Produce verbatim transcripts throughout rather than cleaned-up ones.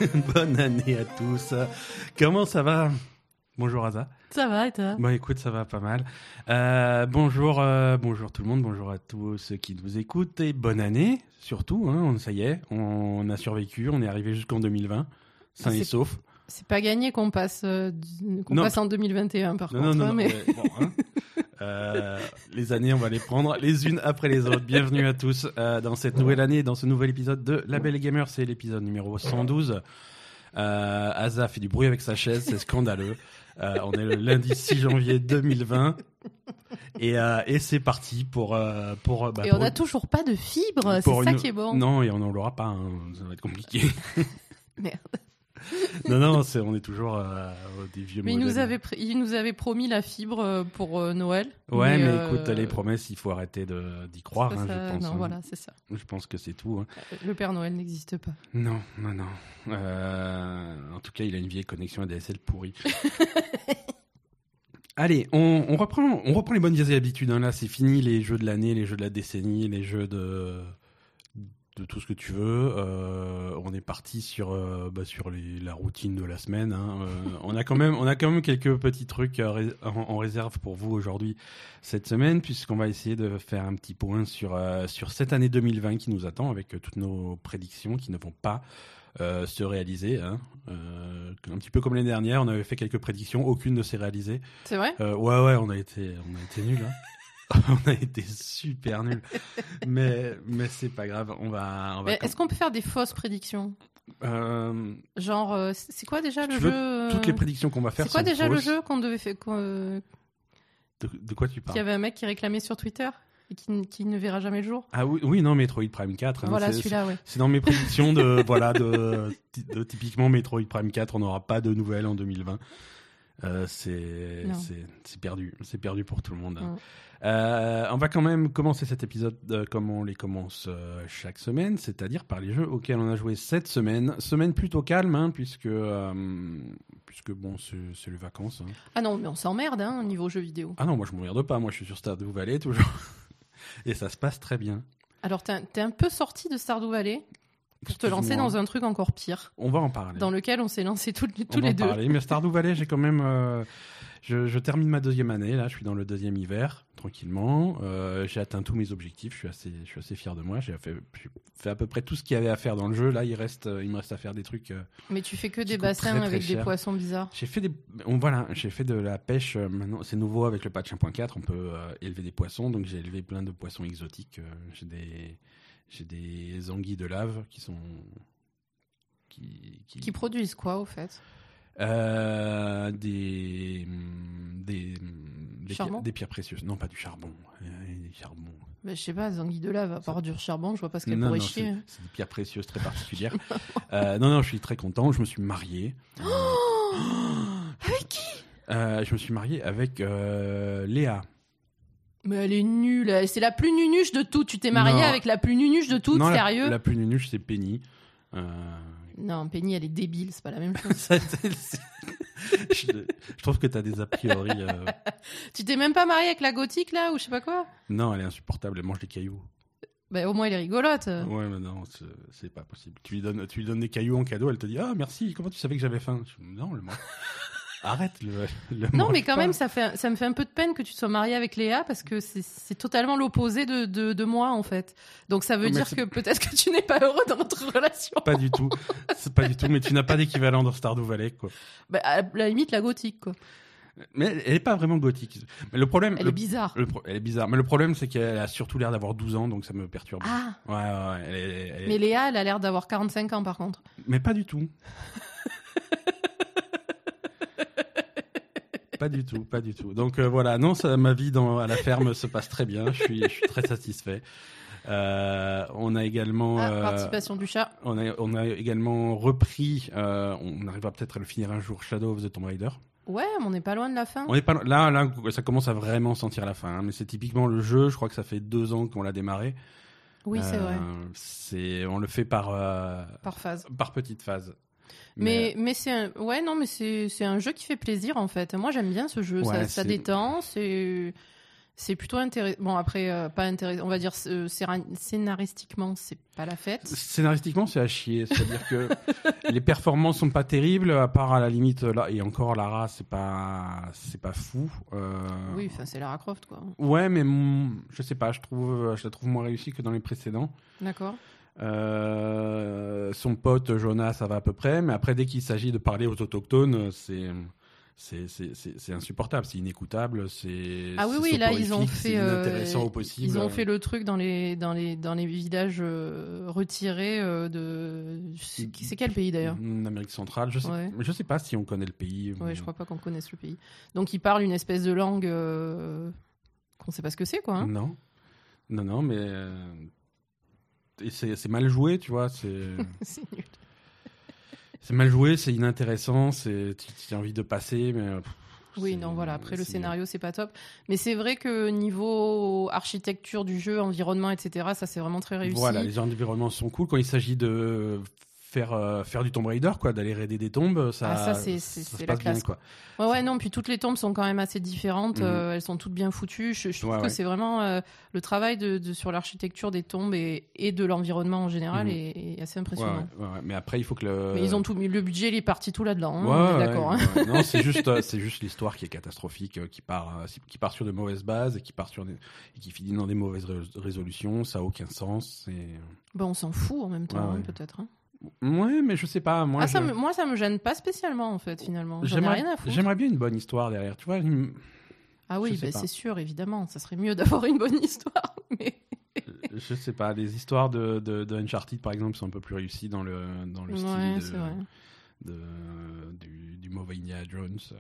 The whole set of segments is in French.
Bonne année à tous. Comment ça va? Bonjour Aza. Ça va et toi? Bon écoute, ça va pas mal. Euh, bonjour, euh, bonjour tout le monde, bonjour à tous ceux qui nous écoutent et bonne année surtout. Hein, ça y est, on a survécu, on est arrivé jusqu'en deux mille vingt, sain et sauf. C'est pas gagné qu'on passe, euh, qu'on passe en deux mille vingt et un par non, contre. Non, non, hein, mais... mais bon, hein. euh, les années, on va les prendre les unes après les autres. Bienvenue à tous euh, dans cette nouvelle année, dans ce nouvel épisode de La Belle et Gamer. C'est l'épisode numéro cent douze. Euh, Asa fait du bruit avec sa chaise, c'est scandaleux. Euh, on est le lundi six janvier deux mille vingt et, euh, et c'est parti pour... Euh, pour bah, et pour on n'a une... toujours pas de fibres, c'est une... ça qui est bon. Non, et on n'en l'aura pas, hein. Ça va être compliqué. Merde. Non, non, c'est, on est toujours euh, des vieux mais modèles. il nous, avait pr- il nous avait promis la fibre pour euh, Noël. Ouais, mais, mais euh... écoute, les promesses, il faut arrêter de, d'y croire, hein, ça, je pense. Non, hein. voilà, c'est ça. Je pense que c'est tout. Hein. Le Père Noël n'existe pas. Non, non, non. Euh, en tout cas, il a une vieille connexion A D S L pourrie. Allez, on, on, reprend, on reprend les bonnes vieilles habitudes. Hein. Là, c'est fini les jeux de l'année, les jeux de la décennie, les jeux de... de tout ce que tu veux. Euh, on est parti sur euh, bah, sur les, la routine de la semaine. Hein. Euh, on a quand même on a quand même quelques petits trucs euh, en, en réserve pour vous aujourd'hui cette semaine, puisqu'on va essayer de faire un petit point sur euh, sur cette année deux mille vingt qui nous attend avec euh, toutes nos prédictions qui ne vont pas euh, se réaliser. Hein. Euh, un petit peu comme l'année dernière, on avait fait quelques prédictions, aucune ne s'est réalisée. C'est vrai ? euh, Ouais ouais, on a été on a été nuls. Hein. On a été super nuls, mais mais c'est pas grave. On va. On va mais est-ce qu'on peut faire des fausses prédictions ? euh, Genre, euh, c'est quoi déjà le tu jeu veux, Toutes les prédictions qu'on va faire. C'est quoi sont déjà fausses. le jeu qu'on devait faire qu'on, euh... de, de quoi tu parles ? Il y avait un mec qui réclamait sur Twitter et qui, qui ne verra jamais le jour. Ah oui, oui, non, Metroid Prime quatre. Hein, voilà, c'est, celui-là, c'est, ouais. C'est dans mes prédictions de voilà de, de, de typiquement Metroid Prime quatre. On n'aura pas de nouvelles en deux mille vingt. Euh, c'est, c'est, c'est perdu, c'est perdu pour tout le monde. Hein. Mm. Euh, on va quand même commencer cet épisode euh, comme on les commence euh, chaque semaine, c'est-à-dire par les jeux auxquels on a joué cette semaine. Semaine plutôt calme, hein, puisque, euh, puisque bon, c'est, c'est les vacances. Hein. Ah non, mais on s'emmerde hein, au niveau jeux vidéo. Ah non, moi je m'emmerde pas, moi je suis sur Stardew Valley toujours. Et ça se passe très bien. Alors t'es, t'es un peu sorti de Stardew Valley pour te lancer dans un truc encore pire. On va en parler. Dans lequel on s'est lancé tous, tous on les va en deux. Parler. Mais Stardew Valley, j'ai quand même... Euh, je, je termine ma deuxième année, là, je suis dans le deuxième hiver, tranquillement. Euh, j'ai atteint tous mes objectifs, je suis assez, je suis assez fier de moi. J'ai fait, j'ai fait à peu près tout ce qu'il y avait à faire dans le jeu. Là, il, reste, il me reste à faire des trucs... Euh, Mais tu fais que des bassins très, très avec cher. Des poissons bizarres. J'ai fait, des, on, voilà, j'ai fait de la pêche. Euh, maintenant, c'est nouveau avec le patch un point quatre, on peut euh, élever des poissons. Donc j'ai élevé plein de poissons exotiques. Euh, j'ai, des, j'ai des anguilles de lave qui sont... Qui, qui... qui produisent quoi au fait euh, des, des, des, pierres, des pierres précieuses. Non, pas du charbon. Des charbons. Bah, je sais pas, des anguilles de lave, à part ça... du charbon, je vois pas ce qu'elles non, pourraient non, chier. C'est, c'est des pierres précieuses très particulières. euh, non, non, je suis très content. Je me suis marié. Oh avec qui euh, Je me suis marié avec euh, Léa. Mais elle est nulle. C'est la plus nunuche de toutes. Tu t'es marié non. avec la plus nunuche de toutes, non, sérieux la, la plus nunuche, c'est Penny. Euh... Non, Penny, elle est débile, c'est pas la même chose. Ça, c'est, c'est... je, je trouve que t'as des a priori. Euh... Tu t'es même pas marié avec la gothique, là, ou je sais pas quoi ? Non, elle est insupportable, elle mange des cailloux. Bah, au moins, elle est rigolote. Ouais, mais non, c'est, c'est pas possible. Tu lui, donnes, tu lui donnes des cailloux en cadeau, elle te dit « Ah, merci, comment tu savais que j'avais faim ?» Je... Non, le mange. Arrête le, le Non, mais quand pas. même, ça, fait, ça me fait un peu de peine que tu te sois mariée avec Léa parce que c'est, c'est totalement l'opposé de, de, de moi, en fait. Donc, ça veut non, dire c'est... que peut-être que tu n'es pas heureux dans notre relation. Pas du tout. C'est pas du tout. Mais tu n'as pas d'équivalent dans Stardew Valley, quoi. Bah, à la limite, la gothique, quoi. Mais elle est pas vraiment gothique. Mais le problème. Elle le, est bizarre. Le, elle est bizarre. Mais le problème, c'est qu'elle a surtout l'air d'avoir douze ans, donc ça me perturbe. Ah. Ouais, ouais, ouais. Elle est, elle est... Mais Léa, elle a l'air d'avoir quarante-cinq ans, par contre. Mais pas du tout. Pas du tout, pas du tout. Donc euh, voilà, non, ça, ma vie dans, à la ferme se passe très bien. Je suis, je suis très satisfait. Euh, on a également ah, euh, participation du chat. On a, on a également repris. Euh, on arrivera peut-être à le finir un jour. Shadow of the Tomb Raider. Ouais, mais on n'est pas loin de la fin. On est pas là, là, ça commence à vraiment sentir la fin. Hein, mais c'est typiquement le jeu. Je crois que ça fait deux ans qu'on l'a démarré. Oui, euh, c'est vrai. C'est, on le fait par euh, par phase, par petite phase. Mais, mais, mais c'est un... ouais, non, mais c'est, c'est un jeu qui fait plaisir en fait. Moi, j'aime bien ce jeu. Ouais, ça, ça détend. C'est, C'est plutôt intéressant. Bon, après, euh, pas intéressant. On va dire euh, scénar- scénaristiquement, c'est pas la fête. Scénaristiquement, c'est à chier. C'est-à-dire que les performances sont pas terribles, à part à la limite, là, et encore Lara, c'est pas, c'est pas fou. Euh... Oui, enfin, c'est Lara Croft, quoi. Ouais, mais mm, je sais pas, je trouve, je la trouve moins réussie que dans les précédents. D'accord. Euh, son pote Jonas, ça va à peu près, mais après, dès qu'il s'agit de parler aux autochtones, c'est. C'est, c'est, c'est, c'est insupportable, c'est inécoutable, c'est. Ah oui, c'est oui, là ils ont fait. C'est inintéressant euh, au possible. Ils ont fait le truc dans les dans les dans les villages euh, retirés euh, de. C'est, c'est quel pays d'ailleurs? En Amérique centrale, je sais, Ouais. je sais pas si on connaît le pays. Ouais, je crois pas qu'on connaisse le pays. Donc ils parlent une espèce de langue euh, qu'on sait pas ce que c'est, quoi. Hein. Non, non, non, mais euh, et c'est, c'est mal joué, tu vois. C'est. C'est nul. C'est mal joué, c'est inintéressant, c'est tu as envie de passer, mais pff, oui, c'est, non, voilà. Après, le c'est... scénario, c'est pas top, mais c'est vrai que niveau architecture du jeu, environnement, et cetera, ça c'est vraiment très réussi. Voilà, les environnements sont cool quand il s'agit de faire euh, faire du Tomb Raider, quoi, d'aller raider des tombes, ça, ah, ça c'est, c'est, ça c'est se la passe classe, bien, quoi. Ouais, ouais, non, puis toutes les tombes sont quand même assez différentes, Mhm. euh, elles sont toutes bien foutues. Je, je trouve Ouais, que ouais. c'est vraiment euh, le travail de, de sur l'architecture des tombes et, et de l'environnement en général Mhm. est, est assez Ouais, impressionnant. ouais, ouais, ouais. Mais après, il faut que le. Mais ils ont tout mis, le budget, il est parti tout là-dedans, hein, Ouais, on est ouais, d'accord. ouais, hein. ouais. Non, c'est juste, euh, c'est juste l'histoire qui est catastrophique, euh, qui part, euh, qui part sur de mauvaises bases et qui part sur des, et qui finit dans des mauvaises rés- résolutions. Ça a aucun sens. C'est... Bon, on s'en fout en même temps, Ouais, hein, ouais. peut-être. hein. Ouais, mais je sais pas. Moi, ah, ça je- me, moi, ça me gêne pas spécialement, en fait, finalement. J'en ai j'aimerais, rien à foutre. j'aimerais bien une bonne histoire derrière. Tu vois, une- Ah oui, je sais bah, pas. c'est sûr, évidemment. Ça serait mieux d'avoir une bonne histoire. Mais... je sais pas. Les histoires de, de, de Uncharted, par exemple, sont un peu plus réussies dans le dans le Ouais, style c'est de, vrai. de- du, du mauvais Indiana Jones. euh.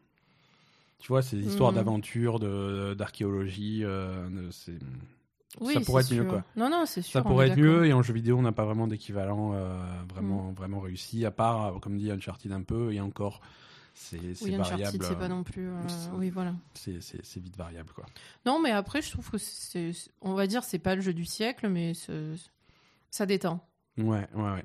Tu vois, c'est des histoires Mhm. d'aventure, de, d'archéologie. euh, de- c'est... Oui, ça pourrait c'est être mieux, sûr. quoi. Non, non, c'est sûr. Ça on pourrait est être d'accord. mieux, et en jeu vidéo, on n'a pas vraiment d'équivalent euh, vraiment, vraiment réussi, à part, euh, comme dit, Uncharted un peu, et encore, c'est, c'est Oui, variable. Uncharted, c'est pas non plus. euh, c'est- Oui, voilà. C'est, c'est, c'est vite variable, quoi. Non, mais après, je trouve que c'est. c'est- On va dire, c'est pas le jeu du siècle, mais c'est- ça détend. Ouais, ouais, ouais.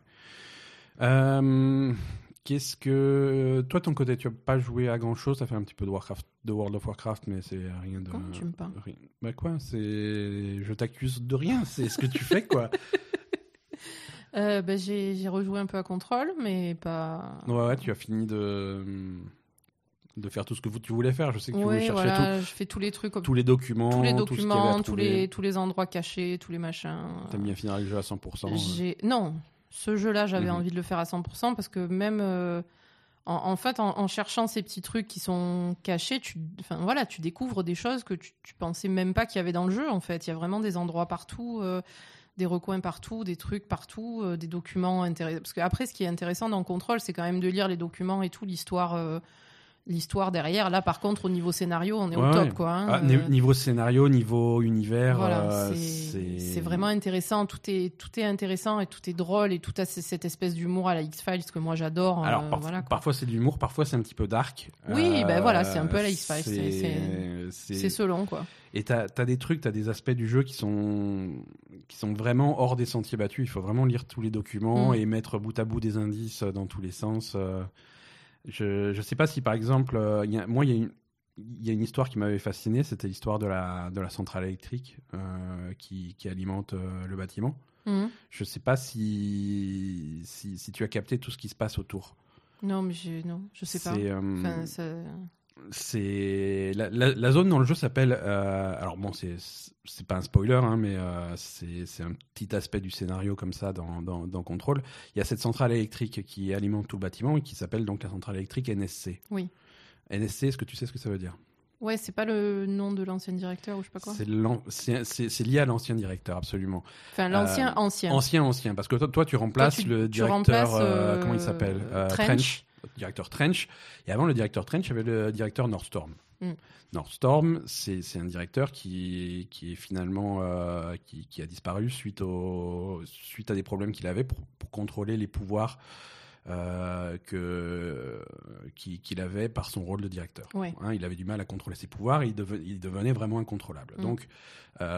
Euh, qu'est-ce que... Toi, ton côté, tu n'as pas joué à grand-chose, tu as fait un petit peu de, Warcraft, de World of Warcraft, mais c'est rien de... Comment tu me parles? rien- Bah quoi, c'est... Je t'accuse de rien, c'est ce que tu fais, quoi. Euh, bah, j'ai, j'ai rejoué un peu à Control, mais pas. Ouais, ouais, tu as fini de... de faire tout ce que tu voulais faire. Je sais que tu voulais Ouais, chercher voilà, je fais tous les trucs, tout- tous les documents, tous les tout ce qu'il y avait à documents, tous trouver. les, tous les endroits cachés, tous les machins. T'aimes bien finir le jeu à cent pour cent. J'ai... Non, ce jeu-là, j'avais Mhm. envie de le faire à cent pour cent parce que même euh, en, en fait, en, en cherchant ces petits trucs qui sont cachés, tu, enfin, voilà, tu découvres des choses que tu, tu pensais même pas qu'il y avait dans le jeu. En fait, il y a vraiment des endroits partout, euh, des recoins partout, des trucs partout, euh, des documents intéressants. Parce que après, ce qui est intéressant dans Control, c'est quand même de lire les documents et tout, l'histoire. euh, L'histoire derrière, là par contre au niveau scénario on est Ouais, au top ouais. quoi. hein. Ah, Euh, niveau scénario, niveau univers, Voilà, euh, c'est, c'est... c'est vraiment intéressant. Tout est, tout est intéressant et tout est drôle et tout a c- cette espèce d'humour à la X-Files que moi j'adore. Alors, euh, parf- voilà, quoi. parfois c'est de l'humour, parfois c'est un petit peu dark. Oui, Euh, ben voilà, c'est un peu à la X-Files, c'est- c'est- c'est- c'est- C'est selon quoi. Et t'as as des trucs, t'as des aspects du jeu qui sont qui sont vraiment hors des sentiers battus. Il faut vraiment lire tous les documents Mm. et mettre bout à bout des indices dans tous les sens. euh. Je je sais pas si par exemple, euh, y a- moi il y a une il y a une histoire qui m'avait fasciné, c'était l'histoire de la de la centrale électrique euh, qui qui alimente euh, le bâtiment. Mhm. Je sais pas si, si si tu as capté tout ce qui se passe autour. Non, mais je, non, je sais pas. C'est, euh, Enfin, ça- c'est la, la, la zone dans le jeu s'appelle euh, alors bon c'est c'est pas un spoiler hein, mais euh, c'est c'est un petit aspect du scénario comme ça dans dans dans Control. Il y a cette centrale électrique qui alimente tout le bâtiment et qui s'appelle donc la centrale électrique N S C. Oui. N S C, est-ce que tu sais ce que ça veut dire? Ouais, c'est pas le nom de l'ancien directeur ou je sais pas quoi. C'est l'an- c'est c'est c'est lié à l'ancien directeur absolument. Enfin, l'ancien, Euh, ancien. Ancien ancien parce que toi, toi tu remplaces Toi, tu- le tu directeur remplaces, euh, euh, comment il s'appelle Euh, Trench. le directeur Trench. Et avant le directeur Trench, il y avait le directeur Northstorm. Mm. Northstorm, c'est c'est un directeur qui, qui est finalement euh, qui, qui a disparu suite, au, suite à des problèmes qu'il avait pour, pour contrôler les pouvoirs euh, que, qui- qu'il avait par son rôle de directeur. Ouais. Hein, il avait du mal à contrôler ses pouvoirs et il, deve- il devenait vraiment incontrôlable. Mm. Donc,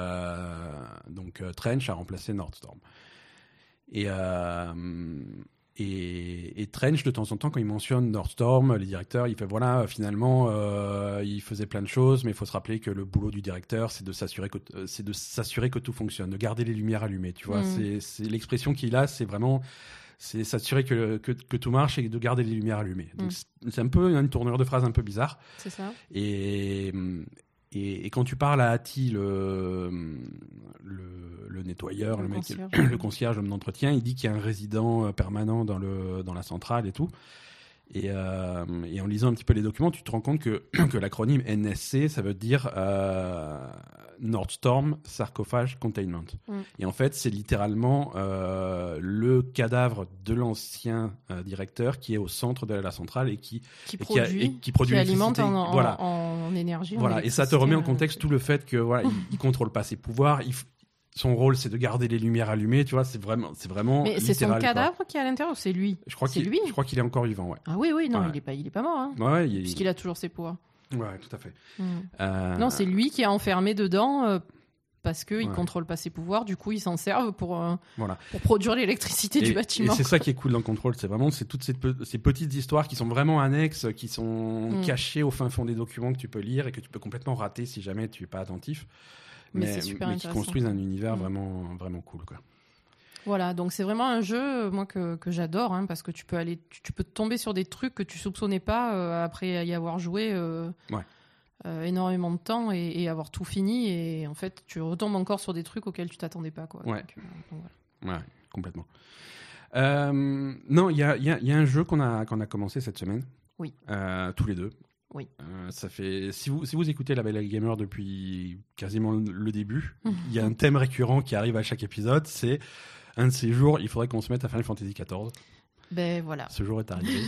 euh, donc euh, Trench a remplacé Northstorm. Et, euh, et, et Trench, de temps en temps, quand il mentionne Northstorm, les directeurs, il fait voilà, finalement, euh, il faisait plein de choses, mais il faut se rappeler que le boulot du directeur, c'est de s'assurer que, c'est de s'assurer que tout fonctionne, de garder les lumières allumées. Tu vois, mmh. c'est, c'est l'expression qu'il a, c'est vraiment, c'est s'assurer que, que, que tout marche et de garder les lumières allumées. Donc, mmh. c'est un peu une tournure de phrase un peu bizarre. C'est ça. Et Et, et quand tu parles à Ati, le, le, le nettoyeur, le, le, mec, concierge. le concierge, l'homme d'entretien, il dit qu'il y a un résident permanent dans, le, dans la centrale et tout. Et, euh, et en lisant un petit peu les documents, tu te rends compte que, que l'acronyme N S C, ça veut dire euh, Northstorm Sarcophage Containment. Mm. Et en fait, c'est littéralement euh, le cadavre de l'ancien euh, directeur qui est au centre de la centrale et qui, qui et produit, qui, a, et qui, produit qui alimente en, voilà. en, en énergie. Voilà. En et ça te remet en contexte tout le fait que voilà, il, il contrôle pas ses pouvoirs. Il, Son rôle, c'est de garder les lumières allumées, tu vois, c'est vraiment, c'est vraiment. Mais c'est son cadavre quoi. Qui est à l'intérieur ou c'est lui? Je crois c'est qu'il, lui. Je crois qu'il est encore vivant, ouais. Ah oui, oui, non, ouais. il est pas, il est pas mort, hein. Ouais, il... puisqu'il a toujours ses pouvoirs. Ouais, tout à fait. Mm. Euh... Non, c'est lui qui est enfermé dedans euh, parce que il ouais. contrôle pas ses pouvoirs. Du coup, ils s'en servent pour euh, voilà. pour produire l'électricité et, du bâtiment. Et c'est ça qui est cool dans Control, c'est vraiment c'est toutes ces, pe- ces petites histoires qui sont vraiment annexes, qui sont mm. cachées au fin fond des documents que tu peux lire et que tu peux complètement rater si jamais tu es pas attentif. Mais, mais, c'est super mais qui construisent un univers mmh. vraiment, vraiment cool, quoi. Voilà, donc c'est vraiment un jeu, moi, que, que j'adore, hein, parce que tu peux aller, tu, tu peux tomber sur des trucs que tu soupçonnais pas euh, après y avoir joué euh, ouais. euh, énormément de temps et, et avoir tout fini, et en fait, tu retombes encore sur des trucs auxquels tu t'attendais pas, quoi. Ouais, donc, euh, donc voilà. ouais, complètement. Euh, non, il y a, y, a, y a un jeu qu'on a, qu'on a commencé cette semaine, oui. euh, tous les deux. Oui. Euh, ça fait si vous si vous écoutez La Belle Gamer depuis quasiment le, le début, il y a un thème récurrent qui arrive à chaque épisode, c'est un de ces jours, il faudrait qu'on se mette à Final Fantasy quatorze. Ben voilà. Ce jour est arrivé.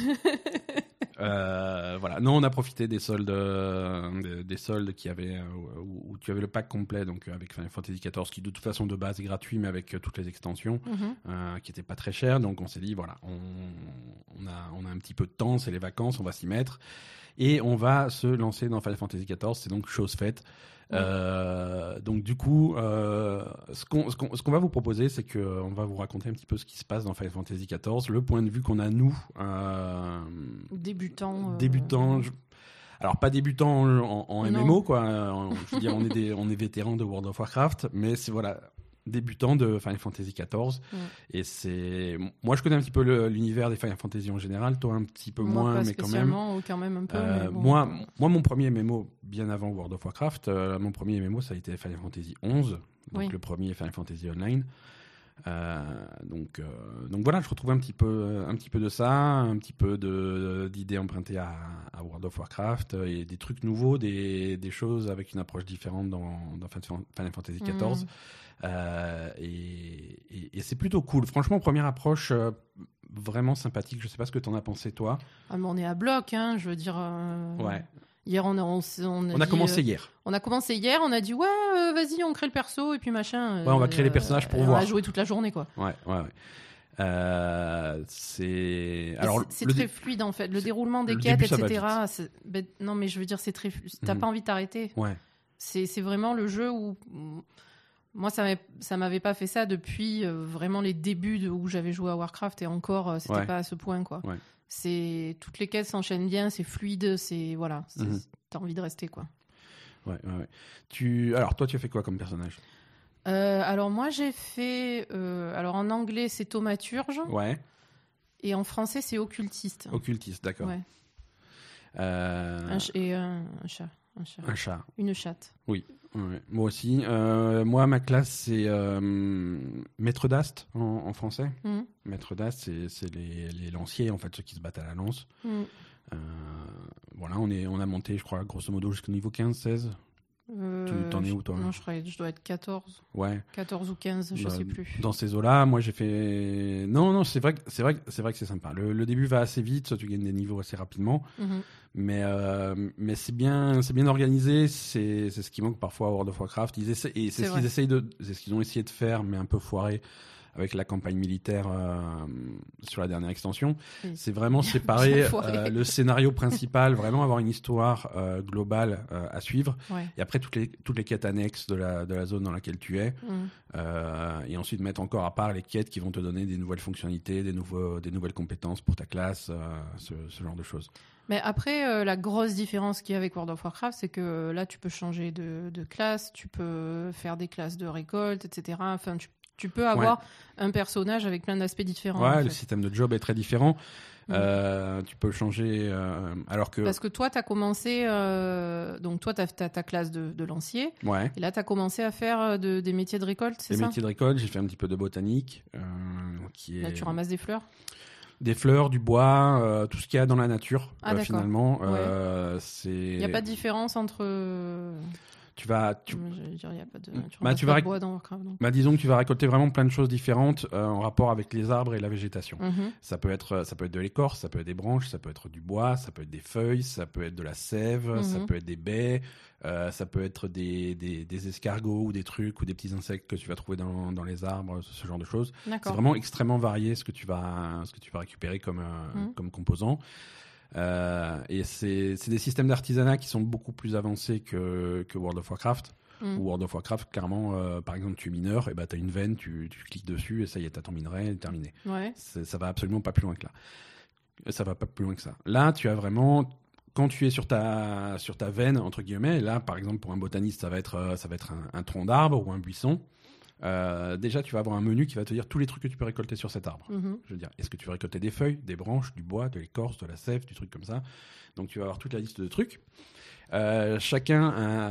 euh, voilà. Non, on a profité des soldes, des, des soldes qui avaient où, où tu avais le pack complet, donc avec Final Fantasy quatorze, qui de toute façon de base est gratuit, mais avec toutes les extensions, mm-hmm. euh, qui étaient pas très chères. Donc on s'est dit voilà, on, on a on a un petit peu de temps, c'est les vacances, on va s'y mettre. Et on va se lancer dans Final Fantasy quatorze, c'est donc chose faite. Mmh. Euh, donc du coup, euh, ce, qu'on, ce, qu'on, ce qu'on va vous proposer, c'est qu'on va vous raconter un petit peu ce qui se passe dans Final Fantasy quatorze, le point de vue qu'on a nous. Euh, débutants. Débutants. Euh... Je... Alors pas débutants en, en M M O, quoi. Je veux dire, on est, des, on est vétérans de World of Warcraft, mais c'est voilà... débutant de Final Fantasy quatorze. Mm. Et c'est moi je connais un petit peu le, l'univers des Final Fantasy en général, toi un petit peu moi, moins, pas mais quand même ou quand même un peu euh, bon, moi euh... moi mon premier M M O bien avant World of Warcraft, euh, mon premier M M O ça a été Final Fantasy onze, donc oui. le premier Final Fantasy Online. Euh, donc euh, donc voilà, je retrouve un petit peu un petit peu de ça, un petit peu de d'idées empruntées à, à World of Warcraft et des trucs nouveaux, des des choses avec une approche différente dans dans Final Fantasy quatorze. Mm. Euh, et, et, et c'est plutôt cool. Franchement, première approche euh, vraiment sympathique. Je sais pas ce que t'en as pensé, toi. Ah, mais on est à bloc, hein. Je veux dire. Euh... Ouais. Hier, on a, on, on a, on a dit, commencé euh, hier. On a commencé hier. On a dit ouais, euh, vas-y, on crée le perso et puis machin. Ouais, on va créer euh, les personnages pour euh, voir. On va jouer toute la journée, quoi. Ouais, ouais, ouais. Euh, c'est alors c'est, c'est très dé... fluide en fait. Le déroulement des le quêtes, début, et cetera. C'est... Ben, non, mais je veux dire, c'est très. T'as mm-hmm. pas envie de t'arrêter. Ouais. C'est, c'est vraiment le jeu où. Moi, ça m'avait, ça m'avait pas fait ça depuis euh, vraiment les débuts de, où j'avais joué à Warcraft et encore, euh, c'était ouais. pas à ce point, quoi. Ouais. C'est, toutes les quêtes s'enchaînent bien, c'est fluide, c'est, voilà, c'est, mm-hmm. t'as envie de rester, quoi. Ouais, ouais, ouais. Tu, alors, toi, tu as fait quoi comme personnage ? euh, Alors, moi, j'ai fait, euh, alors en anglais, c'est thaumaturge. Ouais. Et en français, c'est occultiste. Occultiste, d'accord. Ouais. Euh... Un ch- et un, un chat. Un chat. Un chat. Une chatte. Oui. Ouais, moi aussi. Euh, moi, ma classe, c'est euh, maître d'ast en, en français. Mmh. Maître d'ast, c'est, c'est les, les lanciers, en fait, ceux qui se battent à la lance. Mmh. Euh, voilà, on, est, on a monté, je crois, grosso modo, jusqu'au niveau quinze seize. Euh, tu t'en es où, toi ? Non, je, crois, je dois être quatorze. Ouais. quatorze ou quinze, je bah, sais plus. Dans ces eaux-là, moi, j'ai fait... Non, non, c'est vrai que c'est, vrai, c'est, vrai que c'est sympa. Le, le début va assez vite, tu gagnes des niveaux assez rapidement. Mmh. Mais, euh, mais c'est bien, c'est bien organisé. C'est, c'est ce qui manque parfois à World of Warcraft. Ils essaient, et c'est, c'est ce qu'ils essayent de, c'est ce qu'ils ont essayé de faire, mais un peu foiré avec la campagne militaire euh, sur la dernière extension. Oui. C'est vraiment séparer euh, le scénario principal, vraiment avoir une histoire euh, globale euh, à suivre. Ouais. Et après, toutes les, toutes les quêtes annexes de la, de la zone dans laquelle tu es. Mm. Euh, et ensuite, mettre encore à part les quêtes qui vont te donner des nouvelles fonctionnalités, des, nouveaux, des nouvelles compétences pour ta classe, euh, ce, ce genre de choses. Mais après, euh, la grosse différence qu'il y a avec World of Warcraft, c'est que euh, là, tu peux changer de, de classe, tu peux faire des classes de récolte, et cetera. Enfin, tu, tu peux avoir ouais. un personnage avec plein d'aspects différents. Ouais, en le fait. système de job est très différent. Mmh. Euh, tu peux changer. Euh, alors que... Parce que toi, tu as commencé. Euh, donc, toi, tu as ta classe de, de lancier. Ouais. Et là, tu as commencé à faire de, des métiers de récolte, c'est des ça? Des métiers de récolte, j'ai fait un petit peu de botanique. Euh, qui est... Là, tu ramasses des fleurs? Des fleurs, du bois, euh, tout ce qu'il y a dans la nature, ah, euh, finalement. Ouais. Euh, c'est... Il n'y a pas de différence entre... Tu vas... Tu... Dire, y a pas de... tu bah, tu vas réc... bois dans Warcraft, donc. Bah, disons que tu vas récolter vraiment plein de choses différentes euh, en rapport avec les arbres et la végétation. Mm-hmm. Ça peut être, ça peut être de l'écorce, ça peut être des branches, ça peut être du bois, ça peut être des feuilles, ça peut être de la sève, mm-hmm. ça peut être des baies, euh, ça peut être des, des, des escargots ou des trucs ou des petits insectes que tu vas trouver dans, dans les arbres, ce genre de choses. D'accord. C'est vraiment extrêmement varié ce que tu vas, ce que tu vas récupérer comme, euh, mm. comme composant. Euh, et c'est, c'est des systèmes d'artisanat qui sont beaucoup plus avancés que, que World of Warcraft. Mm. Ou World of Warcraft, clairement, euh, par exemple, tu es mineur, et bah, tu as une veine, tu, tu cliques dessus, et ça y est, tu as ton minerai, terminé. Ouais. C'est, ça va absolument pas plus loin que là. Ça va pas plus loin que ça. Là, tu as vraiment, quand tu es sur ta, sur ta veine, entre guillemets, là, par exemple, pour un botaniste, ça va être, ça va être un, un tronc d'arbre ou un buisson. Euh, déjà, tu vas avoir un menu qui va te dire tous les trucs que tu peux récolter sur cet arbre. Mm-hmm. Je veux dire, est-ce que tu veux récolter des feuilles, des branches, du bois, de l'écorce, de la sève, du truc comme ça. Donc, tu vas avoir toute la liste de trucs. Euh, chacun,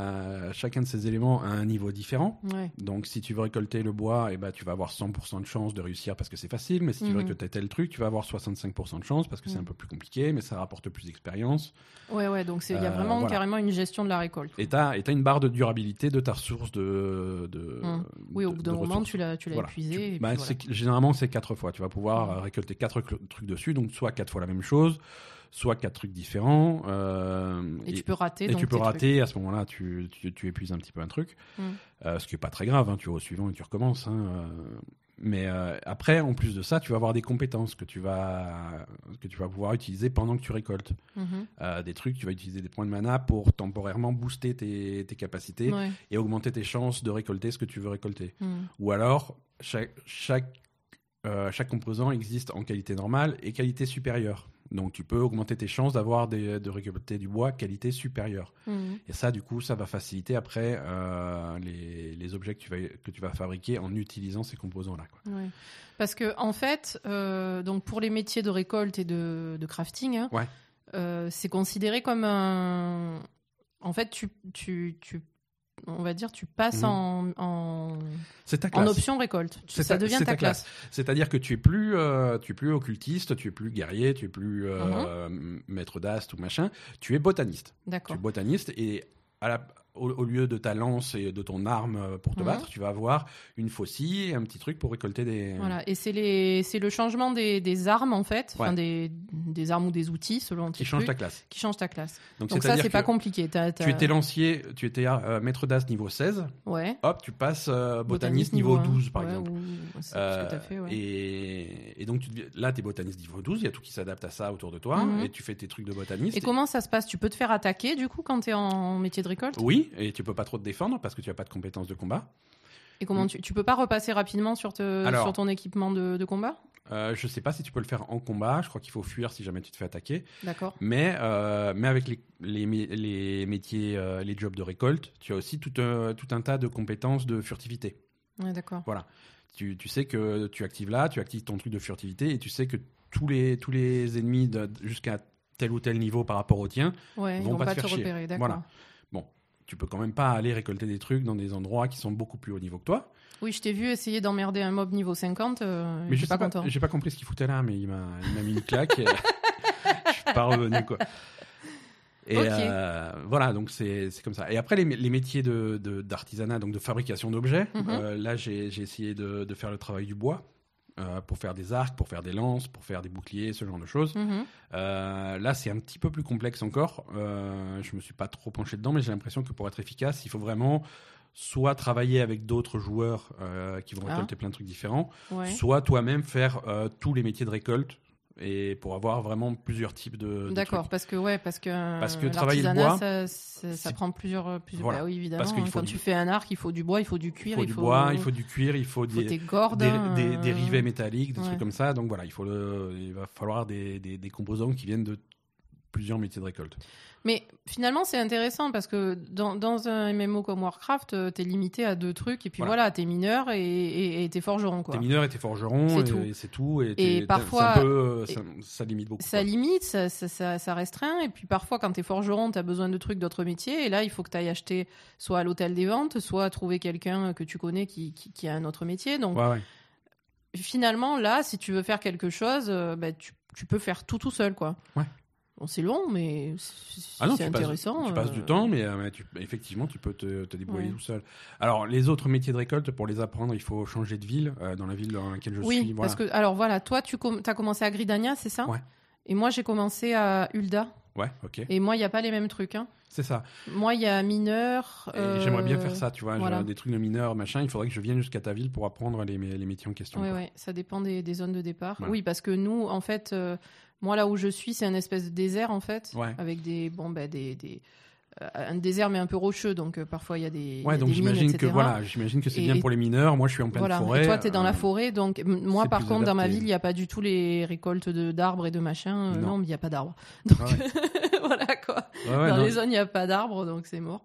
a, chacun de ces éléments a un niveau différent. Ouais. Donc, si tu veux récolter le bois, eh ben, tu vas avoir cent pour cent de chance de réussir parce que c'est facile. Mais si mm-hmm. tu veux récolter tel truc, tu vas avoir soixante-cinq pour cent de chance parce que mm-hmm. c'est un peu plus compliqué, mais ça rapporte plus d'expérience. Ouais, ouais, donc il y a vraiment euh, voilà. carrément une gestion de la récolte. Et tu as une barre de durabilité de ta ressource de. de mm. Oui, au bout d'un moment, tu l'as, tu l'as voilà. épuisé. Tu, et bah, puis c'est, voilà. Généralement, c'est quatre fois. Tu vas pouvoir mm. récolter quatre cl- trucs dessus, donc soit quatre fois la même chose. Soit quatre trucs différents. Euh, et, et tu peux rater. Et donc tu peux rater, trucs. à ce moment-là, tu, tu, tu épuises un petit peu un truc. Mm. Euh, ce qui n'est pas très grave, hein, tu vas au suivant et tu recommences. Hein, euh, mais euh, après, en plus de ça, tu vas avoir des compétences que tu vas, que tu vas pouvoir utiliser pendant que tu récoltes. Mm-hmm. Euh, des trucs, tu vas utiliser des points de mana pour temporairement booster tes, tes capacités ouais. et augmenter tes chances de récolter ce que tu veux récolter. Mm. Ou alors, chaque, chaque, euh, chaque composant existe en qualité normale et qualité supérieure. Donc, tu peux augmenter tes chances d'avoir des, de récolter du bois qualité supérieure. Mmh. Et ça, du coup, ça va faciliter après euh, les, les objets que tu, vas, que tu vas fabriquer en utilisant ces composants-là. Quoi. Ouais. Parce que, en fait, euh, donc pour les métiers de récolte et de, de crafting, hein, ouais. euh, c'est considéré comme un. En fait, tu. tu, tu on va dire, tu passes mmh. en, en, c'est ta classe. En option récolte. C'est ça ta, devient c'est ta, ta classe. classe. C'est-à-dire que tu es plus, euh, tu es plus occultiste, tu es plus guerrier, tu es plus euh, mmh. maître d'ast ou machin. Tu es botaniste. D'accord. Tu es botaniste et à la, au, au lieu de ta lance et de ton arme pour te mmh. battre, tu vas avoir une faucille et un petit truc pour récolter des. Voilà. Et c'est les, c'est le changement des, des armes en fait, ouais. enfin des, des armes ou des outils selon. Qui change ta classe. Qui change ta classe. Donc, Donc ça c'est pas compliqué. T'as, t'as... Tu étais lancier, tu étais euh, maître d'as niveau seize. Ouais. Hop, tu passes euh, botaniste, botaniste niveau douze par ouais, exemple. Ou... C'est euh, tout à fait. Ouais. Et, et donc tu, là t'es botaniste niveau douze, il y a tout qui s'adapte à ça autour de toi mm-hmm. et tu fais tes trucs de botaniste. Et, et comment ça se passe ? Tu peux te faire attaquer du coup quand t'es en métier de récolte ? Oui, et tu peux pas trop te défendre parce que tu as pas de compétences de combat. Et comment tu, tu peux pas repasser rapidement sur, te, Alors, sur ton équipement de, de combat ? euh, Je sais pas si tu peux le faire en combat. Je crois qu'il faut fuir si jamais tu te fais attaquer. D'accord. Mais, euh, mais avec les, les, les métiers, euh, les jobs de récolte, tu as aussi tout un, tout un tas de compétences de furtivité. Ouais, d'accord. Voilà. Tu, tu sais que tu actives là, tu actives ton truc de furtivité et tu sais que tous les, tous les ennemis de, jusqu'à tel ou tel niveau par rapport au tien ouais, vont, vont pas, pas te te faire repérer. chier. D'accord. Voilà. Bon, tu peux quand même pas aller récolter des trucs dans des endroits qui sont beaucoup plus haut niveau que toi. Oui, je t'ai vu essayer d'emmerder un mob niveau cinquante. Euh, mais je pas, pas content. J'ai pas compris ce qu'il foutait là, mais il m'a, il m'a mis une claque. Et je suis pas revenu, quoi. Et okay. euh, voilà, donc c'est, c'est comme ça. Et après, les, les métiers de, de, d'artisanat, donc de fabrication d'objets, mm-hmm. euh, là, j'ai, j'ai essayé de, de faire le travail du bois. Euh, pour faire des arcs, pour faire des lances, pour faire des boucliers, ce genre de choses. Mm-hmm. Euh, là, c'est un petit peu plus complexe encore. Euh, je me suis pas trop penché dedans, mais j'ai l'impression que pour être efficace, il faut vraiment soit travailler avec d'autres joueurs euh, qui vont Ah. récolter plein de trucs différents, Ouais. soit toi-même faire euh, tous les métiers de récolte et pour avoir vraiment plusieurs types de, de D'accord, trucs. parce que ouais, parce que, Parce que travailler le l'artisanat, bois, ça, ça, ça c'est- prend plusieurs, plusieurs. Voilà. Bah oui, évidemment. Parce qu'il hein, faut Quand du- tu fais un arc, il faut du bois, il faut du Il cuir, faut du bois, il faut du cuir, il faut il faut des, tes cordes, des, hein, des, des euh, rivets métalliques, des ouais. trucs comme ça. Donc voilà, il, faut le, il va falloir des, des, des composants qui viennent de plusieurs métiers de récolte. Mais finalement, c'est intéressant parce que dans, dans un M M O comme Warcraft, euh, t'es limité à deux trucs et puis Voilà. voilà, t'es mineur et, et, et t'es forgeron, quoi. T'es mineur et t'es forgeron, C'est et, tout. et c'est tout. Et, Et t'es- parfois- c'est un peu, euh, et- ça, ça limite beaucoup. Ça quoi. limite, ça, ça, ça, ça restreint. Et puis parfois, quand t'es forgeron, t'as besoin de trucs d'autres métiers. Et là, il faut que t'ailles acheter soit à l'hôtel des ventes, soit trouver quelqu'un que tu connais qui, qui, qui a un autre métier. Donc Ouais, ouais. finalement, là, si tu veux faire quelque chose, euh, bah, tu, tu peux faire tout tout seul, quoi. Ouais. Bon, c'est long, mais c'est Ah non, c'est tu passes, intéressant. tu passes euh, du temps, mais, euh, mais tu, effectivement, tu peux te, te débrouiller Ouais. tout seul. Alors, les autres métiers de récolte, pour les apprendre, il faut changer de ville. euh, dans la ville dans laquelle je Oui, suis, voilà. parce que, alors voilà, toi, tu com- as commencé à Gridania, c'est ça? Ouais. Et moi, j'ai commencé à Ulda. Ouais, ok. Et moi, il n'y a pas les mêmes trucs. Hein. C'est ça. Moi, il y a mineur. Et euh, J'aimerais bien faire ça, tu vois, voilà. j'ai des trucs de mineurs, machin. Il faudrait que je vienne jusqu'à ta ville pour apprendre les, les métiers en question. Oui, quoi. ouais, ça dépend des, des zones de départ. Voilà. Oui, parce que nous, en fait, euh, moi, là où je suis, c'est un espèce de désert, en fait, Ouais. avec des, bon, ben, des, des euh, un désert mais un peu rocheux, donc euh, parfois il y a des, il y Ouais, a donc des mines, j'imagine que et cetera. voilà, j'imagine que c'est Et- bien et- pour les mineurs. Moi, je suis en pleine Voilà. forêt. Et toi, tu es dans la euh, forêt, donc m- moi, c'est par plus contre, dans ma adapté. ville, il n'y a pas du tout les récoltes de- d'arbres et de machin. Euh, Non. non, mais il n'y a pas d'arbres. Donc Ouais, voilà quoi. ouais, ouais, dans non, les zones, il n'y a pas d'arbres, donc c'est mort.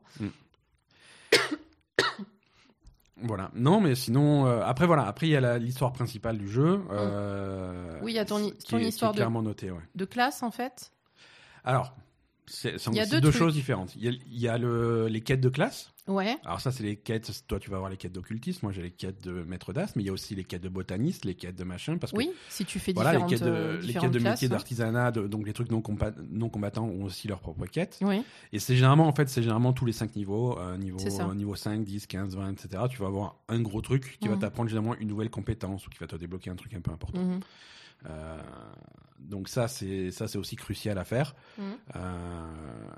Voilà. Non, mais sinon, euh, après voilà, après il y a la- l'histoire principale du jeu. euh, Oui, il y a ton hi- qui ton est- qui est histoire de- clairement notée, ouais. De classe, en fait. Alors, c'est c'est- Il y a c'est deux deux trucs. choses différentes. Il y a, il y a le, les quêtes de classe. Ouais. Alors ça, c'est les quêtes. Toi, tu vas avoir les quêtes d'occultiste. Moi, j'ai les quêtes de maître d'as, mais il y a aussi les quêtes de botaniste, les quêtes de machin, parce que Oui, si tu fais voilà, les différentes, quêtes de, euh, les différentes quêtes de classes. métier hein. d'artisanat, de- donc les trucs non, compa- non combattants ont aussi leurs propres quêtes. Oui, Et c'est généralement, en fait, c'est généralement tous les cinq niveaux, euh, niveau, C'est ça. euh, niveau cinq, dix, quinze, vingt, et cetera. Tu vas avoir un gros truc qui va Mhm. t'apprendre généralement une nouvelle compétence ou qui va te débloquer un truc un peu important. Mhm. Euh, donc ça, c'est ça, c'est aussi crucial à faire. Mhm. Euh,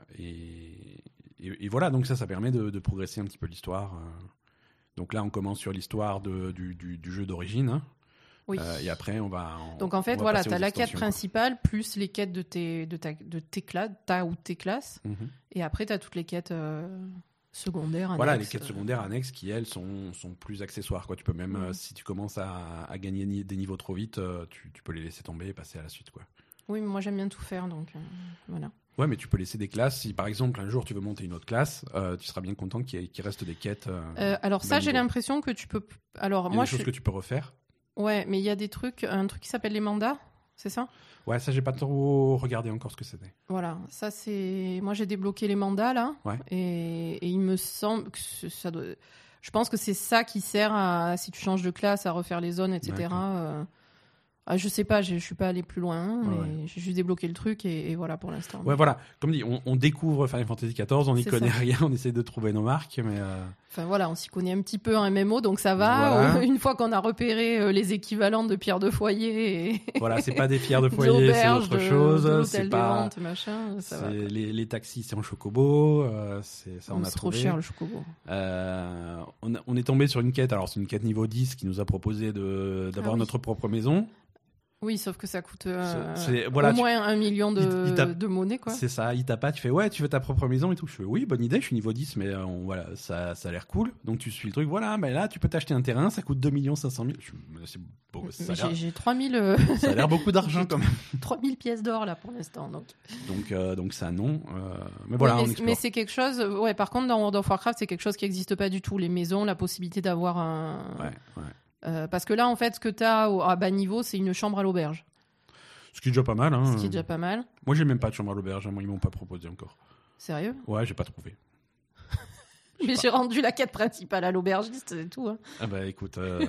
et, et, et voilà, donc ça, ça permet de, de progresser un petit peu l'histoire. euh. Donc là, on commence sur l'histoire de- du, du, du jeu d'origine. hein. Oui. Euh, et après, on va. on- Donc en on fait, va voilà, passer tu as aux la quête extensions, quoi. principale plus les quêtes de tes, de ta, de tes classes, ta ou tes classes. Mhm. Et après, tu as toutes les quêtes euh, secondaires. Voilà, les annexes, quêtes euh. secondaires annexes qui, elles, sont, sont plus accessoires. Quoi. Tu peux même, Mhm. euh, si tu commences à, à gagner ni- des niveaux trop vite, euh, tu, tu peux les laisser tomber et passer à la suite. Quoi. Oui, mais moi j'aime bien tout faire, donc euh, voilà. Ouais, mais tu peux laisser des classes. Si par exemple, un jour, tu veux monter une autre classe, euh, tu seras bien content qu'il y ait- qu'il reste des quêtes. euh, Euh, alors bas ça, j'ai niveau. l'impression que tu peux. Alors Il y a moi, des je choses suis- que tu peux refaire. ouais, mais il y a des trucs, un truc qui s'appelle les mandats, c'est ça? Ouais, ça, j'ai pas trop regardé encore ce que c'était. Voilà, ça c'est. Moi j'ai débloqué les mandats là, Ouais. et, et il me semble que ce- ça doit. Je pense que c'est ça qui sert à, si tu changes de classe, à refaire les zones, et cetera. D'accord. Euh, ah, je sais pas, je je suis pas allé plus loin, hein, Ouais, mais j'ai juste débloqué le truc et, et voilà pour l'instant. Ouais, voilà. Comme dit, on, on découvre Final Fantasy quatorze, on n'y C'est connaît ça. rien, on essaie de trouver nos marques, mais. euh, Enfin voilà, on s'y connaît un petit peu en M M O, donc ça va. Voilà. Une fois qu'on a repéré euh, les équivalents de pierre de foyer et Voilà, c'est pas des pierres de foyer, c'est d'auberge, autre de- chose. de C'est l'hôtel des pas. ventes, machin, ça va. c'est- quoi. les, les taxis, c'est en chocobo. euh, c'est, ça, on a C'est trop trouvé. cher le chocobo. Euh, on, a- on est tombé sur une quête. Alors, c'est une quête niveau dix qui nous a proposé de, d'avoir Ah oui. notre propre maison. Oui, sauf que ça coûte euh, C'est- c'est- voilà, au tu- moins un million de, il- il tape- de monnaie, quoi. C'est ça, il t'a pas, tu fais ouais, tu veux ta propre maison et tout. Je fais oui, bonne idée, je suis niveau dix, mais euh, on- voilà, ça, ça a l'air cool. Donc tu suis le truc, voilà, mais là tu peux t'acheter un terrain, ça coûte deux millions cinq cent mille. Je suis- c'est beau, ça, Mais a l'air, j'ai j'ai trois mille, euh, ça a l'air beaucoup d'argent quand même. trois mille pièces d'or là pour l'instant. Donc, Donc, euh, donc ça non. Euh, mais voilà, Oui, on mais, explore. mais c'est quelque chose. Ouais, par contre, dans World of Warcraft, c'est quelque chose qui n'existe pas du tout. Les maisons, la possibilité d'avoir un. Ouais, ouais. Euh, parce que là, en fait, ce que tu as à bas niveau, c'est une chambre à l'auberge. Ce qui est déjà pas mal. Hein. Ce qui est déjà pas mal. Moi, j'ai même pas de chambre à l'auberge. hein. Moi, ils m'ont pas proposé encore. Sérieux? Ouais, j'ai pas trouvé. Mais j'ai rendu la quête principale à l'aubergiste, c'est tout. Hein. Ah bah écoute, euh,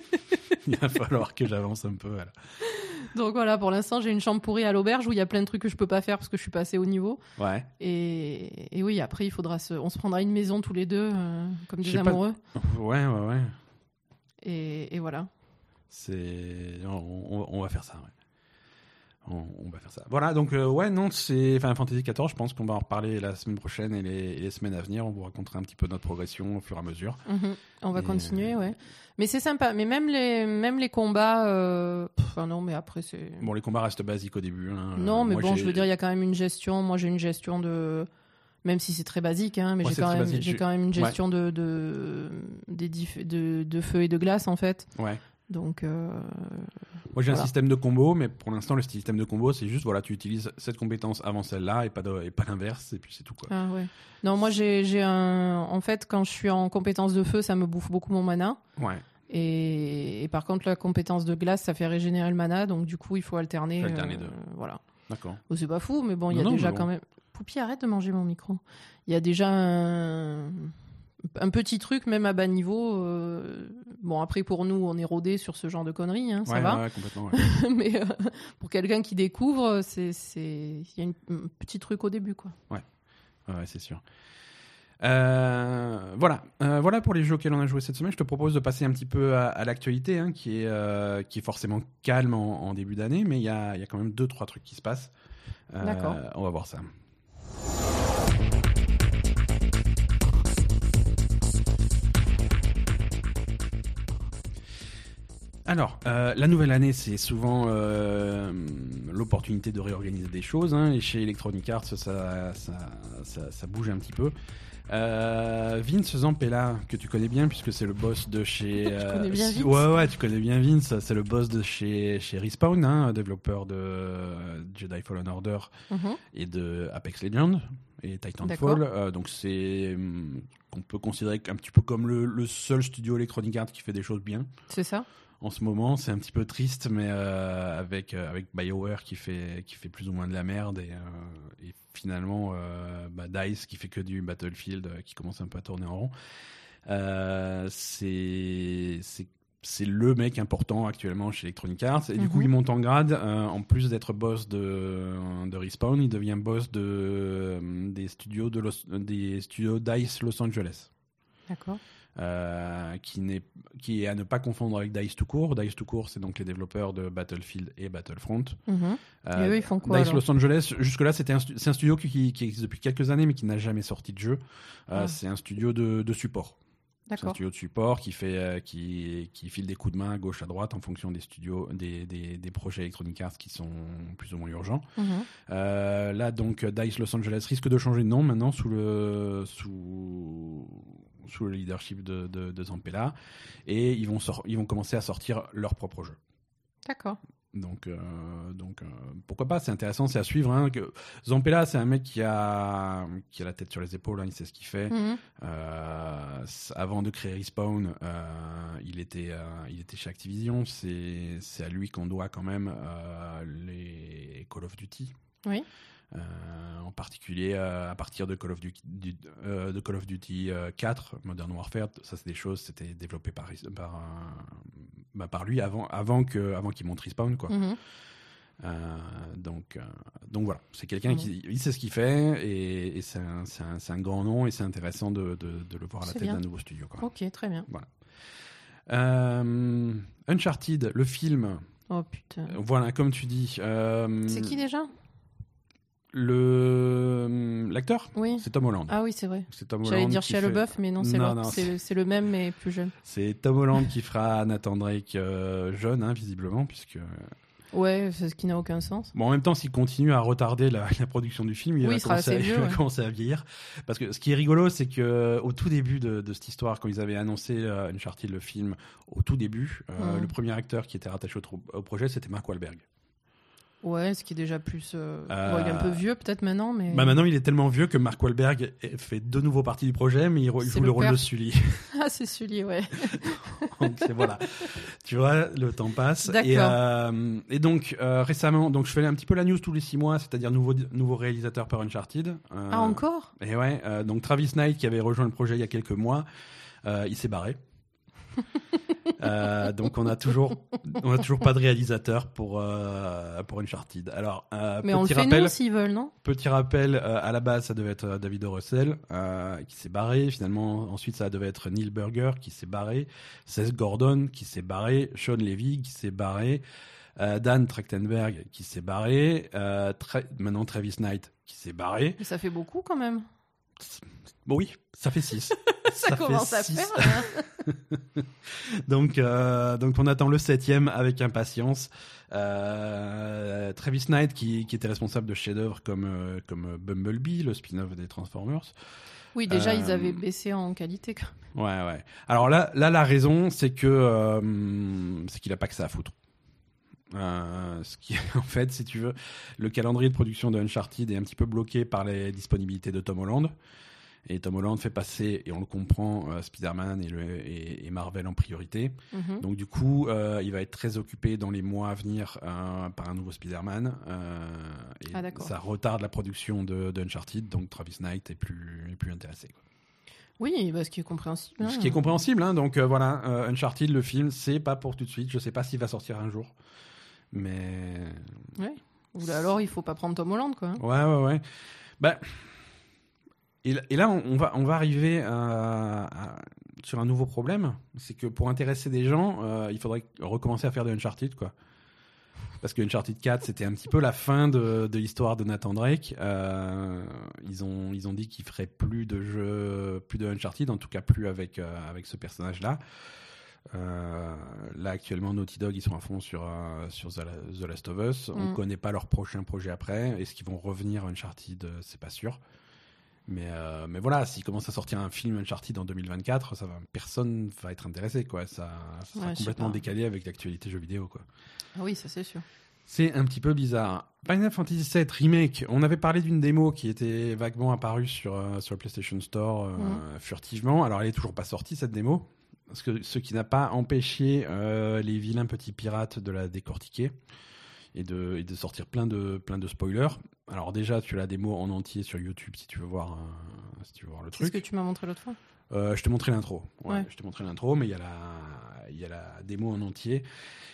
il va falloir que j'avance un peu. Voilà. Donc voilà, pour l'instant, j'ai une chambre pourrie à l'auberge où il y a plein de trucs que je peux pas faire parce que je suis passé au niveau. Ouais. Et, et oui, après, il faudra se... on se prendra une maison tous les deux, euh, comme Je des sais pas- amoureux. Ouais, ouais, ouais. Et, et voilà. C'est, on, on- on va faire ça. Ouais. On, on va faire ça. Voilà, donc euh, ouais, non, c'est Final Fantasy quatorze, je pense qu'on va en reparler la semaine prochaine et les, et les semaines à venir. On vous racontera un petit peu notre progression au fur et à mesure. Mm-hmm. On va et continuer, euh... ouais. Mais c'est sympa. Mais même les, même les combats... Euh... Pff, non, mais après, c'est... Bon, les combats restent basiques au début. Hein. Non, mais Moi, bon, j'ai... je veux dire, il y a quand même une gestion. Moi, j'ai une gestion de... Même si c'est très basique, hein, mais ouais, j'ai, quand même, basique. j'ai quand même une gestion ouais. de, de, de, de, de feu et de glace, en fait. Ouais. Donc, euh, moi j'ai voilà. un système de combo, mais pour l'instant le système de combo c'est juste voilà, tu utilises cette compétence avant celle-là et pas de, et pas l'inverse et puis c'est tout quoi. Ah ouais. Non, moi j'ai j'ai un en fait quand je suis en compétence de feu, ça me bouffe beaucoup mon mana. Ouais. Et, et par contre la compétence de glace, ça fait régénérer le mana, donc du coup il faut alterner. Faut alterner euh, deux. Voilà. D'accord. Oh, c'est pas fou, mais bon, il y a non, déjà bon. quand même. Poupie, arrête de manger mon micro. Il y a déjà un un petit truc même à bas niveau. Euh... Bon après pour nous on est rodé sur ce genre de conneries, hein, ça ouais, va. Ouais, complètement. Ouais. Mais euh, pour quelqu'un qui découvre, c'est c'est il y a une, un petit truc au début quoi. Ouais, ouais, c'est sûr. Euh, voilà, euh, voilà pour les jeux auxquels on a joué cette semaine. Je te propose de passer un petit peu à, à l'actualité, hein, qui est euh, qui est forcément calme en, en début d'année, mais il y a il y a quand même deux trois trucs qui se passent. Euh, D'accord. On va voir ça. Alors, euh, la nouvelle année, c'est souvent euh, l'opportunité de réorganiser des choses. Hein, et chez Electronic Arts, ça, ça, ça, ça bouge un petit peu. Euh, Vince Zampella, que tu connais bien, puisque c'est le boss de chez... Euh, tu connais bien Vince. Ouais, ouais, tu connais bien Vince. C'est le boss de chez, chez Respawn, hein, développeur de Jedi Fallen Order mm-hmm. et de Apex Legends et Titanfall. Euh, donc c'est... qu'on peut considérer un petit peu comme le, le seul studio Electronic Arts qui fait des choses bien. C'est ça. En ce moment, c'est un petit peu triste, mais euh, avec euh, avec BioWare qui fait qui fait plus ou moins de la merde et, euh, et finalement euh, bah, DICE qui fait que du Battlefield, euh, qui commence un peu à tourner en rond. Euh, c'est c'est c'est le mec important actuellement chez Electronic Arts et mm-hmm. du coup il monte en grade. Euh, en plus d'être boss de de Respawn, il devient boss de des studios de Los, des studios DICE Los Angeles. D'accord. Euh, qui, n'est, qui est à ne pas confondre avec DICE tout court. DICE tout court, c'est donc les développeurs de Battlefield et Battlefront. Mmh. Euh, et eux, ils font quoi DICE alors Los Angeles, jusque-là, c'était un, c'est un studio qui, qui existe depuis quelques années, mais qui n'a jamais sorti de jeu. Euh, ah. C'est un studio de, de support. D'accord. C'est un studio de support qui, fait, euh, qui, qui file des coups de main à gauche, à droite, en fonction des studios, des, des, des projets Electronic Arts qui sont plus ou moins urgents. Mmh. Euh, là, donc, DICE Los Angeles risque de changer de nom maintenant sous le... Sous... sous le leadership de, de, de Zampella, et ils vont, sor- ils vont commencer à sortir leur propre jeu. D'accord. Donc, euh, donc euh, pourquoi pas, c'est intéressant, c'est à suivre. Hein, que Zampella, c'est un mec qui a, qui a la tête sur les épaules, hein, il sait ce qu'il fait. Mm-hmm. Euh, avant de créer Respawn, euh, il, était, euh, il était chez Activision, c'est, c'est à lui qu'on doit quand même euh, les Call of Duty. Oui. Euh, en particulier euh, à partir de Call of Duty, du, euh, de Call of Duty euh, quatre, Modern Warfare, ça c'est des choses, c'était développé par, par, euh, bah, par lui avant, avant, que, avant qu'il monte Respawn, quoi. Mm-hmm. Euh, donc, euh, donc voilà, c'est quelqu'un mm-hmm. qui il sait ce qu'il fait et, et c'est, un, c'est, un, c'est un grand nom et c'est intéressant de, de, de le voir à la c'est tête bien. d'un nouveau studio, quoi. Ok, très bien. Voilà. Euh, Uncharted, le film. Oh putain. Voilà, comme tu dis. Euh, c'est qui déjà ? Le l'acteur, oui. c'est Tom Holland. Ah oui, c'est vrai. C'est Tom J'allais Holland dire Shia fait... LaBeouf, mais non, c'est, non, le... non, c'est, c'est... c'est le même, mais plus jeune. C'est Tom Holland qui fera Nathan Drake euh, jeune, hein, visiblement, puisque... Ouais, c'est ce qui n'a aucun sens. Bon, en même temps, s'il continue à retarder la, la production du film, il, oui, va, il, commencer à, vieux, il va ouais. commencer à vieillir. Parce que ce qui est rigolo, c'est que au tout début de, de cette histoire, quand ils avaient annoncé euh, Uncharted, le film, au tout début, euh, mm. le premier acteur qui était rattaché au, au projet, c'était Mark Wahlberg. Ouais, ce qui est déjà plus... Euh... Euh... Bon, il est un peu vieux peut-être maintenant, mais... Bah maintenant, il est tellement vieux que Mark Wahlberg fait de nouveau partie du projet, mais il, il joue le, le rôle de Sully. Ah, c'est Sully, ouais. Donc, c'est, voilà. Tu vois, le temps passe. D'accord. Et, euh, et donc, euh, récemment, donc, je fais un petit peu la news tous les six mois, c'est-à-dire nouveau, nouveau réalisateur par Uncharted. Euh, ah, encore ? Et ouais, euh, donc Travis Knight, qui avait rejoint le projet il y a quelques mois, euh, il s'est barré. euh, donc on a toujours on a toujours pas de réalisateur pour euh, pour Uncharted. Alors euh, mais petit on le fait rappel, nous s'ils veulent, non ? Petit rappel, euh, à la base ça devait être David O. Russell euh, qui s'est barré. Finalement ensuite ça devait être Neil Burger qui s'est barré, Seth Gordon qui s'est barré, Sean Levy qui s'est barré. Euh, Dan Trachtenberg qui s'est barré. Euh, tra- maintenant Travis Knight qui s'est barré. Mais ça fait beaucoup quand même. Bon, oui, ça fait six. ça, ça commence à six. faire. Hein. donc, euh, donc on attend le septième avec impatience. Euh, Travis Knight qui, qui était responsable de chefs-d'œuvre comme, euh, comme Bumblebee, le spin-off des Transformers. Oui, déjà euh, ils avaient baissé en qualité. Quand même. Ouais, ouais. Alors là, là la raison, c'est que euh, c'est qu'il a pas que ça à foutre. Euh, ce qui, en fait, si tu veux, le calendrier de production de Uncharted est un petit peu bloqué par les disponibilités de Tom Holland. Et Tom Holland fait passer, et on le comprend, euh, Spider-Man et, le, et, et Marvel en priorité. Mm-hmm. Donc du coup, euh, il va être très occupé dans les mois à venir euh, par un nouveau Spider-Man. Euh, et ah, ça retarde la production de, de Uncharted, donc Travis Knight est plus, est plus intéressé, quoi. Oui, bah, ce qui est compréhensible. Hein. Ce qui est compréhensible, hein. Donc euh, voilà, euh, Uncharted, le film, c'est pas pour tout de suite. Je sais pas s'il va sortir un jour. Mais. Ouais. Ou là, alors, il faut pas prendre Tom Holland, quoi. Ouais, ouais, ouais. Bah. Et, et là, on va, on va arriver à, à, sur un nouveau problème. C'est que pour intéresser des gens, euh, il faudrait recommencer à faire de Uncharted, quoi. Parce que Uncharted quatre, c'était un petit peu la fin de, de l'histoire de Nathan Drake. Euh, ils, ont, ils ont dit qu'ils feraient plus de jeux, plus de Uncharted, en tout cas plus avec, euh, avec ce personnage-là. Euh, là actuellement Naughty Dog ils sont à fond sur, euh, sur The, The Last of Us. Mm. On connaît pas leur prochain projet après. Est-ce qu'ils vont revenir à Uncharted? C'est pas sûr. Mais, euh, mais voilà, s'ils commencent à sortir un film Uncharted en deux mille vingt-quatre, ça va, personne va être intéressé, quoi. Ça, ça sera ouais, complètement décalé avec l'actualité jeux vidéo, quoi. Ah oui, ça c'est sûr. C'est un petit peu bizarre. Final Fantasy sept Remake, on avait parlé d'une démo qui était vaguement apparue sur, euh, sur le PlayStation Store euh, mm. furtivement. Alors elle est toujours pas sortie, cette démo. Parce que ce qui n'a pas empêché euh, les vilains petits pirates de la décortiquer et de, et de sortir plein de, plein de spoilers. Alors déjà, tu as la démo en entier sur YouTube si tu veux voir, euh, si tu veux voir le truc. Qu'est-ce que tu m'as montré l'autre fois euh, Je te montrais l'intro. Ouais, ouais. Je te montrais l'intro, mais il y a la, il y a la démo en entier.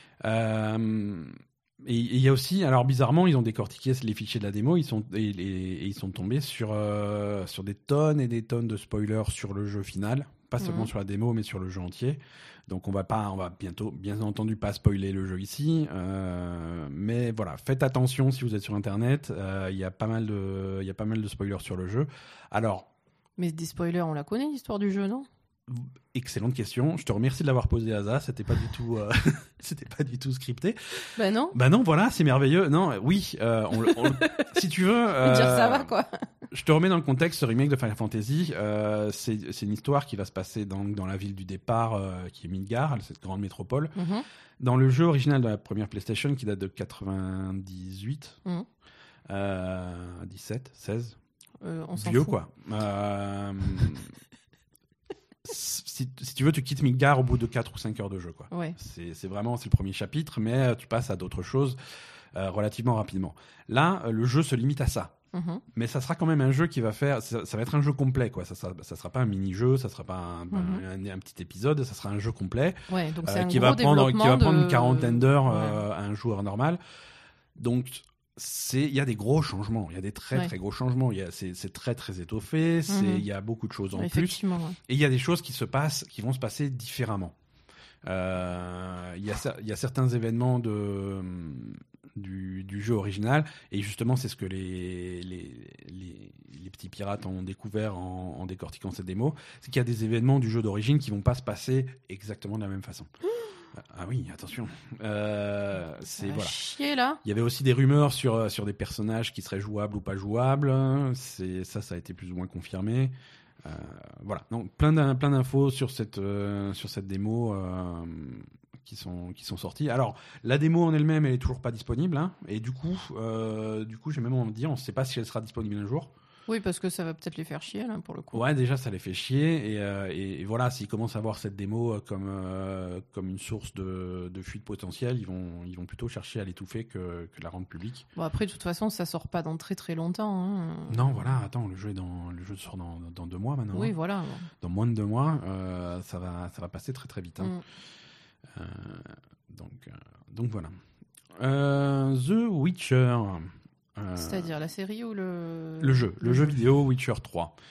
Euh, et il y a aussi, alors bizarrement, ils ont décortiqué les fichiers de la démo, ils sont, et, et, et ils sont tombés sur, euh, sur des tonnes et des tonnes de spoilers sur le jeu final. Pas seulement mmh. sur la démo, mais sur le jeu entier. Donc on va pas, on va bientôt, bien entendu, pas spoiler le jeu ici. Euh, mais voilà, faites attention si vous êtes sur Internet. Il euh, y a pas mal de, il y a pas mal de spoilers sur le jeu. Alors. Mais des spoilers, on la connaît l'histoire du jeu, non ? Excellente question. Je te remercie de l'avoir posée, Asa. C'était pas du tout, euh, c'était pas du tout scripté. Ben non. Ben non, voilà, c'est merveilleux. Non, oui, euh, on, on, si tu veux. Euh, dire ça va quoi. Je te remets dans le contexte, ce remake de Final Fantasy, euh, c'est, c'est une histoire qui va se passer dans, dans la ville du départ, euh, qui est Midgar, cette grande métropole. Mm-hmm. Dans le jeu original de la première PlayStation, qui date de quatre-vingt-dix-huit, mm. euh, dix-sept, seize, euh, on s'en vieux fout. quoi. Euh, si, si tu veux, tu quittes Midgar au bout de quatre ou cinq heures de jeu, quoi. Ouais. C'est, c'est vraiment, c'est le premier chapitre, mais tu passes à d'autres choses euh, relativement rapidement. Là, le jeu se limite à ça. Mmh. Mais ça sera quand même un jeu qui va faire, ça, ça va être un jeu complet, quoi. Ça sera, ça sera pas un mini-jeu, ça sera pas un, mmh. un, un, un petit épisode, ça sera un jeu complet. Ouais, donc c'est euh, un qui gros va prendre, qui va prendre de... une quarantaine d'heures ouais. euh, à un joueur normal. Donc c'est, il y a des gros changements, il y a des très ouais. très gros changements. Il y a, c'est, c'est très très étoffé, c'est, il mmh. y a beaucoup de choses en ouais, plus. Ouais. Et il y a des choses qui se passent, qui vont se passer différemment. Euh, il y a, il y a certains événements de Du, du jeu original, et justement c'est ce que les, les, les, les petits pirates ont découvert en, en décortiquant cette démo, c'est qu'il y a des événements du jeu d'origine qui vont pas se passer exactement de la même façon. Ah oui, attention. Euh, c'est, ça voilà. Chier, là. Il y avait aussi des rumeurs sur, sur des personnages qui seraient jouables ou pas jouables. C'est, ça, ça a été plus ou moins confirmé. Euh, voilà, donc plein, d'in, plein d'infos sur cette, euh, sur cette démo euh, qui sont, qui sont sorties. Alors, la démo en elle-même, elle est toujours pas disponible, hein, et du coup, euh, du coup, j'ai même envie de dire, on ne sait pas si elle sera disponible un jour. Oui, parce que ça va peut-être les faire chier, là, pour le coup. Ouais, déjà, ça les fait chier. Et, euh, et, et voilà, s'ils commencent à voir cette démo comme, euh, comme une source de, de fuite potentielle, ils vont, ils vont plutôt chercher à l'étouffer que, que la rendre publique. Bon, après, de toute façon, ça sort pas dans très très longtemps. Hein. Non, voilà, attends, le jeu, est dans, le jeu sort dans, dans deux mois maintenant. Oui, hein. voilà. Dans moins de deux mois, euh, ça, va, ça va passer très très vite. Hein. Mm. Euh, donc, euh, donc voilà. Euh, The Witcher. Euh, C'est-à-dire la série ou le... Le jeu, le, le jeu vidéo Witcher trois.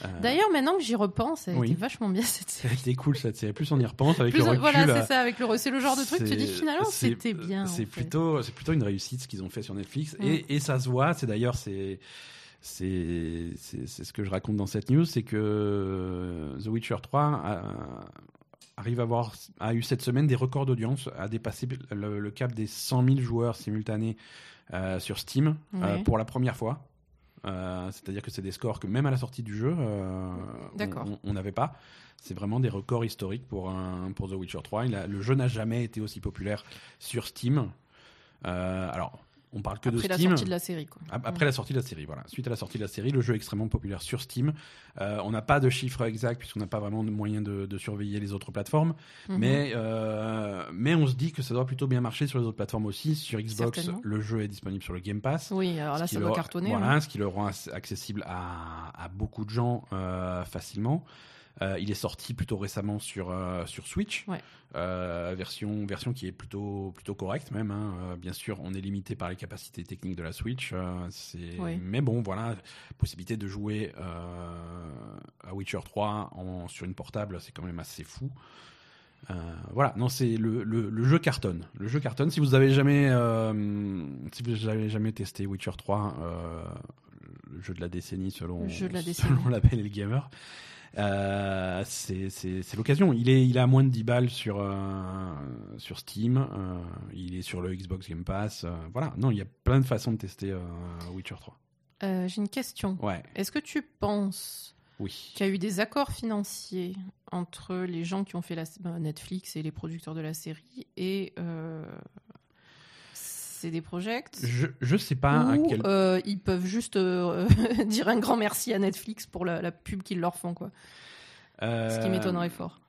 Euh, D'ailleurs, maintenant que j'y repense, elle oui. était vachement bien cette série. C'était cool cette série. Plus on y repense avec Plus le on- recul. voilà, euh, c'est ça, avec le re- c'est le genre de truc, tu te dis c'est- finalement c'est- c'était bien. C'est en fait. plutôt, c'est plutôt une réussite ce qu'ils ont fait sur Netflix Mm. et, et ça se voit. C'est d'ailleurs c'est c'est c'est c'est ce que je raconte dans cette news, c'est que The Witcher trois a, arrive à avoir a eu cette semaine des records d'audience, a dépassé le, le cap des cent mille joueurs simultanés euh, sur Steam Ouais. euh, pour la première fois. Euh, c'est-à-dire que c'est des scores que même à la sortie du jeu, euh, D'accord. on- on n'avait pas. C'est vraiment des records historiques pour, un, pour The Witcher trois. Il a, le jeu n'a jamais été aussi populaire sur Steam. Euh, alors, on parle que Après de la Steam. sortie de la série, quoi. Ap- Après la sortie de la série, voilà. Suite à la sortie de la série, le jeu est extrêmement populaire sur Steam. Euh, on n'a pas de chiffres exacts puisqu'on n'a pas vraiment de moyen de, de surveiller les autres plateformes. Mhm. Mais, euh, mais on se dit que ça doit plutôt bien marcher sur les autres plateformes aussi. Sur Xbox, Certainement. le jeu est disponible sur le Game Pass. Oui, alors là, Ce qui ça le- doit cartonner. Voilà, hein. ce qui le rend ac- accessible à, à beaucoup de gens euh, facilement. Euh, il est sorti plutôt récemment sur, euh, sur Switch, Ouais. euh, version, version qui est plutôt, plutôt correcte même. Hein. Euh, bien sûr, on est limité par les capacités techniques de la Switch. Euh, c'est... Oui. Mais bon, voilà, possibilité de jouer euh, à Witcher trois en, sur une portable, c'est quand même assez fou. Euh, voilà, non, c'est le, le, le jeu cartonne. Le jeu cartonne. Si vous avez jamais, euh, si vous avez jamais testé Witcher trois, euh, le jeu de la décennie selon, Le jeu de la décennie. selon Label et le Gamer, euh, c'est, c'est, c'est l'occasion. Il est, il est à moins de dix balles sur, euh, sur Steam. Euh, il est sur le Xbox Game Pass. Euh, voilà, non, il y a plein de façons de tester euh, Witcher trois. Euh, J'ai une question. Ouais, Est-ce que tu penses oui. qu'il y a eu des accords financiers entre les gens qui ont fait la, ben, Netflix et les producteurs de la série et euh, C D Projekt Je, je sais pas à ou quel euh, ils peuvent juste euh, dire un grand merci à Netflix pour la, la pub qu'ils leur font, quoi. Ce qui euh, m'étonnerait fort.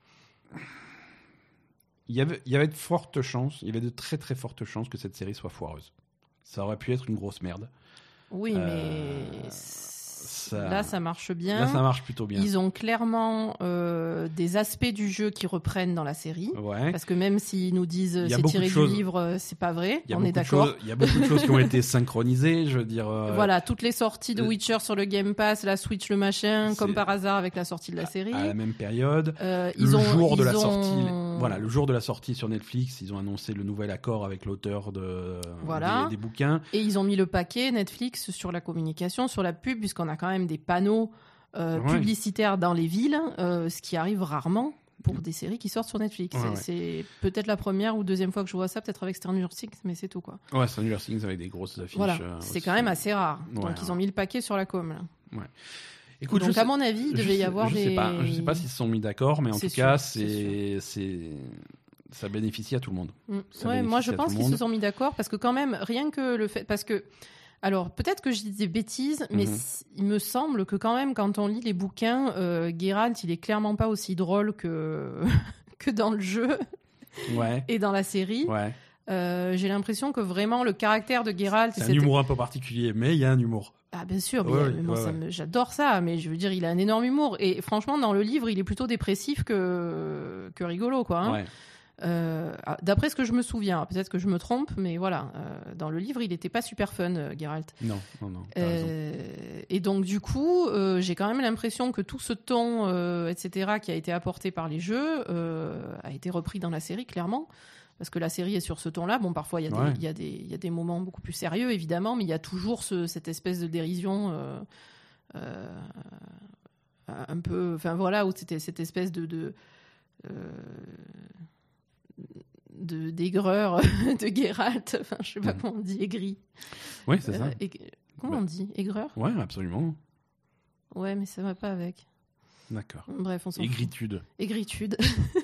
Il y avait, il y avait de fortes chances, il y avait de très très fortes chances que cette série soit foireuse. Ça aurait pu être une grosse merde. Oui, Euh, mais ça- là, ça marche bien. Là, ça marche plutôt bien. Ils ont clairement euh, des aspects du jeu qui reprennent dans la série. Ouais. Parce que même s'ils nous disent Il y a c'est beaucoup tiré de du choses- livre, euh, c'est pas vrai. Il y a On est beaucoup de d'accord. choses- Il y a beaucoup de choses qui ont été synchronisées, je veux dire. euh, Voilà, toutes les sorties de le- Witcher sur le Game Pass, la Switch, le machin, C'est- comme par hasard avec la sortie de la série. à la même période. Euh, Le ils ont, jour de ils la ont- sortie, voilà, le jour de la sortie sur Netflix, ils ont annoncé le nouvel accord avec l'auteur de Voilà. des, des bouquins. Et ils ont mis le paquet Netflix sur la communication, sur la pub, puisqu'on a quand même des panneaux euh, Ouais. publicitaires dans les villes, euh, ce qui arrive rarement pour des séries qui sortent sur Netflix. Ouais, C'est- ouais. C'est peut-être la première ou deuxième fois que je vois ça, peut-être avec Stranger Things, mais c'est tout, quoi. Ouais, Stranger Things avec des grosses affiches. Voilà, euh, c'est aussi. quand même assez rare. Ouais, Donc ils ouais. ont mis le paquet sur la com. Là. Écoute, Donc je à sais- mon avis, il je devait y sais- avoir je des. sais pas, je sais pas s'ils se sont mis d'accord, mais en C'est tout sûr, cas, c'est c'est c'est ça bénéficie à tout le monde. Mm. Ça Ouais, moi je bénéficie à pense tout le qu'ils se monde. sont mis d'accord parce que quand même, rien que le fait, parce que, alors peut-être que je dis des bêtises, mais Mhm. c- il me semble que quand même, quand on lit les bouquins, euh, Geralt, il est clairement pas aussi drôle que que dans le jeu Ouais, et dans la série. ouais. Euh, J'ai l'impression que vraiment le caractère de Geralt, C'est un c'était- humour un peu particulier, mais il y a un humour. Ah bien sûr, mais, Ouais, euh, ouais, mais moi, ouais, ça ouais. me- j'adore ça, mais je veux dire, il a un énorme humour et franchement, dans le livre, il est plutôt dépressif que que rigolo, quoi. hein. Ouais. Euh, ah, D'après ce que je me souviens, peut-être que je me trompe, mais voilà, euh, dans le livre, il n'était pas super fun, euh, Geralt. Non, non, non. t'as raison. Euh, et donc du coup, euh, j'ai quand même l'impression que tout ce ton, euh, et cetera, qui a été apporté par les jeux, euh, a été repris dans la série, clairement. Parce que la série est sur ce ton-là. Bon, parfois, il y, a Ouais. des- il y, a des- il y a des moments beaucoup plus sérieux, évidemment, mais il y a toujours ce- cette espèce de dérision euh, euh, un peu... Enfin, voilà, où c'était cette espèce de... de euh, de d'aigreur de Geralt, enfin je sais pas Mhm. comment on dit, aigri. Oui, c'est ça. Euh, aig- Comment Bah. on dit, aigreur? Ouais, absolument. Ouais, mais ça va pas avec. D'accord. Bref, on s'en fout. Aigritude. Aigritude.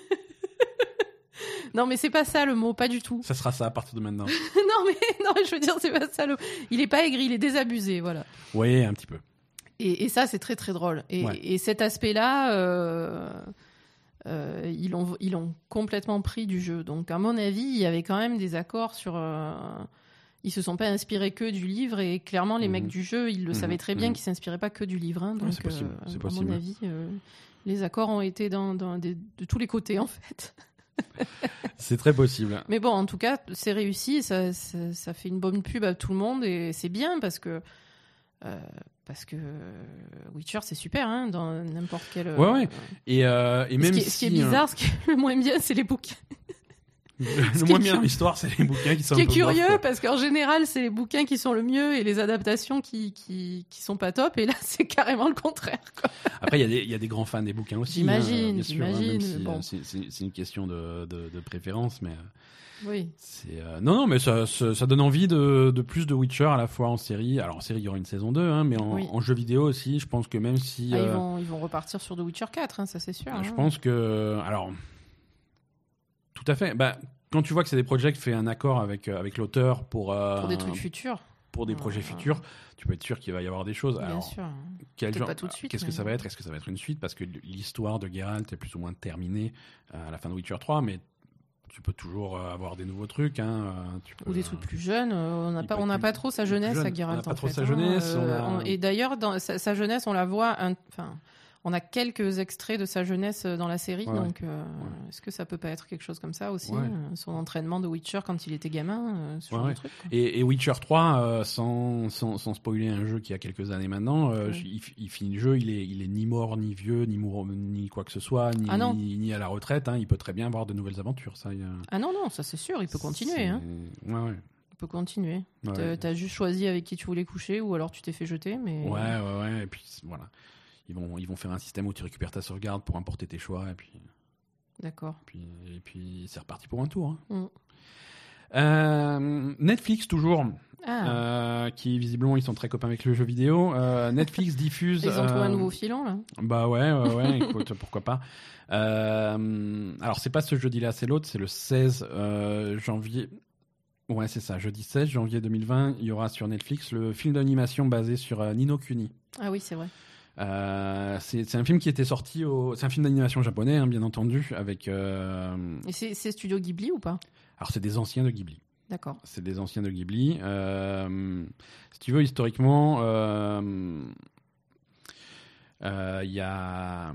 Non, mais c'est pas ça le mot, pas du tout. Ça sera ça à partir de maintenant. non, mais non, je veux dire, c'est pas ça le. Il est pas aigri, il est désabusé, voilà. Oui, un petit peu. Et, et ça, c'est très très drôle. Et, Ouais. et cet aspect-là, euh, euh, ils l'ont ils l'ont complètement pris du jeu. Donc, à mon avis, il y avait quand même des accords sur. Euh, ils se sont pas inspirés que du livre et clairement, les Mhm. mecs du jeu, ils le Mhm, savaient très bien mhm. qu'ils s'inspiraient pas que du livre. hein. donc, c'est possible, euh, c'est à possible. mon avis, euh, les accords ont été dans, dans des- de tous les côtés en fait. C'est très possible. Mais bon, en tout cas, c'est réussi. Ça, ça, ça fait une bonne pub à tout le monde et c'est bien parce que euh, parce que Witcher c'est super hein, dans n'importe quel. Ouais ouais. Et, euh, et même ce qui est, si, ce qui est bizarre, euh... ce qui est le moins bien, c'est les bouquins. Le moins bien dans l'histoire, c'est les bouquins qui sont un peu. Ce qui est curieux, bof, parce qu'en général, c'est les bouquins qui sont le mieux et les adaptations qui, qui, qui sont pas top. Et là, c'est carrément le contraire, quoi. Après, il y, y a des grands fans des bouquins aussi. J'imagine, hein, j'imagine. Sûr, hein, si, bon. c'est, c'est, c'est une question de, de, de préférence, mais. Oui. C'est, euh... Non, non, mais ça, ça, ça donne envie de, de plus de Witcher à la fois en série. Alors, en série, il y aura une saison deux, hein, mais en, oui. en jeu vidéo aussi, je pense que même si. Ah, euh... ils, vont, ils vont repartir sur The Witcher quatre, hein, ça c'est sûr. Je hein. pense que. Alors. Tout à fait. Bah. Quand tu vois que c'est des projets qui fait un accord avec, avec l'auteur pour, euh, pour des trucs futurs, pour des projets euh, futurs, tu peux être sûr qu'il va y avoir des choses. Bien Alors, sûr. Quel genre, pas tout de suite. Qu'est-ce mais... que ça va être ? Est-ce que ça va être une suite ? Parce que l'histoire de Geralt est plus ou moins terminée à la fin de Witcher trois, mais tu peux toujours avoir des nouveaux trucs. Hein. Tu peux, Ou des trucs plus jeunes. On n'a pas, on n'a pas trop sa jeunesse jeune. à Geralt. On n'a pas en trop fait, sa hein. jeunesse. Euh, on a... on... Et d'ailleurs, dans sa, sa jeunesse, on la voit. Enfin. On a quelques extraits de sa jeunesse dans la série, ouais, donc euh, ouais. Est-ce que ça peut pas être quelque chose comme ça aussi, ouais. euh, son entraînement de Witcher quand il était gamin, euh, ce genre ouais, de truc. Quoi. Et, et Witcher trois, euh, sans, sans, sans spoiler un jeu qui a quelques années maintenant, euh, ouais. il, il finit le jeu, il est, il est ni mort, ni vieux, ni, mour, ni quoi que ce soit, ni, ah ni, ni à la retraite. Hein, il peut très bien avoir de nouvelles aventures. Ça, il y a... Ah non, non, ça c'est sûr, il peut continuer. Hein. Ouais, ouais. Il peut continuer. Ouais. T'as, t'as juste choisi avec qui tu voulais coucher, ou alors tu t'es fait jeter, mais. Ouais, ouais, ouais. Et puis voilà. Ils vont, ils vont faire un système où tu récupères ta sauvegarde pour importer tes choix et puis. D'accord. Et puis, et puis c'est reparti pour un tour. Hein. Mm. Euh, Netflix toujours, ah. euh, qui visiblement ils sont très copains avec le jeu vidéo. Euh, Netflix diffuse. Ils ont trouvé euh, un nouveau filon là. Bah ouais, ouais, ouais. Écoute, pourquoi pas. Euh, alors c'est pas ce jeudi-là, c'est l'autre, c'est le seize euh, janvier. Ouais, c'est ça. Jeudi seize janvier deux mille vingt, il y aura sur Netflix le film d'animation basé sur euh, Ni no Kuni. Ah oui, c'est vrai. Euh, c'est, c'est un film qui était sorti au... C'est un film d'animation japonais, hein, bien entendu, avec... Euh... Et c'est, c'est Studio Ghibli ou pas ? Alors, c'est des anciens de Ghibli. D'accord. C'est des anciens de Ghibli. Euh... Si tu veux, historiquement, il euh... euh, y a...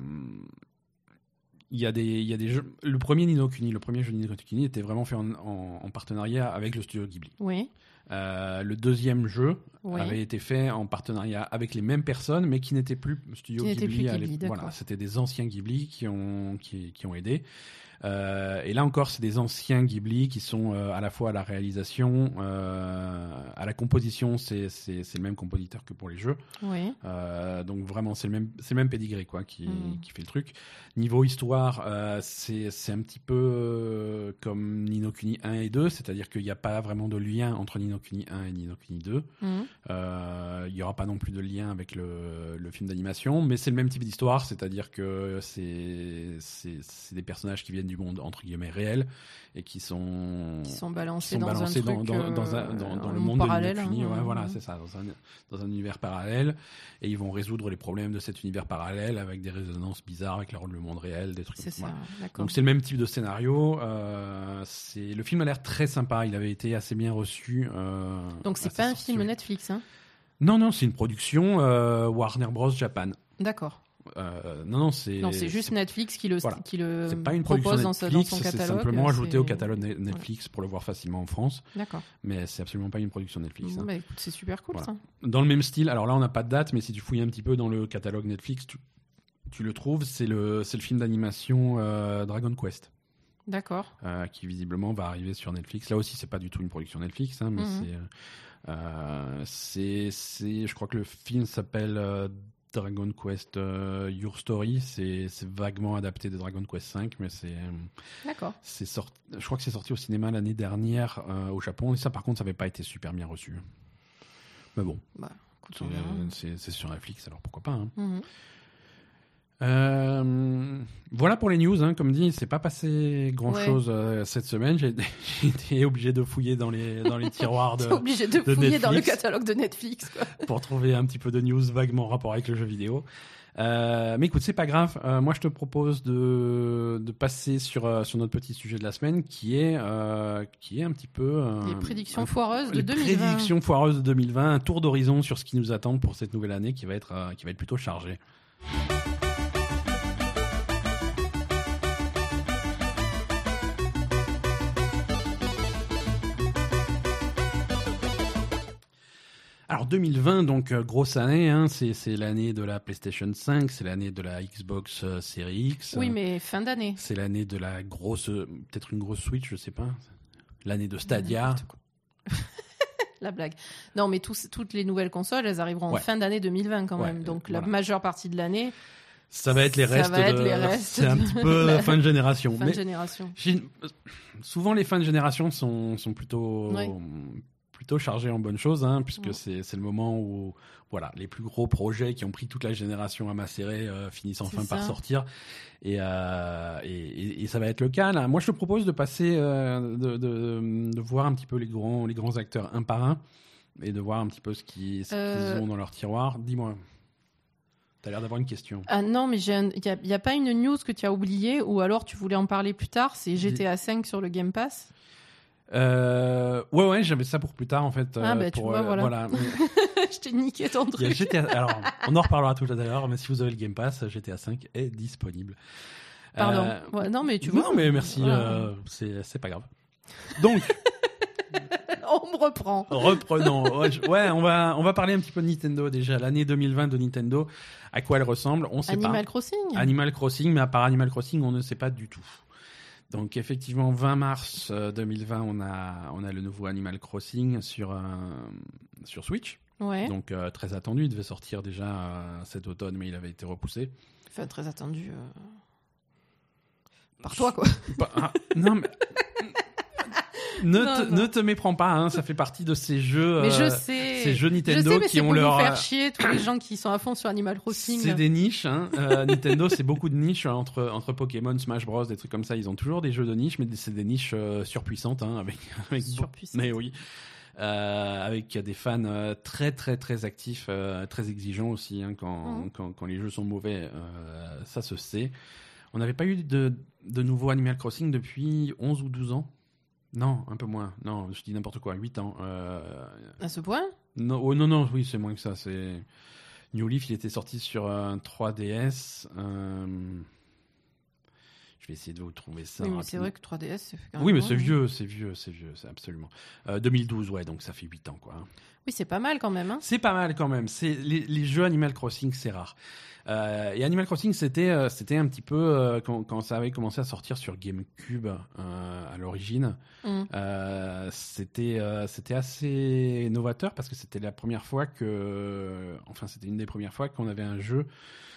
Il y a des, il y a des jeux... Le premier Ni no Kuni, le premier jeu Ni no Kuni était vraiment fait en, en, en partenariat avec le studio Ghibli. Oui. Euh, le deuxième jeu oui. avait été fait en partenariat avec les mêmes personnes, mais qui n'étaient plus studio qui Ghibli. Plus à Ghibli voilà, c'était des anciens Ghibli qui ont, qui, qui ont aidé. Euh, et là encore, c'est des anciens Ghibli qui sont euh, à la fois à la réalisation, euh, à la composition, c'est, c'est, c'est le même compositeur que pour les jeux. Oui. Euh, donc vraiment, c'est le même, c'est le même pédigré quoi, qui, mm. qui fait le truc. Niveau histoire, euh, c'est, c'est un petit peu euh, comme Ni no Kuni un et deux, c'est-à-dire qu'il n'y a pas vraiment de lien entre Ni no Kuni un et Ni no Kuni deux. Mm. Euh, il n'y aura pas non plus de lien avec le, le film d'animation, mais c'est le même type d'histoire, c'est-à-dire que c'est, c'est, c'est des personnages qui viennent du monde entre guillemets réel et qui sont qui sont balancés, qui sont dans, balancés un dans, truc, dans, dans, un, dans, dans le monde parallèle, de Ni no Kuni. hein, ouais, ouais. Voilà, c'est ça, dans un, dans un univers parallèle, et ils vont résoudre les problèmes de cet univers parallèle avec des résonances bizarres avec le monde réel, des trucs. C'est voilà. ça, d'accord. Donc c'est le même type de scénario. Euh, c'est le film a l'air très sympa. Il avait été assez bien reçu. Euh, Donc c'est pas un film Netflix, hein ? Non, non, c'est une production euh, Warner Bros Japan. D'accord. Euh, non, non, c'est. Non, c'est juste c'est... Netflix qui le, voilà. qui le c'est pas une propose production dans, sa, Netflix, dans son catalogue. C'est simplement ajouté c'est... au catalogue Netflix ouais. pour le voir facilement en France. D'accord. Mais c'est absolument pas une production Netflix. Bon, hein. bah, écoute, c'est super cool voilà. ça. Dans le même style, alors là on n'a pas de date, mais si tu fouilles un petit peu dans le catalogue Netflix, tu, tu le trouves, c'est le, c'est le film d'animation euh, Dragon Quest. D'accord. Euh, qui visiblement va arriver sur Netflix. Là aussi, c'est pas du tout une production Netflix, hein, mais mm-hmm. c'est, euh, c'est, c'est, je crois que le film s'appelle euh, Dragon Quest euh, Your Story. C'est, c'est vaguement adapté de Dragon Quest cinq, mais c'est. D'accord. C'est sorti. Je crois que c'est sorti au cinéma l'année dernière euh, au Japon. Et ça, par contre, ça n'avait pas été super bien reçu. Mais bon. Bah, écoute, c'est, euh, c'est, c'est sur Netflix, alors pourquoi pas. Hein. Mm-hmm. Euh, voilà pour les news, hein. Comme dit, c'est pas passé grand ouais. chose euh, cette semaine. J'ai, j'ai été obligé de fouiller dans les dans les tiroirs de. T'es obligé de, de fouiller Netflix dans le catalogue de Netflix quoi. Pour trouver un petit peu de news vaguement en rapport avec le jeu vidéo. Euh, mais écoute, c'est pas grave. Euh, moi, je te propose de de passer sur euh, sur notre petit sujet de la semaine, qui est euh, qui est un petit peu euh, les prédictions un, foireuses de les deux mille vingt. Prédictions foireuses de deux mille vingt, un tour d'horizon sur ce qui nous attend pour cette nouvelle année, qui va être euh, qui va être plutôt chargée. Alors deux mille vingt, donc euh, grosse année, hein, c'est, c'est l'année de la PlayStation cinq, c'est l'année de la Xbox euh, Series X. Oui, mais fin d'année. C'est l'année de la grosse, euh, peut-être une grosse Switch, je sais pas. L'année de Stadia. La blague. Non, mais tous, toutes les nouvelles consoles, elles arriveront Ouais. en fin d'année deux mille vingt quand Ouais, même. Donc voilà. la majeure partie de l'année, Ça va être les Ça restes. va être de... les restes C'est un de petit peu la- fin de génération. fin Mais de génération. j'ai- souvent les fins de génération sont, sont plutôt, Oui. plutôt chargées en bonnes choses, hein, puisque Mm. c'est, c'est le moment où voilà, les plus gros projets qui ont pris toute la génération à macérer euh, finissent enfin C'est par ça. sortir. Et, euh, et, et, et ça va être le cas. Là. Moi, je te propose de passer, euh, de, de, de voir un petit peu les grands, les grands acteurs un par un et de voir un petit peu ce, qui, ce Euh... qu'ils ont dans leur tiroir. Dis-moi. T'as l'air d'avoir une question. Ah non, mais il n'y a, a pas une news que tu as oubliée ou alors tu voulais en parler plus tard, c'est G T A cinq sur le Game Pass. Euh, ouais, ouais, j'avais ça pour plus tard en fait. Ah, euh, bah, tu pour, vois, euh, voilà. Je t'ai niqué ton Il y a truc. G T A. Alors, on en reparlera tout à l'heure, mais si vous avez le Game Pass, G T A cinq est disponible. Pardon. Euh, Ouais, non, mais tu non, vois. mais merci, Voilà. euh, c'est, c'est pas grave. Donc, On me reprend. reprenons. Ouais, je- ouais, on va, on va parler un petit peu de Nintendo déjà. L'année deux mille vingt de Nintendo, à quoi elle ressemble, on sait Animal pas. Crossing. Animal Crossing, mais à part Animal Crossing, on ne sait pas du tout. Donc effectivement, vingt mars euh, deux mille vingt, on a, on a le nouveau Animal Crossing sur, euh, sur Switch. Ouais. Donc euh, très attendu, il devait sortir déjà euh, cet automne, mais il avait été repoussé. Enfin, très attendu. euh, Par toi, quoi. Bah, ah, non, mais... ne, Non, te, non. ne te méprends pas, hein, ça fait partie de ces jeux, Mais je euh, sais. ces jeux Je Nintendo sais, mais qui c'est ont pour leur... nous faire chier tous les gens qui sont à fond sur Animal Crossing. C'est des niches, hein. euh, Nintendo, c'est beaucoup de niches hein, entre, entre Pokémon, Smash Bros, des trucs comme ça. Ils ont toujours des jeux de niche, mais c'est des niches euh, surpuissantes, hein, avec, avec Surpuissantes. Mais oui, euh, avec des fans euh, très très très actifs, euh, très exigeants aussi. Hein, quand, Mhm. quand quand les jeux sont mauvais, euh, ça se sait. On n'avait pas eu de de nouveau Animal Crossing depuis onze ou douze ans. Non, un peu moins. Non, je dis n'importe quoi. huit ans. Euh, À ce point non, oh, non, non, oui, c'est moins que ça. C'est New Leaf, il était sorti sur un trois D S. euh, Je vais essayer de vous trouver ça. Oui, mais c'est rapidement. vrai que trois D S, c'est quand même Oui, mais loin, c'est hein. vieux, c'est vieux, c'est vieux, c'est absolument. Euh, deux mille douze, ouais, donc ça fait huit ans, quoi. Oui, c'est pas mal quand même. Hein. C'est pas mal quand même. C'est les, les jeux Animal Crossing, c'est rare. Euh, et Animal Crossing, c'était euh, c'était un petit peu euh, quand, quand ça avait commencé à sortir sur GameCube euh, à l'origine. Mm. Euh, c'était euh, c'était assez novateur parce que c'était la première fois que, enfin, c'était une des premières fois qu'on avait un jeu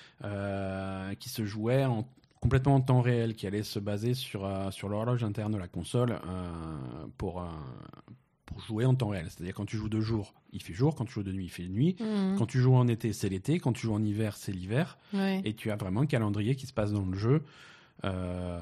euh, qui se jouait en complètement en temps réel, qui allait se baser sur euh, sur l'horloge interne de la console euh, pour euh, pour jouer en temps réel. C'est-à-dire quand tu joues de jour, il fait jour, quand tu joues de nuit, il fait nuit. Mm. Quand tu joues en été, c'est l'été. Quand tu joues en hiver, c'est l'hiver. Ouais. Et tu as vraiment un calendrier qui se passe dans le jeu euh,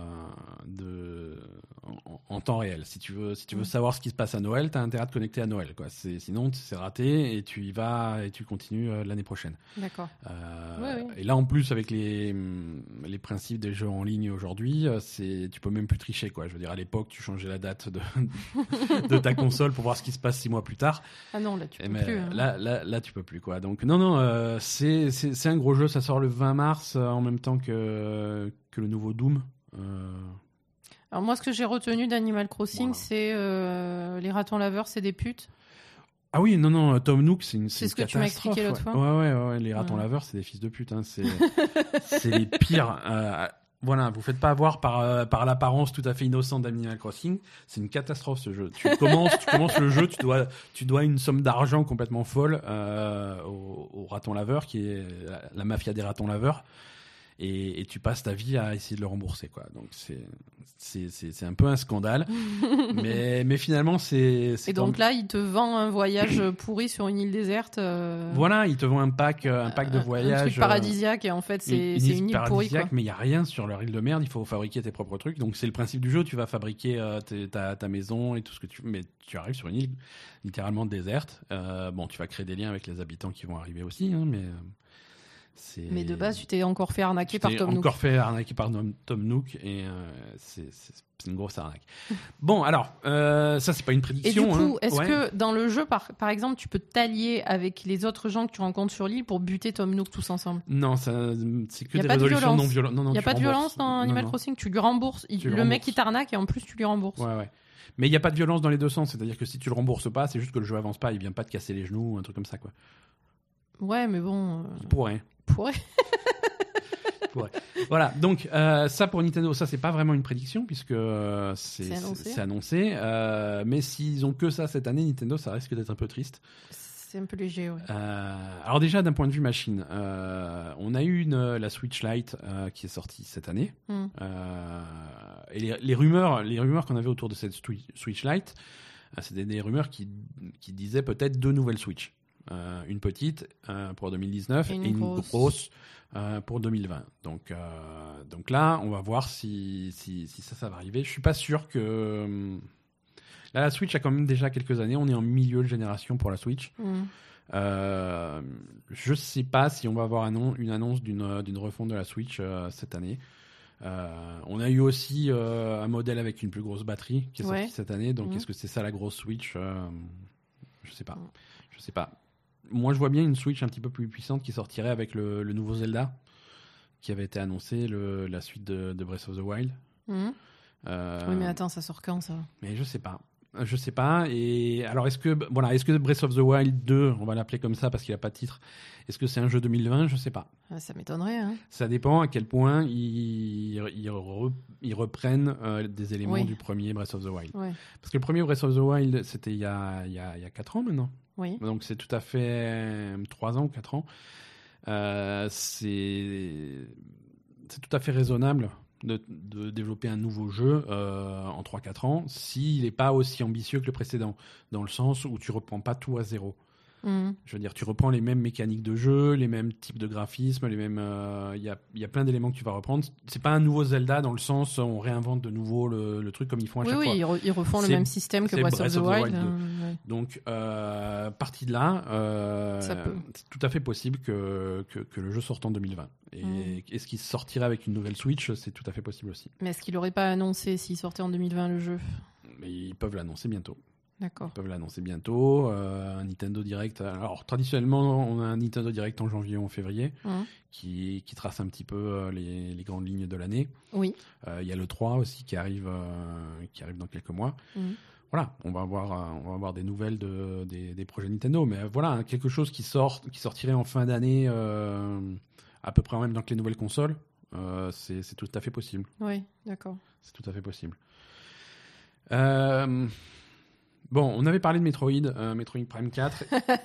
de, en, en temps réel. Si tu veux, si tu veux Mm. savoir ce qui se passe à Noël, tu as intérêt à te connecter à Noël. Quoi. C'est, sinon, c'est raté et tu y vas et tu continues euh, l'année prochaine. D'accord. Euh, Ouais, ouais. Et là, en plus, avec les, les principes des jeux en ligne aujourd'hui, euh, c'est, tu peux même plus tricher. Quoi. Je veux dire, à l'époque, tu changeais la date de, de ta console pour voir ce qui se passe six mois plus tard. Ah non, là, tu Et peux mais plus. hein. là, là, là, tu peux plus quoi. Donc non, non, euh, c'est, c'est, c'est un gros jeu. Ça sort le vingt mars euh, en même temps que que le nouveau Doom. Euh, Alors moi, ce que j'ai retenu d'Animal Crossing, Voilà. c'est euh, les ratons laveurs, c'est des putes. Ah oui, non, non, Tom Nook, c'est une, C'est une ce que tu m'as catastrophe, expliqué l'autre ouais. fois. Ouais, ouais, ouais, ouais, les ratons Ouais. laveurs, c'est des fils de pute. Hein. C'est, c'est les pires. Euh, voilà, vous faites pas avoir par euh, par l'apparence tout à fait innocente d'Animal Crossing. C'est une catastrophe ce jeu. Tu commences, tu commences le jeu, tu dois tu dois une somme d'argent complètement folle euh, aux, aux ratons laveurs, qui est la, la mafia des ratons laveurs. Et, et tu passes ta vie à essayer de le rembourser, quoi. Donc c'est c'est c'est, c'est un peu un scandale, mais mais finalement c'est. c'est Et donc quand- là, il te vend un voyage pourri sur une île déserte. euh, voilà, ils te vendent un pack euh, un pack de un- voyage. Un truc paradisiaque et en fait, c'est c'est une île pourrie, quoi. paradisiaque, mais il y a rien sur leur île de merde. Il faut fabriquer tes propres trucs. Donc c'est le principe du jeu. Tu vas fabriquer euh, tes- ta ta maison et tout ce que tu veux, mais tu arrives sur une île littéralement déserte. Euh, bon, tu vas créer des liens avec les habitants qui vont arriver aussi, hein, mais. euh, C'est... Mais de base, tu t'es encore fait arnaquer par Tom Nook. encore fait arnaquer par Tom Nook et euh, c'est, c'est, c'est une grosse arnaque. Bon, alors, euh, ça, c'est pas une prédiction. Et du coup, hein. est-ce ouais. que dans le jeu, par, par exemple, tu peux t'allier avec les autres gens que tu rencontres sur l'île pour buter Tom Nook tous ensemble? Non, ça, c'est que y a des pas de résolutions violence. non violentes. Il n'y a pas de violence dans Animal Crossing. Tu lui rembourses. Il, tu le rembourses. mec, il t'arnaque et en plus, tu lui rembourses. Ouais, ouais. Mais il n'y a pas de violence dans les deux sens. C'est-à-dire que si tu le rembourses pas, c'est juste que le jeu avance pas. Il vient pas te casser les genoux, un truc comme ça, quoi. Ouais, mais bon. Euh... Il pourrait. Pourrait. Ouais. Voilà, donc euh, ça pour Nintendo, ça c'est pas vraiment une prédiction puisque euh, c'est, c'est annoncé, c'est, c'est annoncé euh, mais s'ils ont que ça cette année, Nintendo, ça risque d'être un peu triste. C'est un peu léger, ouais. Euh, alors déjà d'un point de vue machine, euh, on a eu une, la Switch Lite euh, qui est sortie cette année mm. euh, et les, les rumeurs, les rumeurs qu'on avait autour de cette Switch Lite, euh, c'était des rumeurs qui, qui disaient peut-être deux nouvelles Switch. Euh, une petite euh, pour deux mille dix-neuf et une, et une grosse, grosse euh, pour deux mille vingt. Donc, euh, donc là, on va voir si, si, si ça, ça va arriver. Je suis pas sûr que... Euh, là, la Switch a quand même déjà quelques années. On est en milieu de génération pour la Switch. Mm. Euh, je sais pas si on va avoir un, une annonce d'une, d'une refonte de la Switch euh, cette année. Euh, on a eu aussi euh, un modèle avec une plus grosse batterie qui est sorti ouais. cette année. Donc, mm. est-ce que c'est ça la grosse Switch euh, Je sais pas. Mm. Je sais pas. Moi, je vois bien une Switch un petit peu plus puissante qui sortirait avec le, le nouveau Zelda qui avait été annoncé, le, la suite de, de Breath of the Wild. Mmh. Euh, oui, mais attends, ça sort quand, ça? Mais je sais pas. Je sais pas. Et alors, est-ce que, voilà, est-ce que Breath of the Wild deux, on va l'appeler comme ça parce qu'il n'a pas de titre, est-ce que c'est un jeu deux mille vingt? Je sais pas. Ah, ça m'étonnerait. Hein. Ça dépend à quel point ils, ils, re, ils reprennent euh, des éléments oui. du premier Breath of the Wild. Ouais. Parce que le premier Breath of the Wild, c'était il y a, il y a, il y a quatre ans maintenant. Oui. Donc c'est tout à fait trois ans ou quatre ans. Euh, c'est, c'est tout à fait raisonnable de, de développer un nouveau jeu euh, en trois quatre ans s'il n'est pas aussi ambitieux que le précédent, dans le sens où tu ne reprends pas tout à zéro. Mmh. Je veux dire, tu reprends les mêmes mécaniques de jeu, les mêmes types de graphismes, les mêmes. Il euh, y, a, y a plein d'éléments que tu vas reprendre. C'est pas un nouveau Zelda dans le sens où on réinvente de nouveau le, le truc comme ils font à oui, chaque oui, fois. Oui, ils, re, ils refont c'est, le même système que Breath, Breath of the, of the Wild. Wild euh, ouais. Donc, euh, partie de là, euh, c'est tout à fait possible que, que, que le jeu sorte en deux mille vingt. Et mmh. est-ce qu'il sortirait avec une nouvelle Switch? C'est tout à fait possible aussi. Mais est-ce qu'il n'aurait pas annoncé s'il sortait en deux mille vingt le jeu? Mais ils peuvent l'annoncer bientôt. D'accord. Ils peuvent l'annoncer bientôt. Euh, un Nintendo Direct. Alors, traditionnellement, on a un Nintendo Direct en janvier ou en février mmh. qui, qui trace un petit peu euh, les, les grandes lignes de l'année. Oui. Il euh, y a le trois aussi qui arrive, euh, qui arrive dans quelques mois. Mmh. Voilà, on va avoir, euh, on va avoir des nouvelles de, des, des projets Nintendo. Mais euh, voilà, hein, quelque chose qui, sort, qui sortirait en fin d'année, euh, à peu près en même temps que les nouvelles consoles, euh, c'est, c'est tout à fait possible. Oui, d'accord. C'est tout à fait possible. Euh... Bon, on avait parlé de Metroid, euh, Metroid Prime quatre.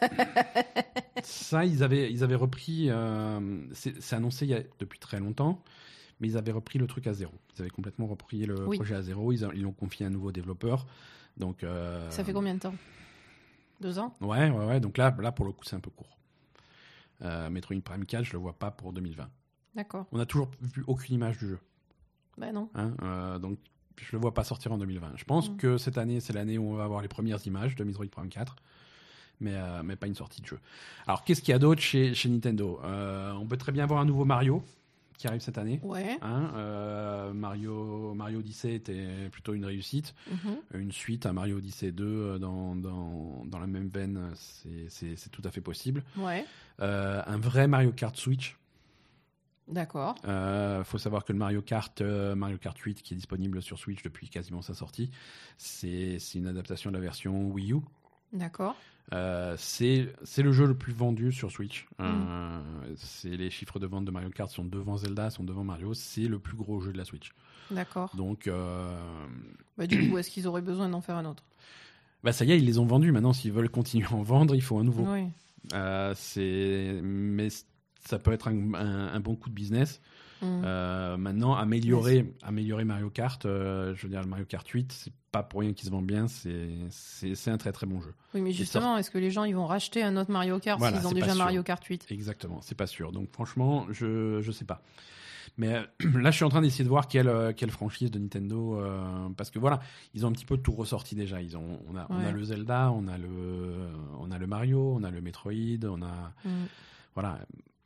Ça, ils avaient, ils avaient repris. Euh, c'est, c'est annoncé il y a, depuis très longtemps, mais ils avaient repris le truc à zéro. Ils avaient complètement repris le oui. projet à zéro. Ils, a, ils l'ont confié à un nouveau développeur. Donc, euh, ça fait combien de temps? Deux ans? Ouais, ouais, ouais. Donc là, là, pour le coup, c'est un peu court. Euh, Metroid Prime quatre, je le vois pas pour deux mille vingt. D'accord. On n'a toujours vu aucune image du jeu. Ben non. Hein, euh, donc. Je le vois pas sortir en deux mille vingt. Je pense mmh. que cette année, c'est l'année où on va avoir les premières images de Metroid Prime quatre, mais, euh, mais pas une sortie de jeu. Alors, qu'est-ce qu'il y a d'autre chez, chez Nintendo? euh, On peut très bien avoir un nouveau Mario qui arrive cette année. Ouais. Hein, euh, Mario, Mario Odyssey était plutôt une réussite. Mmh. Une suite à Mario Odyssey deux dans, dans, dans la même veine, c'est, c'est, c'est tout à fait possible. Ouais. Euh, un vrai Mario Kart Switch. D'accord. Il euh, faut savoir que le Mario Kart, euh, Mario Kart huit, qui est disponible sur Switch depuis quasiment sa sortie, c'est, c'est une adaptation de la version Wii U. D'accord. Euh, c'est, c'est le jeu le plus vendu sur Switch. Mm. Euh, c'est, les chiffres de vente de Mario Kart sont devant Zelda, sont devant Mario. C'est le plus gros jeu de la Switch. D'accord. Donc, euh... bah, du coup, est-ce qu'ils auraient besoin d'en faire un autre? Bah ça y est, ils les ont vendus. Maintenant, s'ils veulent continuer à en vendre, il faut un nouveau. Oui. Euh, c'est... Mais ça peut être un, un, un bon coup de business. Mmh. Euh, maintenant, améliorer, améliorer Mario Kart, euh, je veux dire, le Mario Kart huit, c'est pas pour rien qu'il se vend bien, c'est, c'est, c'est un très très bon jeu. Oui, mais justement, est-ce que les gens ils vont racheter un autre Mario Kart voilà, s'ils ont déjà Mario Kart huit? Exactement, c'est pas sûr. Donc franchement, je, je sais pas. Mais euh, là, je suis en train d'essayer de voir quelle, quelle franchise de Nintendo, euh, parce que voilà, ils ont un petit peu tout ressorti déjà. Ils ont, on a, ouais. on a le Zelda, on a le, on a le Mario, on a le Metroid, on a, mmh. voilà.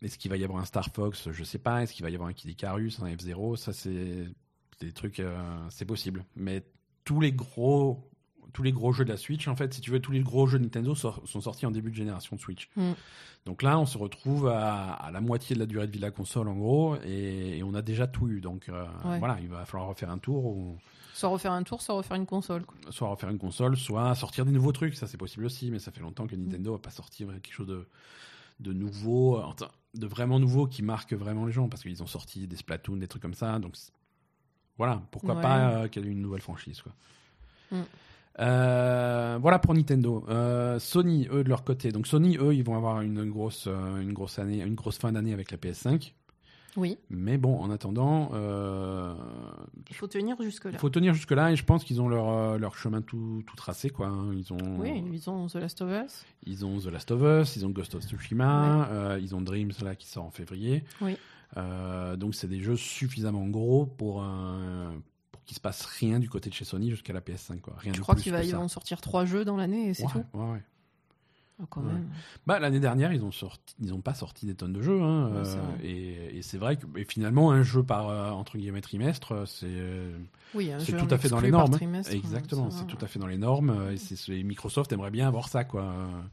est-ce qu'il va y avoir un Star Fox? Je sais pas. Est-ce qu'il va y avoir un Kid Icarus, un F zéro? Ça, c'est, c'est des trucs, euh, c'est possible. Mais tous les gros, tous les gros jeux de la Switch, en fait, si tu veux, tous les gros jeux de Nintendo so- sont sortis en début de génération de Switch. Mm. Donc là, on se retrouve à, à la moitié de la durée de vie de la console, en gros, et, et on a déjà tout eu. Donc euh, Ouais. voilà, il va falloir refaire un tour, ou, Soit refaire un tour, soit refaire une console. Quoi. soit refaire une console, soit sortir des nouveaux trucs. Ça, c'est possible aussi, mais ça fait longtemps que Nintendo n'a pas sorti quelque chose de, de nouveau, enfin, de vraiment nouveau qui marque vraiment les gens, parce qu'ils ont sorti des Splatoon, des trucs comme ça. Donc c'est- voilà, pourquoi Ouais. pas euh, qu'il y ait une nouvelle franchise, quoi. Mm. Euh, voilà pour Nintendo. Euh, Sony, eux, de leur côté. Donc Sony, eux, ils vont avoir une grosse, euh, une grosse année, une grosse fin d'année avec la P S cinq. Oui, Mais bon, en attendant, euh, il faut tenir jusque-là. il faut tenir jusque là, et je pense qu'ils ont leur, euh, leur chemin tout, tout tracé, quoi. hein. Ils ont, Oui, ils ont The Last of Us. ils ont The Last of Us, ils ont Ghost of Tsushima, euh, ils ont Dreams là qui sort en février. Oui. Euh, donc c'est des jeux suffisamment gros pour un, pour qu'il se passe rien du côté de chez Sony jusqu'à la P S cinq, quoi. Rien Je de crois plus qu'ils que va- ils ça. vont sortir trois jeux dans l'année et c'est Ouais, tout. ouais, ouais. Ah, quand Ouais. même. Bah, l'année dernière, ils ont sorti, ils ont pas sorti des tonnes de jeux, hein, Ouais, euh, c'est vrai. et, et c'est vrai que et finalement un jeu par euh, entre guillemets trimestre, c'est Oui, un c'est jeu tout à fait dans exclu les par normes. trimestre, Exactement, ça c'est va. tout à fait dans les normes. euh, Et c'est, c'est- Microsoft aimerait bien avoir ça, quoi.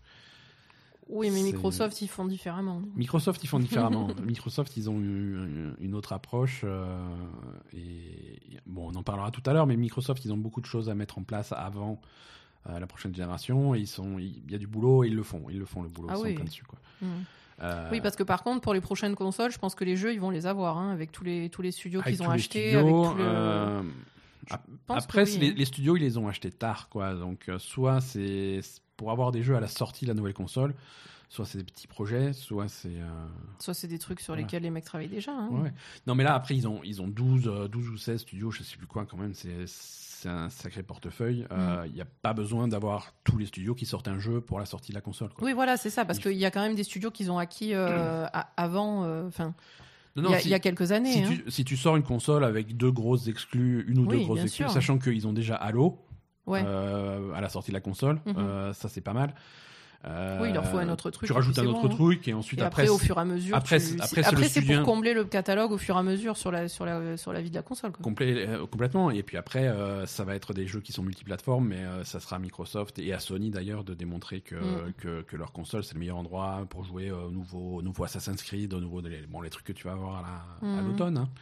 Oui, mais c'est- Microsoft, ils font différemment. Microsoft, ils font différemment. Microsoft, ils ont eu une, une autre approche. euh, et bon, on en parlera tout à l'heure, mais Microsoft, ils ont beaucoup de choses à mettre en place avant euh, la prochaine génération. Et ils sont, il y a du boulot et ils le font. Ils le font le boulot. Ah ils sont oui. plein dessus, quoi. Mm. Euh, Oui, parce que par contre, pour les prochaines consoles, je pense que les jeux, ils vont les avoir, hein, avec tous les, tous les studios avec qu'ils ont tous les achetés. studios, avec tout le... euh, Je ap- pense Après, que oui, c'est les, hein. les studios, ils les ont achetés tard, quoi. Donc, euh, soit c'est c'est pour avoir des jeux à la sortie de la nouvelle console, soit c'est des petits projets, soit c'est. euh, Soit c'est des trucs sur Voilà. lesquels les mecs travaillent déjà. Hein. Ouais, ouais. Non, mais là, après, ils ont, ils ont douze, euh, douze ou seize studios, je sais plus quoi, quand même. C'est, c'est un sacré portefeuille. Euh, Il n'y a pas besoin d'avoir tous les studios qui sortent un jeu pour la sortie de la console, quoi. Oui, voilà, c'est ça, parce Il- qu'il y a quand même des studios qu'ils ont acquis euh, à- avant, euh, enfin, Non, il non, y, a- si- il y a quelques années. Si, hein. tu, si tu sors une console avec deux grosses exclus, une ou deux Oui, grosses bien exclus, sûr. sachant qu'ils ont déjà Halo Ouais. euh, à la sortie de la console, Mhm. euh, ça c'est pas mal. Euh, Oui, il leur faut un autre truc, Tu et rajoutes puis un c'est autre bon, hein. truc et ensuite Et après, après, au fur et à mesure, après, tu- c'est- si- après, c'est le après, c'est studio- pour combler le catalogue au fur et à mesure sur la, sur la, sur la vie de la console. Quoi. Complé- euh, complètement. Et puis après, euh, ça va être des jeux qui sont multiplateformes, mais euh, ça sera à Microsoft et à Sony d'ailleurs de démontrer que, Mm. que, que leur console c'est le meilleur endroit pour jouer euh, au nouveau, au nouveau Assassin's Creed, au nouveau les, bon, les trucs que tu vas avoir à, la- à Mm. l'automne. hein.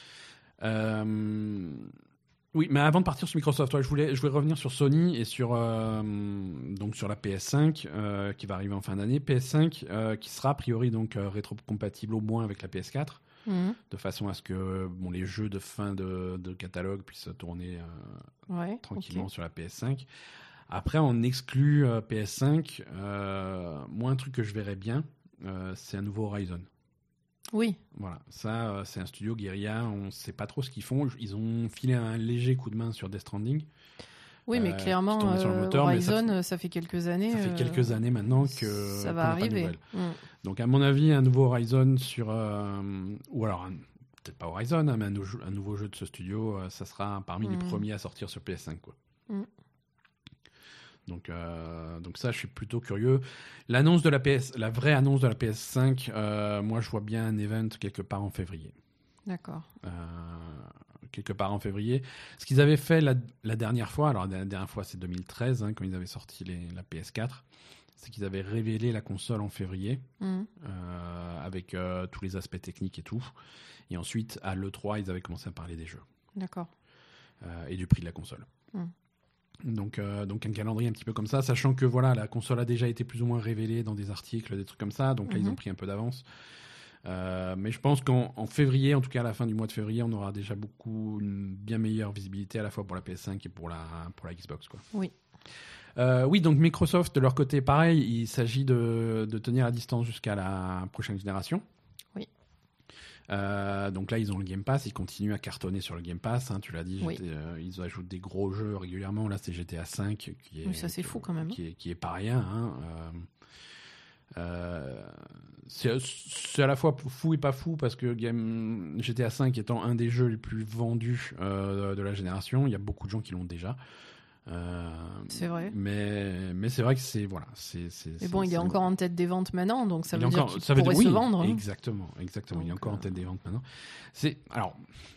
Euh, oui, mais avant de partir sur Microsoft, ouais, je voulais, je voulais revenir sur Sony et sur euh, donc sur la P S cinq euh, qui va arriver en fin d'année. P S cinq euh, qui sera a priori donc euh, rétro-compatible au moins avec la P S quatre. Mhm. De façon à ce que bon, les jeux de fin de, de catalogue puissent tourner euh, Ouais, tranquillement ok. sur la P S cinq. Après, on exclut euh, P S cinq. Euh, moi, un truc que je verrais bien, euh, c'est un nouveau Horizon. Oui, Voilà, ça, euh, c'est un studio guérilla. On ne sait pas trop ce qu'ils font. Ils ont filé un léger coup de main sur Death Stranding. oui, mais Euh, clairement, qui tournait sur le euh, moteur, mais ça Horizon, fait- ça fait quelques années. Ça fait euh, quelques années maintenant que ça qu'on va n'a pas de arriver. nouvelles. Mm. Donc, à mon avis, un nouveau Horizon sur. euh, ou alors, un- peut-être pas Horizon, hein, mais un, nou- un nouveau jeu de ce studio, euh, ça sera parmi les Mm. premiers à sortir sur P S cinq. Quoi. Mm. Donc, euh, donc, ça, je suis plutôt curieux. L'annonce de la P S, la vraie annonce de la P S cinq, euh, moi, je vois bien un event quelque part en février. D'accord. Euh, quelque part en février. Ce qu'ils avaient fait la, la dernière fois, alors la dernière fois, c'est deux mille treize, hein, quand ils avaient sorti les, la P S quatre. C'est qu'ils avaient révélé la console en février, Mm. euh, avec euh, tous les aspects techniques et tout. Et ensuite, à l'E trois, ils avaient commencé à parler des jeux D'accord. euh, et du prix de la console. Mm. Donc, euh, donc un calendrier un petit peu comme ça, sachant que voilà, la console a déjà été plus ou moins révélée dans des articles, des trucs comme ça. Donc là, Mhm. ils ont pris un peu d'avance. Euh, mais je pense qu'en en février, en tout cas à la fin du mois de février, on aura déjà beaucoup une bien meilleure visibilité à la fois pour la P S cinq et pour la, pour la Xbox, quoi. Oui. Euh, oui, donc Microsoft, de leur côté, pareil, il s'agit de, de tenir la distance jusqu'à la prochaine génération. Oui. Euh, donc là, ils ont le Game Pass, ils continuent à cartonner sur le Game Pass, hein, tu l'as dit, Oui. G T- euh, ils ajoutent des gros jeux régulièrement. Là, c'est G T A cinq qui est, Oui, ça, c'est fou, quand même. Qui est, qui est pas rien. Hein. Euh, euh, c'est c'est à la fois fou et pas fou parce que game, G T A cinq étant un des jeux les plus vendus euh, de la génération, il y a beaucoup de gens qui l'ont déjà. Euh, c'est vrai. Mais, mais c'est vrai que c'est. Voilà, c'est, c'est, mais c'est, bon, il c'est, est encore en tête des ventes maintenant, donc ça veut dire encore, qu'il ça veut pourrait dire, se oui, vendre. Hein. Exactement, exactement. Donc, il est encore euh... en tête des ventes maintenant. C'est, alors,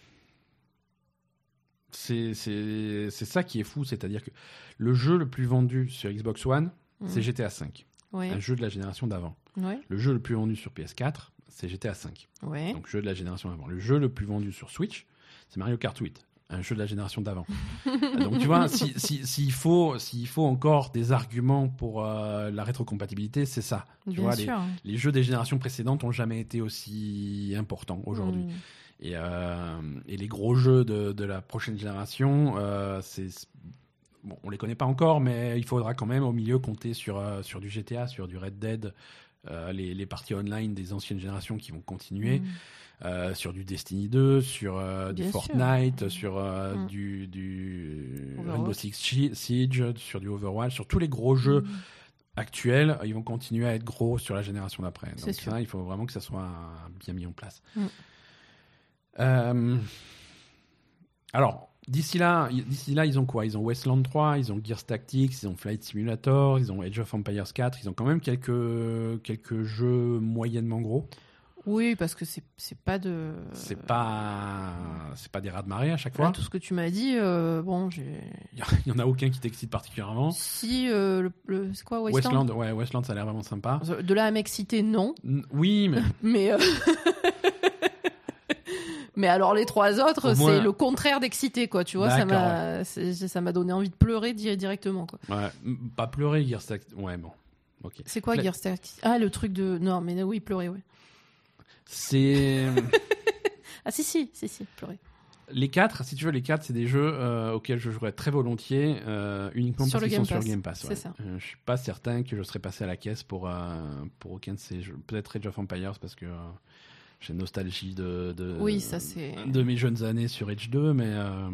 c'est, c'est, c'est ça qui est fou, c'est-à-dire que le jeu le plus vendu sur Xbox One, mmh. c'est G T A cinq, ouais. un jeu de la génération d'avant. Ouais. Le jeu le plus vendu sur P S quatre, c'est G T A cinq, ouais. donc jeu de la génération d'avant. Le jeu le plus vendu sur Switch, c'est Mario Kart huit, un jeu de la génération d'avant. Donc tu vois, s'il si, si, si faut, s'il faut encore des arguments pour euh, la rétrocompatibilité, c'est ça. Tu Bien vois, sûr. Les, les jeux des générations précédentes n'ont jamais été aussi importants aujourd'hui. Mmh. Et, euh, et les gros jeux de, de la prochaine génération, euh, c'est, bon, on les connaît pas encore, mais il faudra quand même au milieu compter sur, euh, sur du G T A, sur du Red Dead, euh, les, les parties online des anciennes générations qui vont continuer. Mmh. Euh, sur du Destiny deux, sur euh, du Fortnite, sûr. sur euh, mmh. du, du Rainbow Six Siege, sur du Overwatch, sur tous les gros jeux mmh. actuels, ils vont continuer à être gros sur la génération d'après. Donc sûr. ça, il faut vraiment que ça soit bien mis en place. Mmh. Euh, alors, d'ici là, d'ici là, ils ont quoi ? Ils ont Wasteland trois, ils ont Gears Tactics, ils ont Flight Simulator, ils ont Age of Empires quatre, ils ont quand même quelques, quelques jeux moyennement gros. Oui, parce que c'est, c'est pas de... C'est pas, c'est pas des raz-de-marée à chaque fois. Là, tout ce que tu m'as dit, euh, bon, j'ai... Il y en a aucun qui t'excite particulièrement. Si, euh, le, le, c'est quoi, Wasteland ? Westland, ouais, Westland, ça a l'air vraiment sympa. De là à m'exciter, non. N- oui, mais... mais... Euh... mais alors, les trois autres, Au moins... c'est le contraire d'exciter, quoi, tu vois, ça m'a, ouais. c'est, ça m'a donné envie de pleurer directement, quoi. Ouais, pas pleurer, Gears Tactics... Ouais, bon, ok. C'est quoi, Fla... Gears Tactics ? Ah, le truc de... Non, mais oui, pleurer, oui. C'est... ah si, si, si, si, pleurer. Les quatre, si tu veux, les quatre, c'est des jeux euh, auxquels je jouerais très volontiers, euh, uniquement sur parce qu'ils sont sur Pass. Game Pass. Ouais. C'est ça. Euh, je suis pas certain que je serais passé à la caisse pour, euh, pour aucun de ces jeux. Peut-être Age of Empires, parce que euh, j'ai nostalgie de, de, oui, ça, c'est... de mes jeunes années sur Age deux, mais... Euh...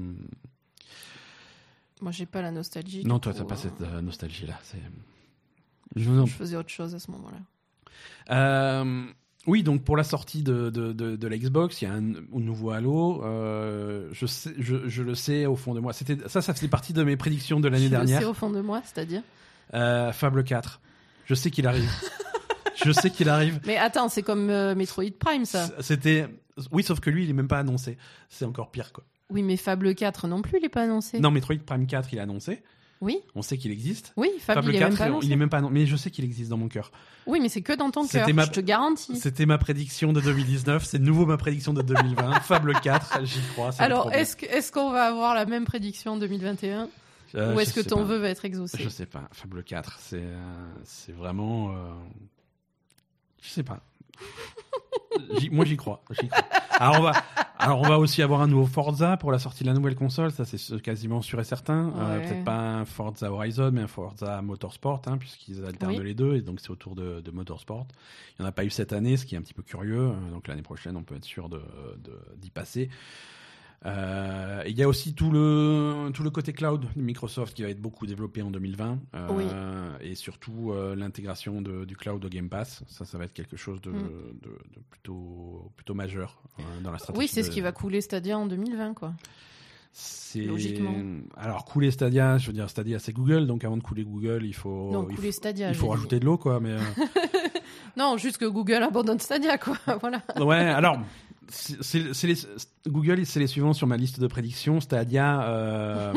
Moi, j'ai pas la nostalgie. Non, toi, t'as euh... pas cette euh, nostalgie-là. C'est... Je, vous en... je faisais autre chose à ce moment-là. Euh... Oui, donc pour la sortie de, de, de, de la Xbox, il y a un, un nouveau Halo. Euh, je, sais, je, je le sais au fond de moi. C'était, ça, ça faisait partie de mes prédictions de l'année je dernière. Je le sais au fond de moi, c'est-à-dire euh, Fable quatre. Je sais qu'il arrive. je sais qu'il arrive. Mais attends, c'est comme euh, Metroid Prime, ça. C'était... Oui, sauf que lui, il est même pas annoncé. C'est encore pire, quoi. Oui, mais Fable quatre non plus, il est pas annoncé. Non, Metroid Prime quatre, il est annoncé. Oui. On sait qu'il existe. Oui, Fable, Fable il est quatre, même pas annoncé. il est même pas annoncé. Mais je sais qu'il existe dans mon cœur. Oui, mais c'est que dans ton C'était cœur, ma... je te garantis. C'était ma prédiction de deux mille dix-neuf, c'est de nouveau ma prédiction de deux mille vingt. Fable quatre, j'y crois. Alors, est-ce, que, est-ce qu'on va avoir la même prédiction en deux mille vingt et un euh, ou est-ce que ton pas. vœu va être exaucé ? Je sais pas. Fable quatre, c'est, euh, c'est vraiment... Euh... Je sais pas. J'y, moi, j'y crois. J'y crois. Alors, on va, alors, on va aussi avoir un nouveau Forza pour la sortie de la nouvelle console. Ça, c'est quasiment sûr et certain. Ouais. Euh, peut-être pas un Forza Horizon, mais un Forza Motorsport, hein, puisqu'ils alternent oui. les deux. Et donc, c'est autour de, de Motorsport. Il n'y en a pas eu cette année, ce qui est un petit peu curieux. Donc, l'année prochaine, on peut être sûr de, de, d'y passer. Euh, il y a aussi tout le tout le côté cloud de Microsoft qui va être beaucoup développé en deux mille vingt euh, oui. et surtout euh, l'intégration de, du cloud au Game Pass. Ça, ça va être quelque chose de, mm. de, de plutôt plutôt majeur euh, dans la stratégie. Oui, c'est de... ce qui va couler Stadia en deux mille vingt, quoi. C'est... Logiquement. Alors couler Stadia, je veux dire Stadia c'est Google, donc avant de couler Google, il faut non, il couler faut, Stadia, il faut rajouter dit. de l'eau, quoi. Mais euh... non, juste que Google abandonne Stadia, quoi. Voilà. Ouais, alors. C'est, c'est, c'est les, Google, c'est les suivants sur ma liste de prédictions. Stadia, euh,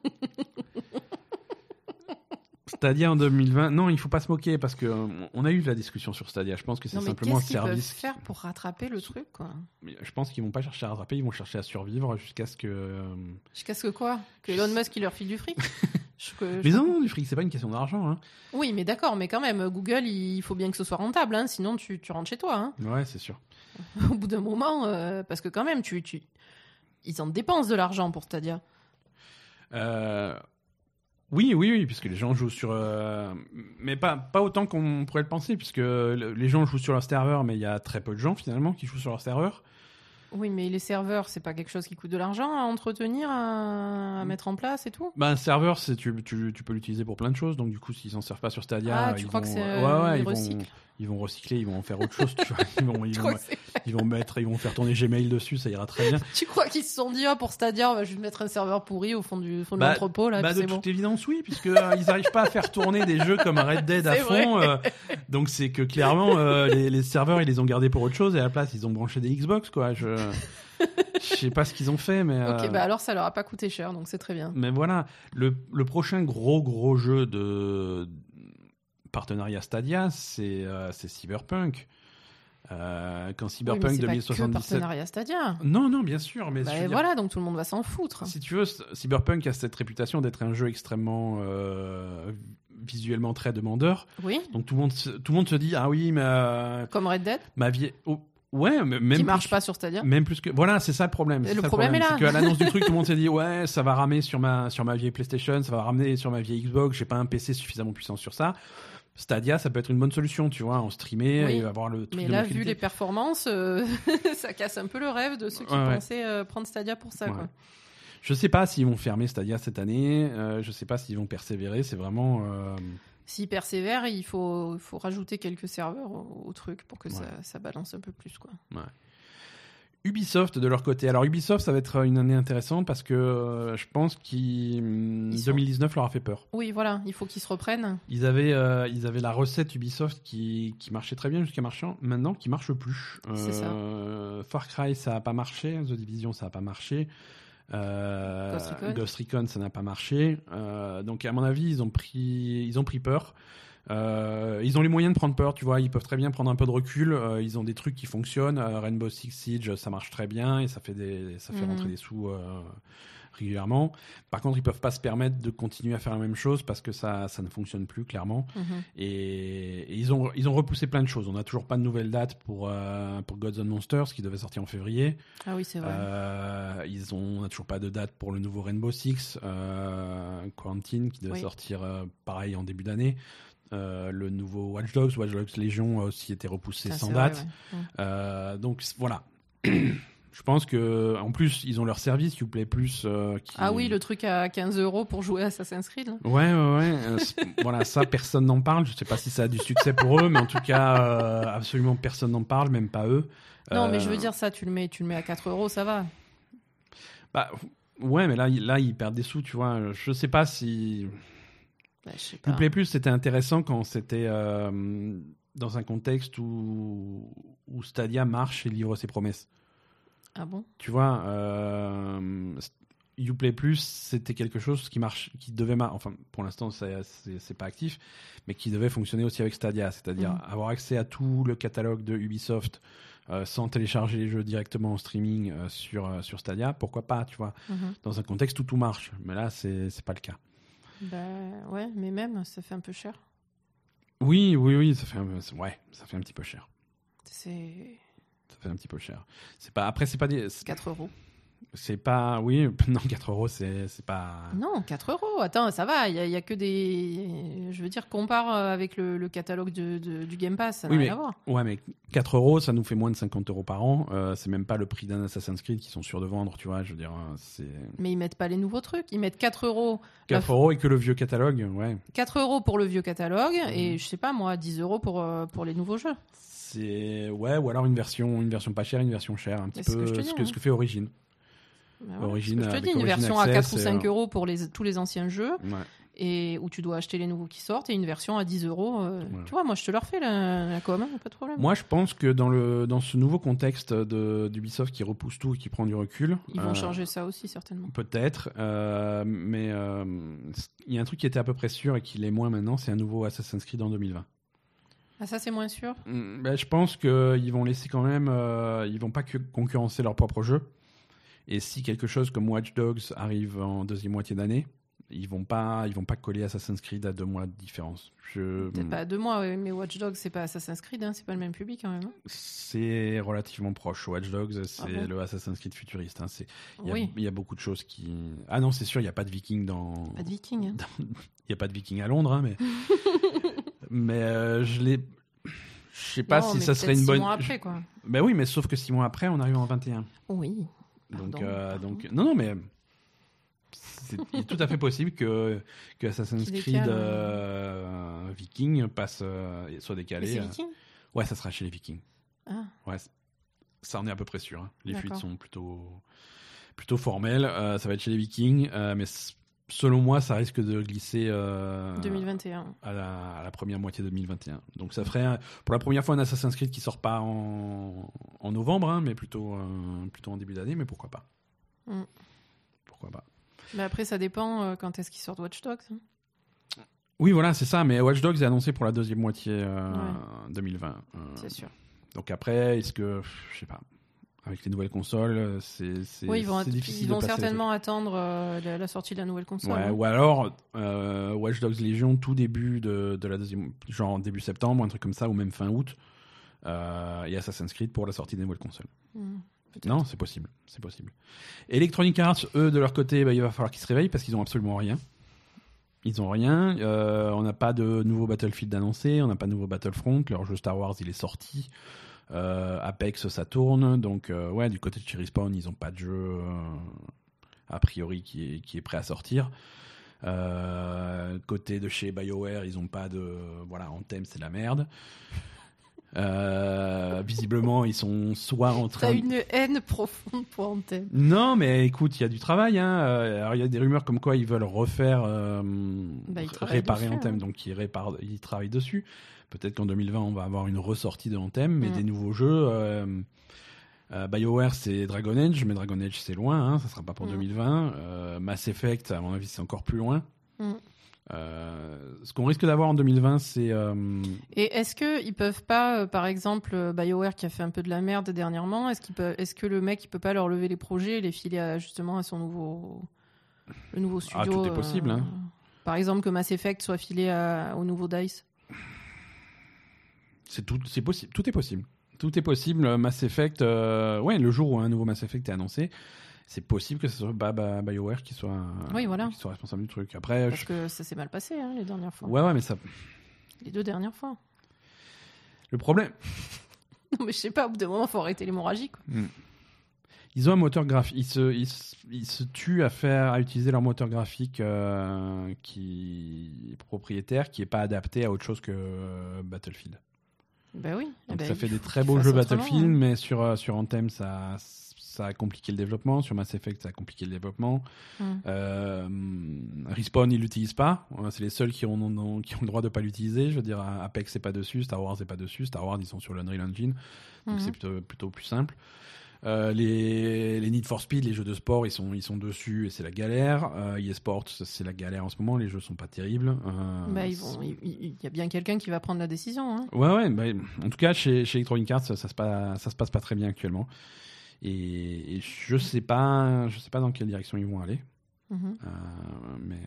Stadia en deux mille vingt. Non, il faut pas se moquer parce que euh, on a eu la discussion sur Stadia. Je pense que c'est non, mais simplement un qu'est-ce service. Qu'ils peuvent faire pour rattraper le truc, quoi. Je pense qu'ils vont pas chercher à rattraper, ils vont chercher à survivre jusqu'à ce que. Euh... Jusqu'à ce que quoi ? Que Elon Musk il leur file du fric. je, je mais non, du fric, c'est pas une question d'argent. Hein. Oui, mais d'accord, mais quand même, Google, il faut bien que ce soit rentable, hein, sinon tu, tu rentres chez toi. Hein. Ouais, c'est sûr. Au bout d'un moment, euh, parce que quand même, tu, tu... ils en dépensent de l'argent pour Stadia. Euh... Oui, oui, oui, puisque les gens jouent sur... Euh... Mais pas, pas autant qu'on pourrait le penser, puisque les gens jouent sur leur serveur, mais il y a très peu de gens, finalement, qui jouent sur leur serveur. Oui, mais les serveurs, c'est pas quelque chose qui coûte de l'argent à entretenir, à, à mettre en place et tout. Bah, un serveur, c'est, tu, tu, tu peux l'utiliser pour plein de choses, donc du coup, s'ils s'en servent pas sur Stadia... Ah, tu ils crois vont... que c'est ouais, ouais, ils ils recyclent vont... ils vont recycler, ils vont en faire autre chose, tu vois. Ils vont, ils Je vont, crois que c'est- ils vont mettre, ils vont faire tourner Gmail dessus, ça ira très bien. Tu crois qu'ils se sont dit, ah, pour Stadia, on va juste mettre un serveur pourri au fond du fond de Bah, l'entrepôt, là, Bah, puis de c'est toute bon. évidence, oui, puisque euh, ils n'arrivent pas à faire tourner des jeux comme Red Dead à C'est vrai. fond. euh, donc c'est que clairement, euh, les, les serveurs, ils les ont gardés pour autre chose et à la place, ils ont branché des Xbox, quoi. Je, je sais pas ce qu'ils ont fait, mais. Ok, euh, bah alors ça leur a pas coûté cher, donc c'est très bien. Mais voilà, le, le prochain gros gros jeu de partenariat Stadia, c'est euh, c'est Cyberpunk. Euh, quand Oui, Cyberpunk mais c'est pas que deux mille soixante-dix-sept. partenariat Stadia. Non, non, bien sûr, mais Bah, je veux et dire, voilà, donc tout le monde va s'en foutre. si tu veux, c- Cyberpunk a cette réputation d'être un jeu extrêmement euh, visuellement très demandeur. Oui, Donc tout le monde, se- tout le monde se dit ah oui, mais euh, comme Red Dead, ma vie, oh, ouais, mais même qui plus- marche pas sur Stadia. Même plus que voilà, c'est ça le problème. Et c'est le ça problème est là. C'est qu'à l'annonce du truc, tout le monde s'est dit ouais, ça va ramer sur ma sur ma vieille PlayStation, ça va ramener sur ma vieille Xbox. J'ai pas un P C suffisamment puissant sur ça. Stadia, ça peut être une bonne solution, tu vois, en streamer Oui. et avoir le truc Mais de là, bonne vu qualité. les performances, euh, ça casse un peu le rêve de ceux qui Ouais, ouais. pensaient euh, prendre Stadia pour ça. Ouais. Quoi. Je sais pas s'ils vont fermer Stadia cette année. Euh, je sais pas s'ils vont persévérer. C'est vraiment. euh, S'ils persévèrent, il faut, il faut rajouter quelques serveurs au, au truc pour que Ouais. ça, ça balance un peu plus. Quoi. Ubisoft de leur côté. Alors Ubisoft, ça va être une année intéressante parce que euh, je pense qu'ils Ils sont- deux mille dix-neuf leur a fait peur. Oui, voilà, il faut qu'ils se reprennent. Ils avaient, euh, ils avaient la recette Ubisoft qui, qui marchait très bien jusqu'à marchand, maintenant qui marche plus. C'est ça. Euh, Far Cry, ça n'a pas marché. The Division, ça n'a pas marché. Euh, Ghost Recon. Ghost Recon, ça n'a pas marché. Euh, donc à mon avis, ils ont pris, ils ont pris peur. Euh, ils ont les moyens de prendre peur, tu vois. Ils peuvent très bien prendre un peu de recul. Euh, ils ont des trucs qui fonctionnent. Euh, Rainbow Six Siege, ça marche très bien et ça fait des, ça fait Mhm. rentrer des sous euh, régulièrement. Par contre, ils peuvent pas se permettre de continuer à faire la même chose parce que ça, ça ne fonctionne plus clairement. Mhm. Et, et ils ont, ils ont repoussé plein de choses. On n'a toujours pas de nouvelle date pour euh, pour Gods and Monsters qui devait sortir en février. Ah oui, c'est vrai. Euh, ils ont, on n'a toujours pas de date pour le nouveau Rainbow Six euh, Quarantine qui devait Oui. sortir euh, pareil en début d'année. Euh, le nouveau Watch Dogs, Watch Dogs Légion a aussi été repoussé Ah, sans c'est vrai, date. ouais. Mhm. Euh, donc c- voilà. Je pense que en plus ils ont leur service Uplay Plus. euh, qui... Ah oui, le truc à quinze euros pour jouer à Assassin's Creed. là. Ouais, ouais, ouais. euh, c'est- voilà, ça, personne n'en parle. Je sais pas si ça a du succès pour eux, mais en tout cas, euh, absolument personne n'en parle, même pas eux. Non, Euh, mais je veux dire ça, tu le mets, tu le mets à quatre euros, ça va. Bah, ouais, mais là, ils- là, ils perdent des sous, tu vois. Je sais pas si. Bah, je sais pas. Uplay Plus, c'était intéressant quand c'était euh, dans un contexte où, où Stadia marche et livre ses promesses. Ah bon? Tu vois, euh, Uplay Plus, c'était quelque chose qui marche, qui devait mar- enfin, pour l'instant, c'est, c'est, c'est pas actif, mais qui devait fonctionner aussi avec Stadia, c'est-à-dire Mhm. avoir accès à tout le catalogue de Ubisoft euh, sans télécharger les jeux directement en streaming euh, sur euh, sur Stadia. Pourquoi pas, tu vois, Mhm. dans un contexte où tout marche. Mais là, c'est c'est pas le cas. Bah ouais, mais même, ça fait un peu cher. Oui, oui, oui, ça fait un, ouais, ça fait un petit peu cher. C'est Ça fait un petit peu cher. C'est pas, après, c'est pas des, c'est, quatre euros. c'est pas, oui, non, quatre euros, c'est c'est pas. Non, quatre euros. Attends, ça va. Il y, a- il y a que des. Je veux dire, compare euh, avec le, le catalogue de, de- du Game Pass, ça n'a Oui, rien mais- à voir. Ouais, mais quatre euros, ça nous fait moins de cinquante euros par an. Euh, c'est même pas le prix d'un Assassin's Creed qui sont sûrs de vendre, tu vois. Je veux dire, euh, c'est Mais ils mettent pas les nouveaux trucs. Ils mettent quatre euros. quatre La- euros et que le vieux catalogue, ouais. quatre euros pour le vieux catalogue Mhm. et je sais pas moi, dix euros pour, euh, pour les nouveaux jeux. C'est ouais, ou alors une version, une version pas chère, une version chère, un petit Mais c'est ce peu que je te dis, ce que, hein. ce que fait Origin. Bah voilà, Origin, c'est ce que je te avec dis, une Origin version à Access, quatre ou et, cinq euh, euros pour les, tous les anciens jeux Ouais. et où tu dois acheter les nouveaux qui sortent et une version à dix euros. euh, Ouais. Tu vois, moi je te le refais la, la com, hein, pas de problème. Moi, je pense que dans le dans ce nouveau contexte de d'Ubisoft qui repousse tout et qui prend du recul, Ils vont euh, changer ça aussi certainement. peut-être, euh, mais euh, il y a un truc qui était à peu près sûr et qui l'est moins maintenant, c'est un nouveau Assassin's Creed en deux mille vingt. Ah ça c'est moins sûr. Mm, ben, je pense qu'ils vont laisser quand même, euh, ils vont pas que concurrencer leur propre jeu. Et si quelque chose comme Watch Dogs arrive en deuxième moitié d'année, ils vont pas, ils vont pas coller Assassin's Creed à deux mois de différence. Je, Peut-être pas à deux mois, ouais, mais Watch Dogs c'est pas Assassin's Creed, hein, c'est pas le même public quand même. hein. C'est relativement proche. Watch Dogs, c'est Ah bon le Assassin's Creed futuriste. Hein. C'est, il y a, Oui, il y a beaucoup de choses qui. Ah non, c'est sûr, il y a pas de Vikings dans. pas de Viking. hein. Il y a pas de Vikings à Londres, hein, mais. mais euh, je l'ai. Je sais pas Non, si mais ça serait peut-être une six bonne. mois après quoi. Ben oui, mais sauf que six mois après, on arrive en vingt et un. Oui. Donc, Pardon, euh, pardon. donc non, non, mais c'est, il est tout à fait possible que, que Assassin's Qui Creed décale, euh, Viking passe, euh, soit Mais décalé. c'est euh. Viking Ouais, ça sera chez les Vikings. Ah, Ouais, c- ça en est à peu près sûr. hein. Les D'accord. fuites sont plutôt, plutôt formelles. Euh, ça va être chez les Vikings, euh, mais s- selon moi, ça risque de glisser euh, deux mille vingt et un. à, la, à la première moitié de deux mille vingt et un. Donc ça ferait un- pour la première fois un Assassin's Creed qui sort pas en, en novembre, hein, mais plutôt, euh, plutôt en début d'année. Mais pourquoi pas Mm. Pourquoi pas Mais après, ça dépend euh, quand est-ce qu'ils sortent Watch Dogs. hein. Oui, voilà, c'est ça. Mais Watch Dogs est annoncé pour la deuxième moitié euh, Ouais. deux mille vingt. Euh, C'est sûr. donc après, est-ce que, je sais pas, avec les nouvelles consoles, c'est, c'est, Oui, ils vont, c'est difficile ils de vont placer les certainement attendre euh, la, la sortie de la nouvelle trucs. console. Ouais, hein. ou alors euh, Watch Dogs Legion tout début de, de la deuxième, genre début septembre, un truc comme ça, ou même fin août, euh, et Assassin's Creed pour la sortie des nouvelles consoles. Mm. Peut-être. Non, c'est possible, c'est possible. Electronic Arts, eux, de leur côté, bah, il va falloir qu'ils se réveillent parce qu'ils ont absolument rien. Ils ont rien. Euh, on n'a pas de nouveau Battlefield annoncé, on n'a pas de nouveau Battlefront. Leur jeu Star Wars, il est sorti. Euh, Apex, ça tourne. Donc, euh, ouais, du côté de chez Respawn, ils n'ont pas de jeu euh, a priori qui est, qui est prêt à sortir. Euh, côté de chez BioWare, ils n'ont pas de. Voilà, Anthem, c'est la merde. Euh, visiblement, ils sont soit en train. T'as de- une haine profonde pour Anthem. Non, mais écoute, il y a du travail. Hein. Euh, Alors, il y a des rumeurs comme quoi ils veulent refaire, euh, Bah, ils r- travaillent réparer dessus, Anthem, hein. donc ils, réparent, ils travaillent dessus. Peut-être qu'en deux mille vingt, on va avoir une ressortie de Anthem, mais Mm. des nouveaux jeux. Euh, euh, BioWare, c'est Dragon Age, mais Dragon Age, c'est loin, hein, ça sera pas pour Mm. deux mille vingt. Euh, Mass Effect, à mon avis, c'est encore plus loin. Mm. Euh, ce qu'on risque d'avoir en deux mille vingt, c'est. euh, Et est-ce que ils peuvent pas, euh, par exemple, euh, BioWare qui a fait un peu de la merde dernièrement, est-ce qu'il peut, est-ce que le mec il peut pas leur lever les projets et les filer à, justement à son nouveau, le nouveau Ah, studio tout est possible, hein. Par exemple, que Mass Effect soit filé à- au nouveau DICE. C'est tout, c'est possible. Tout est possible. Tout est possible. Mass Effect, euh, ouais, le jour où un nouveau Mass Effect est annoncé, c'est possible que ce soit Ba- Ba- BioWare qui soit, Oui, voilà. qui soit responsable du truc. Après, Parce je- que ça s'est mal passé hein, les dernières fois. ouais, ouais, mais ça. Les deux dernières fois. Le problème, Non, mais je sais pas, au bout d'un moment, faut arrêter l'hémorragie. Quoi. ils ont un moteur graphique. Ils se, ils, se- ils se tuent à faire, à utiliser leur moteur graphique euh, qui est propriétaire, qui est pas adapté à autre chose que euh, Battlefield. Ben oui. Eh Donc ben, ça il fait des faut très qu'ils beaux fassent jeux autrement, Battlefield, hein. mais sur, euh, sur Anthem, ça, ça a compliqué le développement. Sur Mass Effect, ça a compliqué le développement. Mm. Euh, Respawn, ils l'utilisent pas. Euh, C'est les seuls qui ont, ont- qui ont le droit de pas l'utiliser. Je veux dire, Apex c'est pas dessus, Star Wars c'est pas dessus. Star Wars ils sont sur l'Unreal Engine, donc Mhm. c'est plutôt, plutôt plus simple. Euh, les, les Need for Speed, les jeux de sport, ils sont, ils sont dessus et c'est la galère. Euh, E A Sports, c'est la galère en ce moment. Les jeux sont pas terribles. Euh, Bah, ils vont, il il- il y a bien quelqu'un qui va prendre la décision. Hein. Ouais, ouais. Bah, en tout cas, chez, chez Electronic Arts, ça, ça se passe, ça se passe pas très bien actuellement. Et, et je sais pas, je sais pas dans quelle direction ils vont aller. Mhm. Euh, mais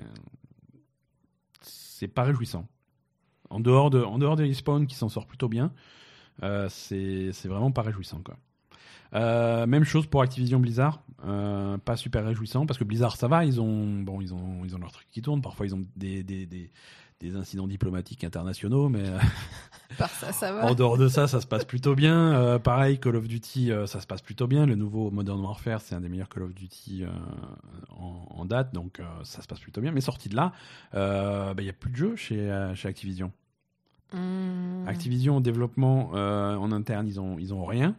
c'est pas réjouissant. En dehors de, en dehors de Respawn qui s'en sort plutôt bien, euh, c'est, c'est vraiment pas réjouissant, quoi. Euh, même chose pour Activision Blizzard, euh, pas super réjouissant parce que Blizzard ça va, ils ont bon ils ont ils ont leurs trucs qui tournent, parfois ils ont des des, des, des incidents diplomatiques internationaux, mais euh, Par ça, ça va. en dehors de ça, ça se passe plutôt bien. Euh, pareil, Call of Duty, euh, ça se passe plutôt bien. Le nouveau Modern Warfare, c'est un des meilleurs Call of Duty euh, en, en date, donc euh, ça se passe plutôt bien. Mais sorti de là, il euh, bah, y a plus de jeux chez euh, chez Activision. Mmh. Activision en développement euh, en interne, ils ont ils ont rien.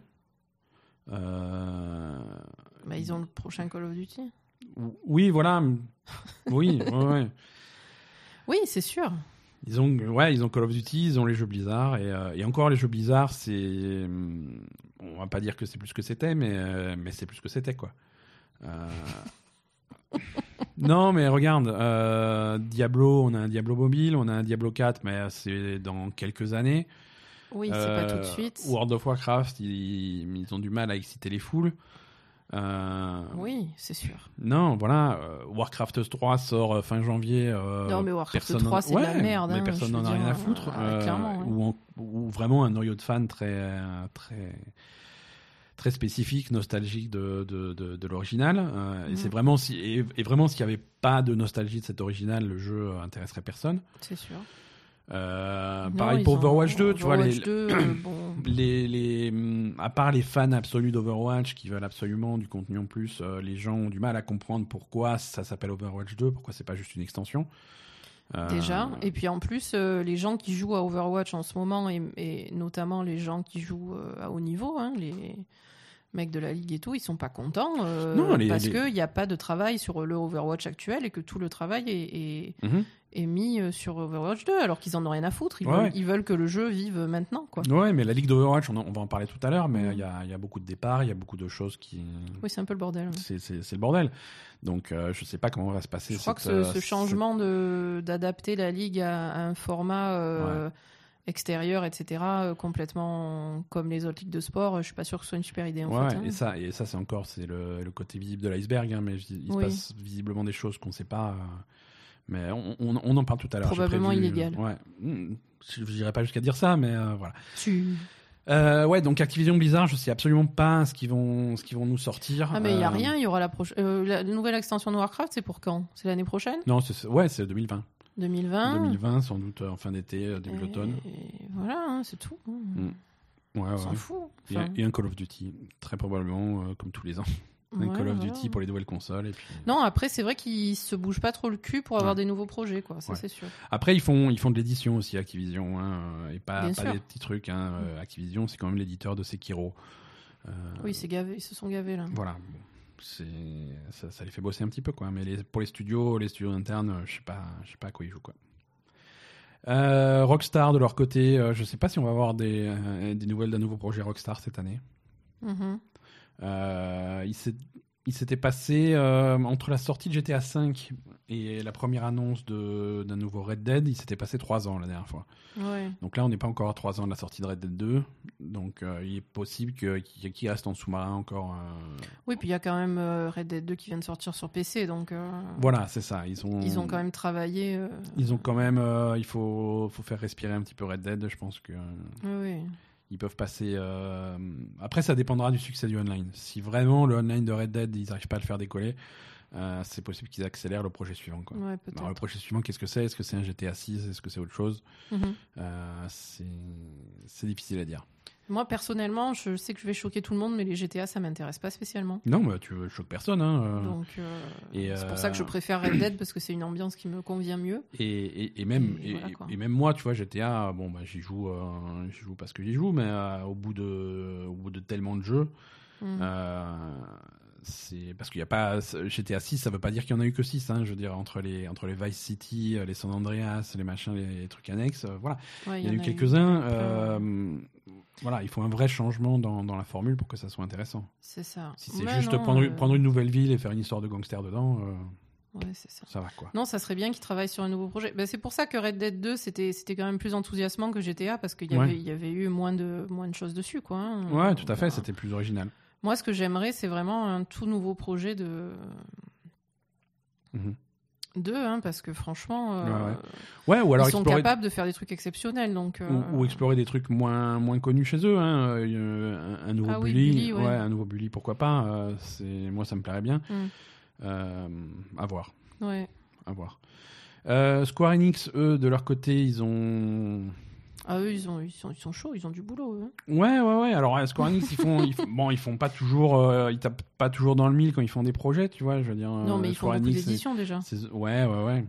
Euh... Bah, ils ont le prochain Call of Duty. Oui, voilà. Oui, ouais, ouais. Oui, c'est sûr. Ils ont, ouais, ils ont Call of Duty, ils ont les jeux Blizzard et, euh, et encore les jeux Blizzard, c'est, on va pas dire que c'est plus que c'était, mais euh, mais c'est plus que c'était quoi. Euh... non, mais regarde, euh, Diablo, on a un Diablo mobile, on a un Diablo quatre, mais c'est dans quelques années. Oui, c'est Euh, pas tout de suite. World of Warcraft, ils, ils ont du mal à exciter les foules. Euh, Oui, c'est sûr. Non, voilà, euh, Warcraft trois sort euh, fin janvier. euh, Non, mais Warcraft personne trois, en- c'est de la ouais, merde, Mais hein, personne je n'en veux a rien dire, à foutre. euh, euh, clairement, ouais. ou, en- ou vraiment un noyau de fans très, très, très spécifique, nostalgique de, de, de, de l'original. Euh, et Mhm. c'est vraiment si, et, et vraiment s'il n'y avait pas de nostalgie de cet original, le jeu euh, intéresserait personne. C'est sûr. Euh, Non, pareil ils pour ont- Overwatch deux, tu vois, Overwatch les, deux, euh, bon, les, les, hum, à part les fans absolus d'Overwatch qui veulent absolument du contenu en plus, euh, les gens ont du mal à comprendre pourquoi ça s'appelle Overwatch deux, pourquoi c'est pas juste une extension. Euh, déjà. Et puis en plus, euh, les gens qui jouent à Overwatch en ce moment, et, et notamment les gens qui jouent euh, à haut niveau, hein, les mecs de la ligue et tout, ils sont pas contents euh, Non, les- parce les- qu'il n'y a pas de travail sur le Overwatch actuel et que tout le travail est, est, mhm. est mis euh, sur Overwatch deux, alors qu'ils en ont rien à foutre. Ils, Ouais, veulent, ouais. ils veulent que le jeu vive maintenant, quoi. Ouais, mais la ligue d'Overwatch, on, en- on va en parler tout à l'heure, mais il Mhm. y, a, y a beaucoup de départs, il y a beaucoup de choses qui. Oui, c'est un peu le bordel. Ouais. C'est, c'est, c'est le bordel. Donc, euh, je sais pas comment va se passer. Je crois que cette, ce, euh, ce cette- changement de, d'adapter la ligue à, à un format euh, extérieur, et cetera, euh, complètement comme les autres ligues de sport, euh, je suis pas sûr que ce soit une super idée en Ouais, fait. hein. et ça, et ça c'est encore c'est le, le côté visible de l'iceberg, hein, mais je dis- il Oui. se passe visiblement des choses qu'on sait pas. euh, mais on, on, on en parle tout à l'heure. j'ai Probablement prévu- illégal. Ouais, Hmm, je n'irai pas jusqu'à dire ça, mais euh, voilà. Tu... Euh, ouais, donc Activision Blizzard, je sais absolument pas ce qu'ils vont, ce qu'ils vont nous sortir. Ah mais il y a Euh, rien, il y aura la prochaine euh, la nouvelle extension de Warcraft, c'est pour quand? C'est l'année prochaine? Non, c'est, ouais, c'est deux mille vingt. deux mille vingt. deux mille vingt, sans doute euh, en fin d'été, euh, début Et- d'automne. Et voilà, hein, c'est tout. hein. Ouais, On ouais. s'en fout. Et, un- Enfin, et un Call of Duty, très probablement, euh, comme tous les ans. Un ouais, Call of voilà. Duty pour les nouvelles consoles. Et puis... Non, après c'est vrai qu'ils se bougent pas trop le cul pour avoir Ouais. des nouveaux projets, quoi. Ça Ouais. c'est sûr. Après, ils font, ils font de l'édition aussi, Activision, hein, euh, et pas, Bien pas sûr. des petits trucs. Hein. Euh, Activision, c'est quand même l'éditeur de Sekiro. Euh, Oui, c'est gavé, ils se sont gavés là. Voilà. Bon, c'est, ça, ça les fait bosser un petit peu, quoi. Mais les, pour les studios, les studios internes, euh, je sais pas, je sais pas à quoi ils jouent, quoi. Euh, Rockstar de leur côté, euh, je sais pas si on va avoir des, euh, des nouvelles d'un nouveau projet Rockstar cette année. Mhm. Euh, il, s'est, il s'était passé euh, entre la sortie de G T A cinq et la première annonce de, d'un nouveau Red Dead, il s'était passé trois ans la dernière fois. Ouais. Donc là, on n'est pas encore à trois ans de la sortie de Red Dead deux. Donc euh, il est possible que, qu'il, qu'il reste en sous-marin encore. euh, Oui, puis il y a quand même euh, Red Dead deux qui vient de sortir sur P C, donc euh, Voilà, c'est ça. Ils ont, ils ont quand même travaillé. euh, Ils ont quand même. euh, il faut, faut faire respirer un petit peu Red Dead. Je pense que. Oui, oui. Ils peuvent passer. euh, Après, ça dépendra du succès du online. Si vraiment le online de Red Dead, ils n'arrivent pas à le faire décoller, euh, c'est possible qu'ils accélèrent le projet suivant. Quoi. Ouais, peut-être. Alors, le projet suivant, qu'est-ce que c'est? Est-ce que c'est un G T A six? Est-ce que c'est autre chose? Mhm. euh, c'est... c'est difficile à dire. Moi, personnellement, je sais que je vais choquer tout le monde, mais les G T A, ça m'intéresse pas spécialement. Non, bah, tu choques personne. Hein, euh, Donc, euh, et, c'est euh, pour ça que je préfère Red Dead parce que c'est une ambiance qui me convient mieux. Et, et, et même Et et, voilà, quoi. et même moi, tu vois, G T A, bon, bah, j'y joue, euh, j'y joue parce que j'y joue, mais euh, au bout de, au bout de tellement de jeux. Mm. Euh, c'est parce qu'il n'y a pas G T A six, ça veut pas dire qu'il y en a eu que six, hein, je veux dire entre les entre les Vice City, les San Andreas, les machins, les, les trucs annexes, euh, voilà, Ouais, il y en a eu quelques-uns. Euh, voilà, il faut un vrai changement dans, dans la formule pour que ça soit intéressant. C'est ça. Si c'est Ouais, juste non, prendre, euh, prendre une nouvelle ville et faire une histoire de gangster dedans, euh, Ouais, c'est ça. ça va quoi. Non, ça serait bien qu'ils travaillent sur un nouveau projet. Ben, c'est pour ça que Red Dead deux, c'était, c'était quand même plus enthousiasmant que G T A parce qu'il y, Ouais. avait, il y avait eu moins de, moins de choses dessus, quoi. hein. Ouais, tout à fait, Voilà. c'était plus original. Moi, ce que j'aimerais, c'est vraiment un tout nouveau projet de. Mhm. Deux, hein, parce que franchement, euh, Ouais, ouais. Ouais, ou alors ils sont explorer, capables de faire des trucs exceptionnels. Donc, euh, ou, ou explorer des trucs moins moins connus chez eux, hein. Euh, un, un nouveau Ah oui, Bully, Bully, ouais. un nouveau Bully, pourquoi pas. euh, c'est moi, ça me plairait bien. Mm. Euh, à voir, Ouais. à voir. Euh, Square Enix, eux, de leur côté, ils ont. Ah, eux, ils, ont, ils, sont, ils sont chauds, ils ont du boulot. Eux. Ouais, ouais, ouais. Alors, à Square Enix, ils font, ils font, bon, ils font pas toujours, euh, ils tapent pas toujours dans le mille quand ils font des projets, tu vois. Je veux dire. Non, mais euh, ils font Square beaucoup Enix, d'éditions déjà. c'est- c'est- ouais, ouais, ouais.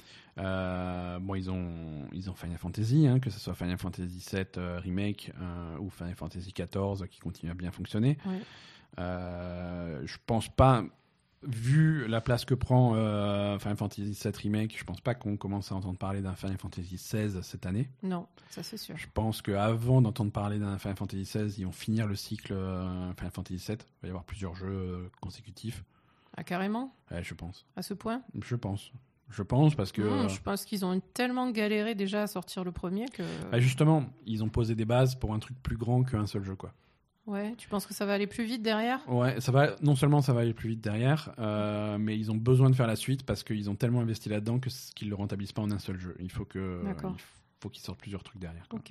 Euh, bon, ils ont, ils ont Final Fantasy, hein, que ce soit Final Fantasy sept euh, remake euh, ou Final Fantasy quatorze qui continue à bien fonctionner. Ouais. Euh, je pense pas. Vu la place que prend euh, Final Fantasy sept Remake, je pense pas qu'on commence à entendre parler d'un Final Fantasy seize cette année. Non, ça c'est sûr. Je pense qu'avant d'entendre parler d'un Final Fantasy seize, ils vont finir le cycle euh, Final Fantasy sept. Il va y avoir plusieurs jeux euh, consécutifs. Ah, carrément? Ouais, je pense. À ce point? Je pense. Je pense parce que... Non, je pense qu'ils ont tellement galéré déjà à sortir le premier que. Bah, justement, ils ont posé des bases pour un truc plus grand qu'un seul jeu, quoi. Ouais, tu penses que ça va aller plus vite derrière? Ouais, ça va. Non seulement ça va aller plus vite derrière, euh, mais ils ont besoin de faire la suite parce qu'ils ont tellement investi là-dedans que c- qu'ils le rentabilisent pas en un seul jeu. Il faut que, D'accord. il faut qu'ils sortent plusieurs trucs derrière, quoi. Ok.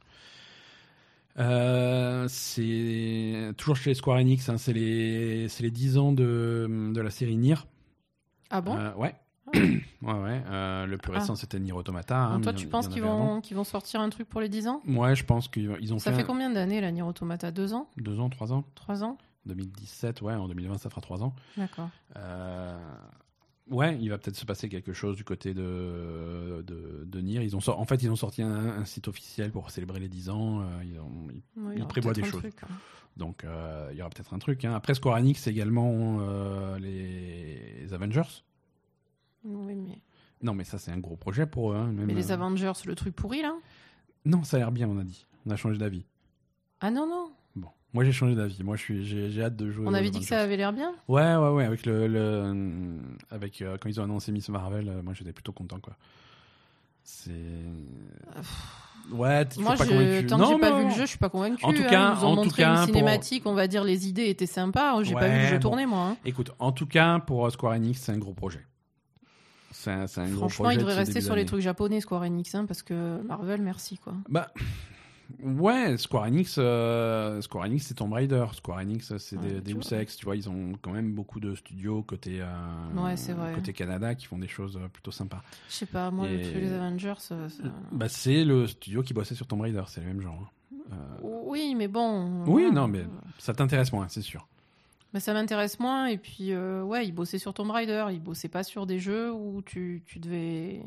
Euh, c'est toujours chez Square Enix. Hein, c'est les, c'est les dix ans de de la série Nier. Ah bon? Euh, ouais. ouais, ouais. Euh, le plus récent, ah. c'était Nier Automata. Hein, donc toi, tu penses qu'ils vont, qu'ils vont sortir un truc pour les dix ans ? Ouais, je pense qu'ils ont Ça fait... fait un... combien d'années, là, Nier Automata ? Deux ans ? Deux ans, trois ans ? Trois ans ? deux mille dix-sept, ouais, en deux mille vingt, ça fera trois ans. D'accord. Euh... Ouais, il va peut-être se passer quelque chose du côté de, de, de Nier. Ils ont sor... En fait, ils ont sorti un, un site officiel pour célébrer les dix ans. Euh, ils, ont... ils... Oui, ils prévoient des choses. Truc, hein. Donc, euh, il y aura peut-être un truc. Hein. Après, Square Enix, également euh, les... les Avengers. Oui, mais... Non, mais ça, c'est un gros projet pour eux. Hein, même, mais les euh... Avengers, le truc pourri, là ? Non, ça a l'air bien, on a dit. On a changé d'avis. Ah non, non. Bon, moi, j'ai changé d'avis. Moi, je suis, j'ai, j'ai hâte de jouer. On avait dit que ça avait l'air bien ? Ouais, ouais, ouais. Avec le... le... Avec, euh, quand ils ont annoncé Miss Marvel, euh, moi, j'étais plutôt content, quoi. C'est... Ouais, tu moi, pas je... convaincu. tant non, que j'ai non. pas vu le jeu, je suis pas convaincu. En tout hein. cas, ils nous ont en montré tout cas, une cinématique, pour... on va dire les idées étaient sympas. J'ai ouais, pas vu le jeu bon. tourner, moi. Hein. Écoute, en tout cas, pour Square Enix, c'est un gros projet. C'est un, c'est un gros projet. Franchement, il devrait rester sur d'année. les trucs japonais, Square Enix, hein, parce que Marvel, merci, quoi. Bah... Ouais, Square Enix, euh, Square Enix, c'est Tomb Raider. Square Enix, c'est ouais, des Deus Ex. Tu vois, ils ont quand même beaucoup de studios côté, euh, ouais, c'est vrai. côté Canada qui font des choses plutôt sympas. Je sais pas, moi, Et... les Avengers. Ça... Bah, c'est le studio qui bossait sur Tomb Raider, c'est le même genre. Euh... Oui, mais bon. Oui, ouais, non, mais ça t'intéresse moins, c'est sûr. Bah, ça m'intéresse moins. Et puis, euh, ouais, ils bossaient sur Tomb Raider. Ils bossaient pas sur des jeux où tu, tu devais.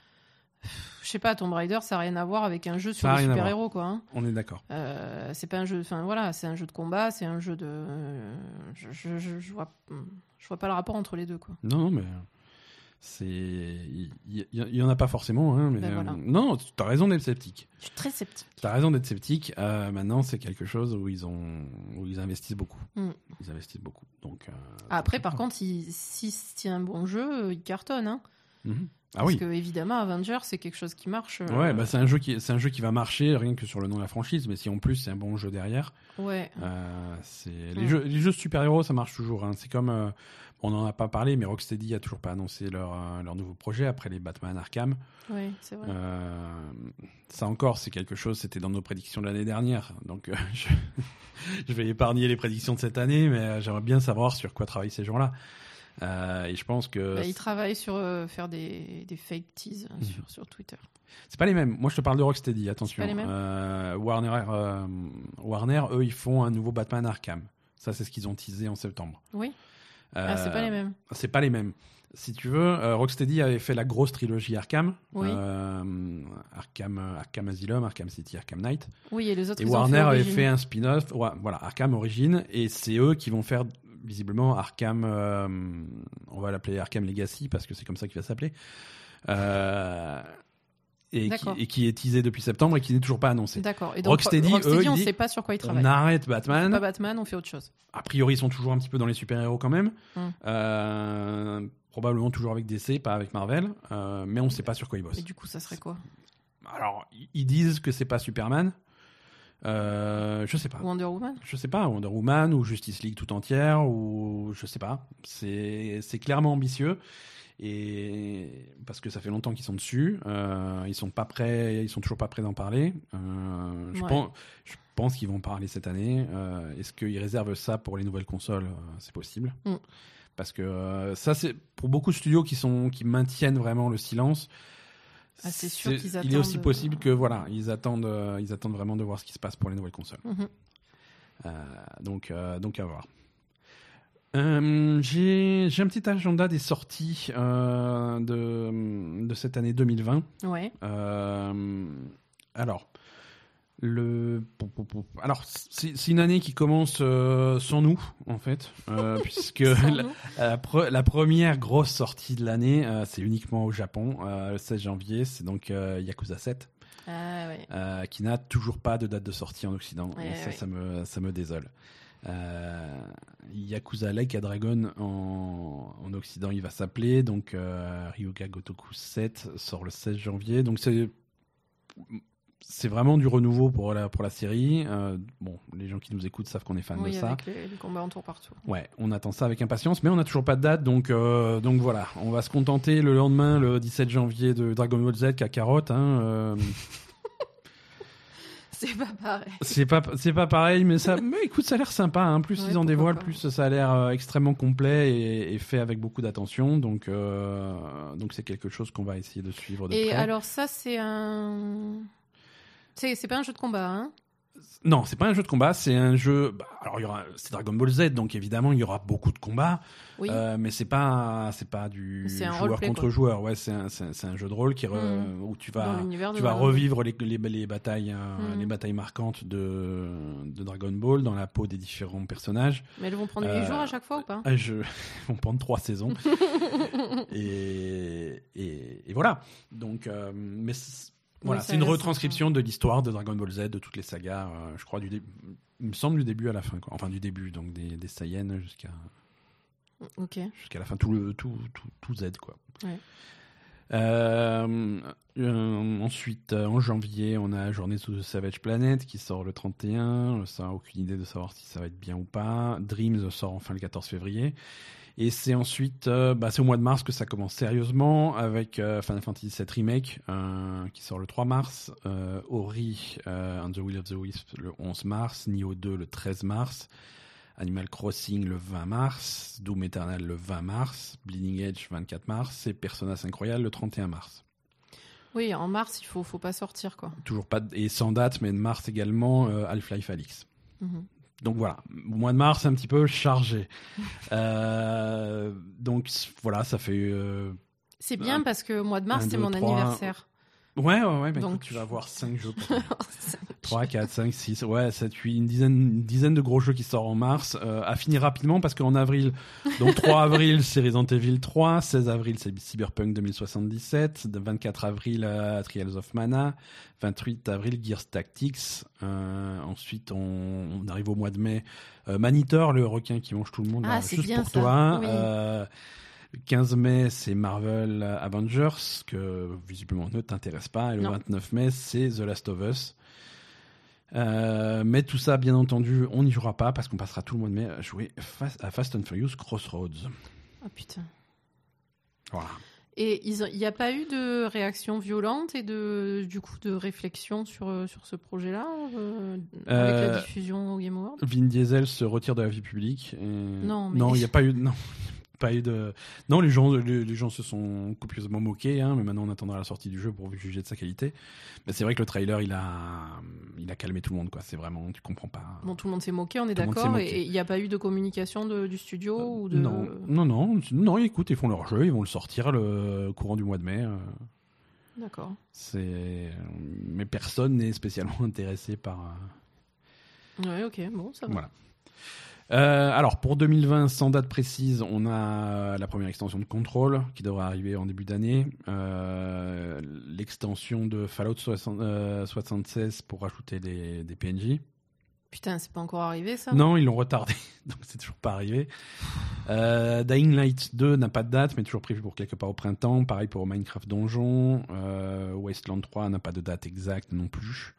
Je sais pas, Tomb Raider, ça n'a rien à voir avec un jeu sur des super-héros, quoi. Hein. On est d'accord. Euh, c'est pas un jeu, enfin voilà, c'est un jeu de combat, c'est un jeu de, euh, je, je, je, je vois, je vois pas le rapport entre les deux, quoi. Non, non, mais c'est, il y, y, y en a pas forcément, hein. Mais ben voilà. euh, non, t'as raison d'être sceptique. Je suis très sceptique. T'as raison d'être sceptique. Euh, maintenant, c'est quelque chose où ils ont, où ils investissent beaucoup. Mm. Ils investissent beaucoup. Donc. Euh, Après, par contre, si, si c'est un bon jeu, ils cartonnent, hein. Mm-hmm. Ah Parce oui. que évidemment, Avengers, c'est quelque chose qui marche. Euh... Ouais, bah c'est un jeu qui, c'est un jeu qui va marcher rien que sur le nom de la franchise, mais si en plus c'est un bon jeu derrière. Ouais. Euh, c'est ouais. les jeux, les jeux super héros, ça marche toujours. Hein. C'est comme, euh, on en a pas parlé, mais Rocksteady a toujours pas annoncé leur euh, leur nouveau projet après les Batman Arkham. Oui, c'est vrai. Euh, ça encore, c'est quelque chose. C'était dans nos prédictions de l'année dernière, donc euh, je, je vais épargner les prédictions de cette année, mais euh, j'aimerais bien savoir sur quoi travaillent ces gens-là. Euh, et je pense que bah, ils travaillent sur euh, faire des, des fake teas mmh. sur, sur Twitter. C'est pas les mêmes. Moi, je te parle de Rocksteady. Attention. C'est pas les mêmes. Euh, Warner, euh, Warner, eux, ils font un nouveau Batman Arkham. Ça, c'est ce qu'ils ont teasé en septembre. Oui. Euh, ah, c'est pas les mêmes. C'est pas les mêmes. Si tu veux, euh, Rocksteady avait fait la grosse trilogie Arkham. Oui. Euh, Arkham, Arkham Asylum, Arkham City, Arkham Knight. Oui, et les autres. Et ils Warner ont fait avait fait un spin-off. Ouais, voilà, Arkham Origins. Et c'est eux qui vont faire visiblement Arkham, euh, on va l'appeler Arkham Legacy parce que c'est comme ça qu'il va s'appeler, euh, et, qui, et qui est teasé depuis septembre et qui n'est toujours pas annoncé. D'accord. Et donc Rocksteady, Rocksteady eux, on ne dit, sait pas sur quoi ils travaillent. On arrête Batman. Pas Batman, on fait autre chose. A priori, ils sont toujours un petit peu dans les super-héros quand même. Hum. Euh, probablement toujours avec D C, pas avec Marvel, euh, mais on ne sait pas sur quoi ils bossent. Et du coup, ça serait quoi ? Alors, ils disent que c'est pas Superman. Euh, je sais pas. Wonder Woman. Je sais pas, Wonder Woman ou Justice League tout entière ou je sais pas. C'est c'est clairement ambitieux et parce que ça fait longtemps qu'ils sont dessus. Euh, ils sont pas prêts, ils sont toujours pas prêts d'en parler. Euh, je ouais. pense, je pense qu'ils vont parler cette année. Euh, est-ce qu'ils réservent ça pour les nouvelles consoles ? euh, C'est possible. Mm. Parce que euh, ça c'est pour beaucoup de studios qui sont qui maintiennent vraiment le silence. Ah, c'est sûr qu'ils attendent. Il est aussi possible que voilà, ils attendent, euh, ils attendent vraiment de voir ce qui se passe pour les nouvelles consoles. Mm-hmm. Euh, donc, euh, donc à voir. Euh, j'ai, j'ai un petit agenda des sorties euh, de de cette année deux mille vingt. Ouais. Euh, alors. Le... Alors, c'est, c'est une année qui commence euh, sans nous, en fait, euh, puisque la, la, pre- la première grosse sortie de l'année, euh, c'est uniquement au Japon, euh, le seize janvier, c'est donc euh, Yakuza sept, ah, ouais. euh, qui n'a toujours pas de date de sortie en Occident, ouais, et ça, ouais. ça me, ça me désole. Euh, Yakuza Like a Dragon en, en Occident, il va s'appeler, donc euh, Ryuga Gotoku sept sort le seize janvier, donc c'est... C'est vraiment du renouveau pour la, pour la série. Euh, bon, les gens qui nous écoutent savent qu'on est fan oui, de ça. avec les, les combats en tour partout. Ouais, on attend ça avec impatience, mais on n'a toujours pas de date, donc, euh, donc voilà. On va se contenter le lendemain, le dix-sept janvier, de Dragon Ball Z, Kakarot. Hein, euh... C'est pas pareil. C'est pas, c'est pas pareil, mais ça, mais écoute, ça a l'air sympa. Hein. Plus Ouais, ils en dévoilent, pas. plus ça a l'air euh, extrêmement complet et, et fait avec beaucoup d'attention. Donc, euh, donc c'est quelque chose qu'on va essayer de suivre de Et près. alors ça, c'est un... C'est, c'est pas un jeu de combat, hein? Non, c'est pas un jeu de combat, c'est un jeu. Bah, alors, il y aura, c'est Dragon Ball Z, donc évidemment, il y aura beaucoup de combats. Oui. Euh, mais c'est pas, c'est pas du C'est un joueur roleplay, contre quoi. joueur. Ouais, c'est un, c'est un, c'est un jeu de rôle qui re- Mm. où tu Dans vas, l'univers de tu vas Dragon Ball. revivre les, les, les batailles, euh, Mm. les batailles marquantes de, de Dragon Ball dans la peau des différents personnages. Mais elles vont prendre huit Euh, jours à chaque fois ou pas? Ah, je, on prend trois saisons. et, et, et voilà. Donc, euh, mais c'est- voilà, Oui, ça c'est a une l'air retranscription de l'histoire de Dragon Ball Z, de toutes les sagas, euh, je crois, du dé- il me semble du début à la fin, quoi. Enfin du début, donc des, des Saiyans jusqu'à Ok. jusqu'à la fin, tout, le, tout, tout, tout Z, quoi. Ouais. Euh, euh, ensuite, euh, en janvier, on a Journée sous the Savage Planet qui sort le trente et un. Ça n'a aucune idée de savoir si ça va être bien ou pas. Dreams sort enfin le quatorze février. Et c'est ensuite, euh, bah, c'est au mois de mars que ça commence sérieusement avec euh, Final Fantasy sept Remake euh, qui sort le trois mars, euh, Ori euh, and the Will of the Wisp le onze mars, Nioh deux le treize mars, Animal Crossing le vingt mars, Doom Eternal le vingt mars, Bleeding Edge vingt-quatre mars et Persona cinq Royal le trente et un mars. Oui, en mars, il faut, faut pas sortir, quoi. Toujours pas de- et sans date, mais de mars également euh, Half-Life Alyx. Mhm. Donc voilà, au mois de mars, un petit peu chargé. euh, donc voilà, ça fait. Euh... C'est bien Un- parce que au mois de mars, un, c'est deux, mon trois. anniversaire. Ouais, ouais, ouais. Bah, Donc, écoute, tu vas avoir cinq jeux. C'est- trois, quatre, cinq, six, ouais, sept, huit, une dizaine, une dizaine de gros jeux qui sortent en mars. Euh, à finir rapidement parce qu'en avril, donc trois avril, c'est Resident Evil trois, seize avril, c'est Cyberpunk deux mille soixante-dix-sept, vingt-quatre avril, euh, Trials of Mana, vingt-huit avril, Gears Tactics. Euh, ensuite, on, on arrive au mois de mai. Euh, Manitor, le requin qui mange tout le monde, Ah, là, c'est juste bien pour ça. toi. Oui. Euh, le quinze mai, c'est Marvel Avengers, que visiblement ne t'intéresse pas. Et le Non. vingt-neuf mai, c'est The Last of Us. Euh, mais tout ça, bien entendu, on n'y jouera pas parce qu'on passera tout le mois de mai à jouer Fast, à Fast and Furious Crossroads. Oh putain. Voilà. Et il n'y a pas eu de réaction violente et de, du coup de réflexion sur, euh, sur ce projet-là euh, avec Euh, la diffusion au Game Awards? Vin Diesel se retire de la vie publique. Et... Non, mais- Non, il n'y a pas eu de... Non. Pas eu de... Non, les gens, les, les gens se sont copieusement moqués, hein, mais maintenant on attendra la sortie du jeu pour juger de sa qualité. Mais c'est vrai que le trailer, il a, il a calmé tout le monde, quoi. C'est vraiment, tu comprends pas. Bon, tout le monde s'est moqué, on est Tout le monde s'est d'accord. moqué. Et il n'y a pas eu de communication de- du studio ou de... Non, non, non, non, écoute, ils font leur jeu, ils vont le sortir le courant du mois de mai. euh, D'accord. C'est, mais personne n'est spécialement intéressé par. euh, Ouais, ok, bon, ça va. Voilà. Euh, alors pour deux mille vingt, sans date précise, on a la première extension de Control qui devrait arriver en début d'année. Euh, l'extension de Fallout soixante, euh, soixante-seize pour rajouter des, des P N J. Putain, c'est pas encore arrivé ça? Non, ils l'ont retardé, donc c'est toujours pas arrivé. Euh, Dying Light deux n'a pas de date, mais toujours prévu pour quelque part au printemps. Pareil pour Minecraft Donjon. Euh, Wasteland trois n'a pas de date exacte non plus.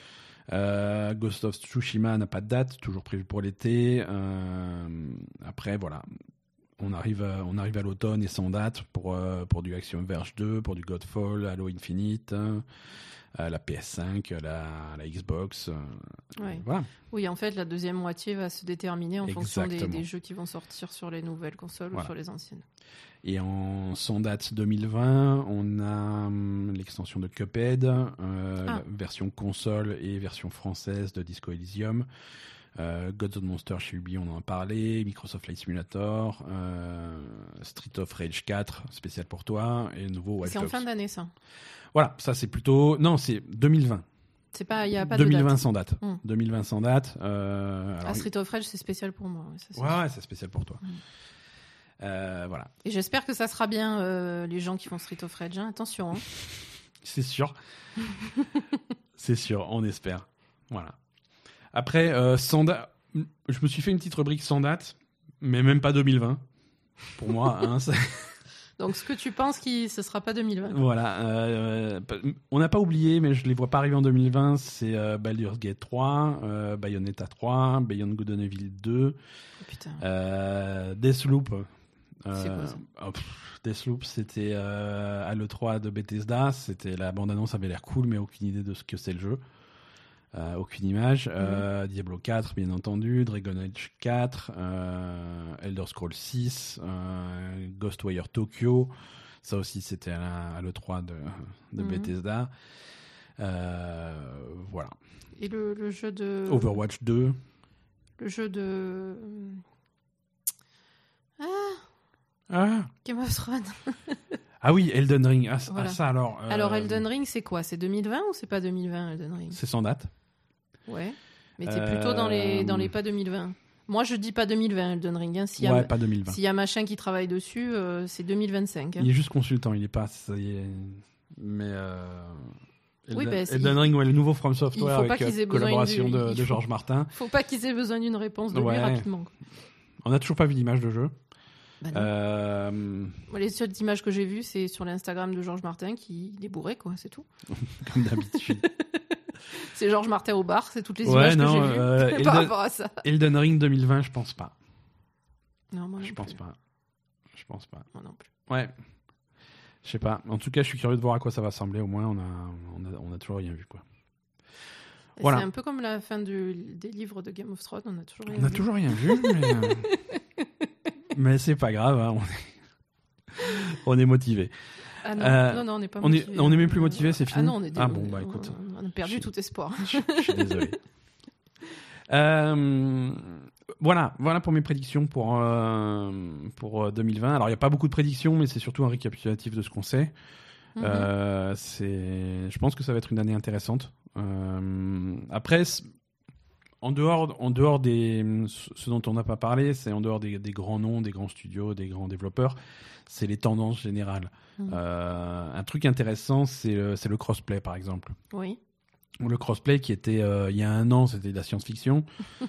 Euh, Ghost of Tsushima n'a pas de date, toujours prévu pour l'été. Euh, après, voilà. On arrive, à, on arrive à l'automne et sans date pour, euh, pour du Axiom Verge deux, pour du Godfall, Halo Infinite, euh, la P S cinq, la, la Xbox. Euh, Ouais. Voilà. Oui, en fait, la deuxième moitié va se déterminer en fonction des, Exactement. des jeux qui vont sortir sur les nouvelles consoles Voilà. ou sur les anciennes. Et en sans date deux mille vingt, on a hum, l'extension de Cuphead, euh, Ah. la version console et version française de Disco Elysium. Euh, Gods of Monsters chez Ubi, on en a parlé. Microsoft Flight Simulator. Euh, Street of Rage quatre, spécial pour toi. Et le nouveau Watch C'est en Dogs. fin d'année, ça. Voilà, ça c'est plutôt... Non, c'est deux mille vingt. C'est pas, il y a pas deux mille vingt de date. sans date. Hmm. deux mille vingt sans date. Euh, alors, Ah, Street of Rage, c'est spécial pour moi. Ouais, ça, c'est Ouais, sûr. ouais, c'est spécial pour toi. Mm. Euh, voilà, Et j'espère que ça sera bien euh, les gens qui font Street of Rage. Hein. Attention. Hein. c'est sûr. C'est sûr, on espère. Voilà. Après, euh, sans date, je me suis fait une petite rubrique sans date, mais même pas deux mille vingt. Pour moi, hein, ça- Donc, ce que tu penses, qui, ce sera pas deux mille vingt. voilà. Euh, on n'a pas oublié, mais je les vois pas arriver en deux mille vingt. C'est euh, Baldur's Gate trois, euh, Bayonetta trois, Beyond Good and Evil deux, Oh, putain. euh, Deathloop. Euh, C'est quoi ça oh, pff, Deathloop, c'était euh, à l'E trois de Bethesda. C'était la bande-annonce avait l'air cool, mais aucune idée de ce que c'est le jeu. Euh, aucune image. Euh, mmh. Diablo quatre, bien entendu. Dragon Age quatre. Euh, Elder Scrolls six. Euh, Ghostwire Tokyo. Ça aussi, c'était à, la, à l'E trois de, de mmh. Bethesda. Euh, voilà. Et le, le jeu de... Overwatch deux. Le jeu de... Ah, ah. Game of Thrones. Ah oui, Elden Ring. Ah, voilà. ah ça alors. Euh... Alors Elden Ring, c'est quoi? C'est deux mille vingt ou c'est pas deux mille vingt Elden Ring? C'est sans date. Ouais. Mais t'es plutôt dans les, dans les pas deux mille vingt. Moi, je dis pas deux mille vingt Elden Ring. Hein. S'il y a, ouais, pas deux mille vingt. S'il y a machin qui travaille dessus, euh, c'est deux mille vingt-cinq. Hein. Il est juste consultant, il est pas. Ça y est... Mais. Euh... Elden, oui, bah, Elden il... Ring, ouais, le nouveau From Software avec euh, collaboration du... de, de faut... Georges Martin. Faut pas qu'ils aient besoin d'une réponse de ouais. lui rapidement. On n'a toujours pas vu d'image de jeu. Bah euh... Moi, les seules images que j'ai vues, c'est sur l'Instagram de Georges Martin qui est bourré, quoi, c'est tout. Comme d'habitude. C'est Georges Martin au bar, c'est toutes les ouais, images non, que j'ai vues euh, par Elden... rapport à ça. Elden Ring deux mille vingt, je pense pas. Non, moi non Je pense plus. pas. Je pense pas. Moi non plus. Ouais. Je sais pas. En tout cas, je suis curieux de voir à quoi ça va ressembler. Au moins, on a, on a, on a toujours rien vu, quoi. Voilà. C'est un peu comme la fin du, des livres de Game of Thrones. On a toujours rien on a vu. toujours rien vu, mais, euh... mais c'est pas grave. Hein. On est, on est motivé. Ah non, euh, non, non, on n'est pas on motivé. Est, on est même plus motivé, c'est fini. Ah non, on est dé... Ah bon, bah écoute. On a perdu je... tout espoir. Je, je suis désolé. euh, voilà, voilà pour mes prédictions pour, euh, pour deux mille vingt. Alors, il n'y a pas beaucoup de prédictions, mais c'est surtout un récapitulatif de ce qu'on sait. Mm-hmm. Euh, c'est... Je pense que ça va être une année intéressante. Euh, après, en dehors, en dehors des... Ce dont on n'a pas parlé, c'est en dehors des, des grands noms, des grands studios, des grands développeurs, c'est les tendances générales. Mm-hmm. Euh, un truc intéressant, c'est, c'est le crossplay, par exemple. Oui. Le crossplay qui était euh, il y a un an, c'était de la science-fiction.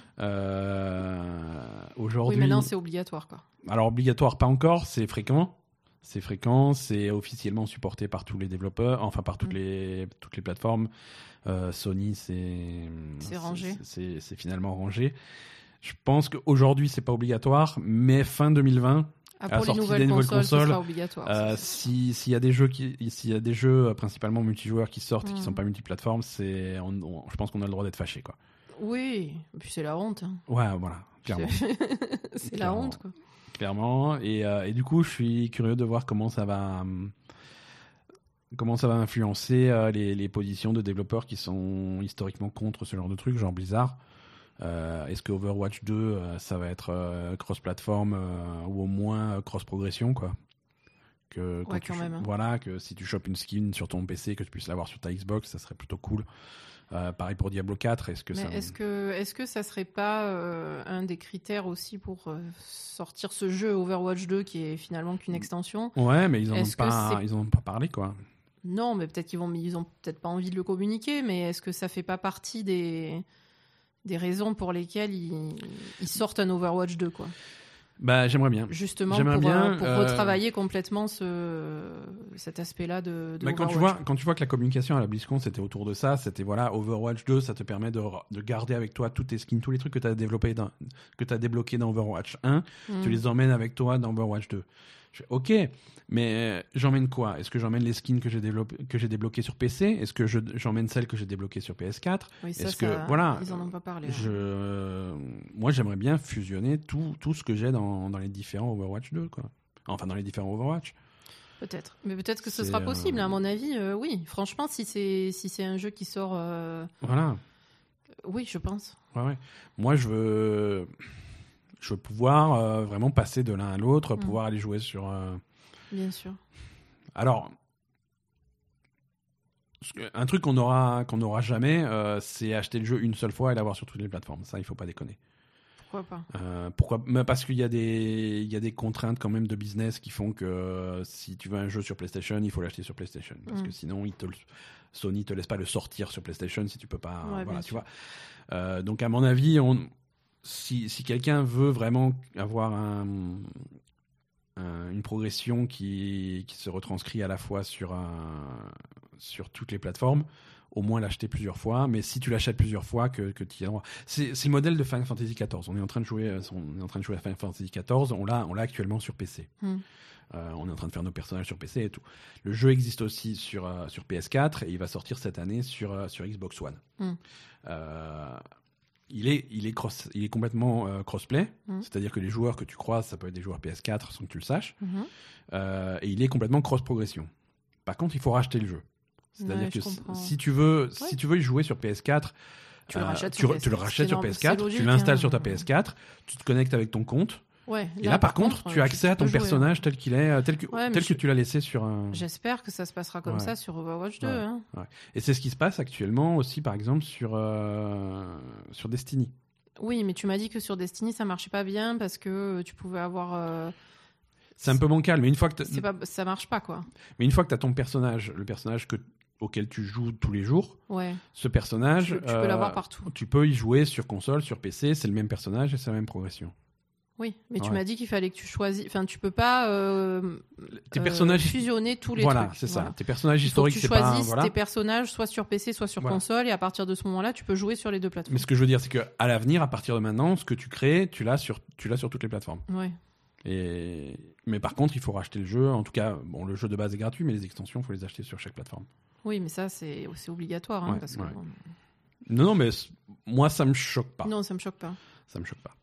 euh, aujourd'hui, oui, maintenant c'est obligatoire, quoi. Alors obligatoire, pas encore. C'est fréquent. C'est fréquent. C'est officiellement supporté par tous les développeurs, enfin par toutes mmh. les toutes les plateformes. Euh, Sony, c'est c'est rangé. C'est, c'est, c'est finalement rangé. Je pense qu'aujourd'hui c'est pas obligatoire, mais fin deux mille vingt. Ah, pour les nouvelles, des nouvelles consoles, consoles, ce sera obligatoire. Euh, si s'il y a des jeux qui, s'il y a des jeux euh, principalement multijoueurs qui sortent, mmh. qui sont pas multiplateformes, c'est, on, on, je pense qu'on a le droit d'être fâché, quoi. Oui, et puis c'est la honte. Hein. Ouais, voilà, clairement. c'est c'est clairement, la honte, quoi. Clairement, et, euh, et du coup, je suis curieux de voir comment ça va, hum, comment ça va influencer euh, les, les positions de développeurs qui sont historiquement contre ce genre de trucs, genre Blizzard. Euh, est-ce que Overwatch deux, euh, ça va être euh, cross-platform euh, ou au moins euh, cross-progression, quoi. Que, ouais, quand tu, même. Hein. Voilà, que si tu chopes une skin sur ton P C, que tu puisses l'avoir sur ta Xbox, ça serait plutôt cool. Euh, pareil pour Diablo quatre. Est-ce que Mais ça... est-ce que, est-ce que ça serait pas euh, un des critères aussi pour euh, sortir ce jeu Overwatch deux qui est finalement qu'une extension? Ouais, mais ils en ont pas, ils en ont pas parlé, quoi. Non, mais peut-être qu'ils vont, ils ont peut-être pas envie de le communiquer. Mais est-ce que ça fait pas partie des des raisons pour lesquelles ils, ils sortent un Overwatch deux, quoi? Bah, j'aimerais bien. Justement, j'aimerais pour, bien, pour euh... retravailler complètement ce, cet aspect-là de, de bah, quand tu vois, quand tu vois que la communication à la BlizzCon, c'était autour de ça, c'était voilà, Overwatch deux, ça te permet de, de garder avec toi tous tes skins, tous les trucs que tu as développés dans, que tu as débloqués dans Overwatch un, mm. tu les emmènes avec toi dans Overwatch deux. Je fais, ok, mais j'emmène quoi? Est-ce que j'emmène les skins que j'ai développés, que j'ai débloqués sur P C? Est-ce que je, j'emmène celles que j'ai débloquées sur P S quatre? Oui, ça, Est-ce ça, que voilà, ils en ont pas parlé. Je, euh, moi, j'aimerais bien fusionner tout, tout ce que j'ai dans, dans les différents Overwatch deux, quoi. Enfin, dans les différents Overwatch. Peut-être, mais peut-être que ce c'est, sera possible. Euh... À mon avis, euh, oui. Franchement, si c'est si c'est un jeu qui sort, euh... voilà. Oui, je pense. Ouais, ouais. Moi, je veux. Je veux pouvoir euh, vraiment passer de l'un à l'autre, mmh. pouvoir aller jouer sur... Euh... Bien sûr. Alors, un truc qu'on aura, qu'on n'aura jamais, euh, c'est acheter le jeu une seule fois et l'avoir sur toutes les plateformes. Ça, il ne faut pas déconner. Pourquoi pas euh, pourquoi... Mais parce qu'il y a, des... il y a des contraintes quand même de business qui font que euh, si tu veux un jeu sur PlayStation, il faut l'acheter sur PlayStation. Parce mmh. que sinon, il te le... Sony ne te laisse pas le sortir sur PlayStation si tu ne peux pas... Ouais, voilà, tu vois. Euh, donc, à mon avis, on... Si, si quelqu'un veut vraiment avoir un, un, une progression qui, qui se retranscrit à la fois sur, un, sur toutes les plateformes, au moins l'acheter plusieurs fois, mais si tu l'achètes plusieurs fois, que, que tu y as droit. C'est, c'est le modèle de Final Fantasy quatorze. On est en train de jouer, on est en train de jouer à Final Fantasy quatorze, on l'a, on l'a actuellement sur P C. Mm. Euh, on est en train de faire nos personnages sur P C et tout. Le jeu existe aussi sur, euh, sur P S quatre et il va sortir cette année sur, euh, sur Xbox One. Mm. Euh, il, est, il, est cross, il est complètement euh, crossplay, mm. c'est-à-dire que les joueurs que tu croises, ça peut être des joueurs P S quatre sans que tu le saches. Mm-hmm. Euh, et il est complètement cross-progression. Par contre, il faut racheter le jeu. C'est-à-dire ouais, que comprends. si tu, veux, ouais. si tu veux y jouer sur P S quatre, tu le rachètes euh, sur, tu, P S quatre, tu le rachètes sur P S quatre, logique, tu l'installes hein. sur ta P S quatre, tu te connectes avec ton compte. Ouais, et là, là par, par contre, contre, tu as accès à ton jouer, personnage hein. tel qu'il est, tel que, ouais, tel je... que tu l'as laissé sur un... J'espère que ça se passera comme ouais. ça sur Overwatch deux. Ouais. Hein. Ouais. Et c'est ce qui se passe actuellement aussi, par exemple, sur, euh, sur Destiny. Oui, mais tu m'as dit que sur Destiny, ça marchait pas bien parce que tu pouvais avoir... Euh... C'est un peu bancal, mais une fois que... C'est pas... ça marche pas, quoi. Mais une fois que tu as ton personnage, le personnage que... auquel tu joues tous les jours, ouais. ce personnage... Tu, tu euh, peux l'avoir partout. Tu peux y jouer sur console, sur P C, c'est le même personnage et c'est la même progression. Oui, mais tu ouais. m'as dit qu'il fallait que tu choisisses... Enfin, tu peux pas euh, tes personnages... euh, fusionner tous les voilà, trucs. C'est voilà, c'est ça. Tes personnages Il faut historiques, que tu c'est pas... choisisses Voilà. tes personnages soit sur P C, soit sur voilà. console, et à partir de ce moment-là, tu peux jouer sur les deux plateformes. Mais ce que je veux dire, c'est qu'à l'avenir, à partir de maintenant, ce que tu crées, tu l'as sur, tu l'as sur toutes les plateformes. Ouais. Et... Mais par contre, il faut racheter le jeu. En tout cas, bon, le jeu de base est gratuit, mais les extensions, il faut les acheter sur chaque plateforme. Oui, mais ça, c'est, c'est obligatoire. Hein, ouais, parce ouais. que, bon... Non, non, mais moi, ça me choque pas. Non, ça me choque pas. Ça me choque pas.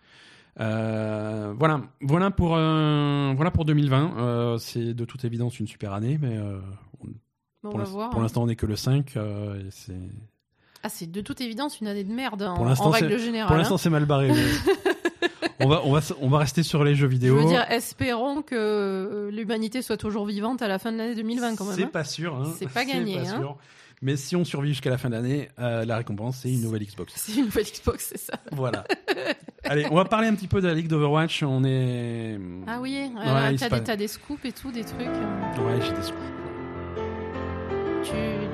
Euh, voilà, voilà pour, euh, voilà pour deux mille vingt. Euh, c'est de toute évidence une super année, mais euh, on, bon, pour, on va l'inst- voir, pour hein. l'instant, on n'est que le cinq. Euh, et c'est... Ah, c'est de toute évidence une année de merde en, pour l'instant, en règle c'est, générale. Pour l'instant, hein. c'est mal barré. Mais... on, va, on, va, on va rester sur les jeux vidéo. Je veux dire, espérons que l'humanité soit toujours vivante à la fin de l'année deux mille vingt quand même. C'est hein. pas sûr. Hein. C'est pas gagné. C'est pas hein. sûr. Mais si on survit jusqu'à la fin de l'année, euh, la récompense, c'est une nouvelle Xbox. C'est une nouvelle Xbox, c'est ça. Voilà. Allez, on va parler un petit peu de la Ligue d'Overwatch. On est... Ah oui, euh, ouais, t'as, pas... des, t'as des scoops et tout, des trucs. Ouais, j'ai des scoops. Tu...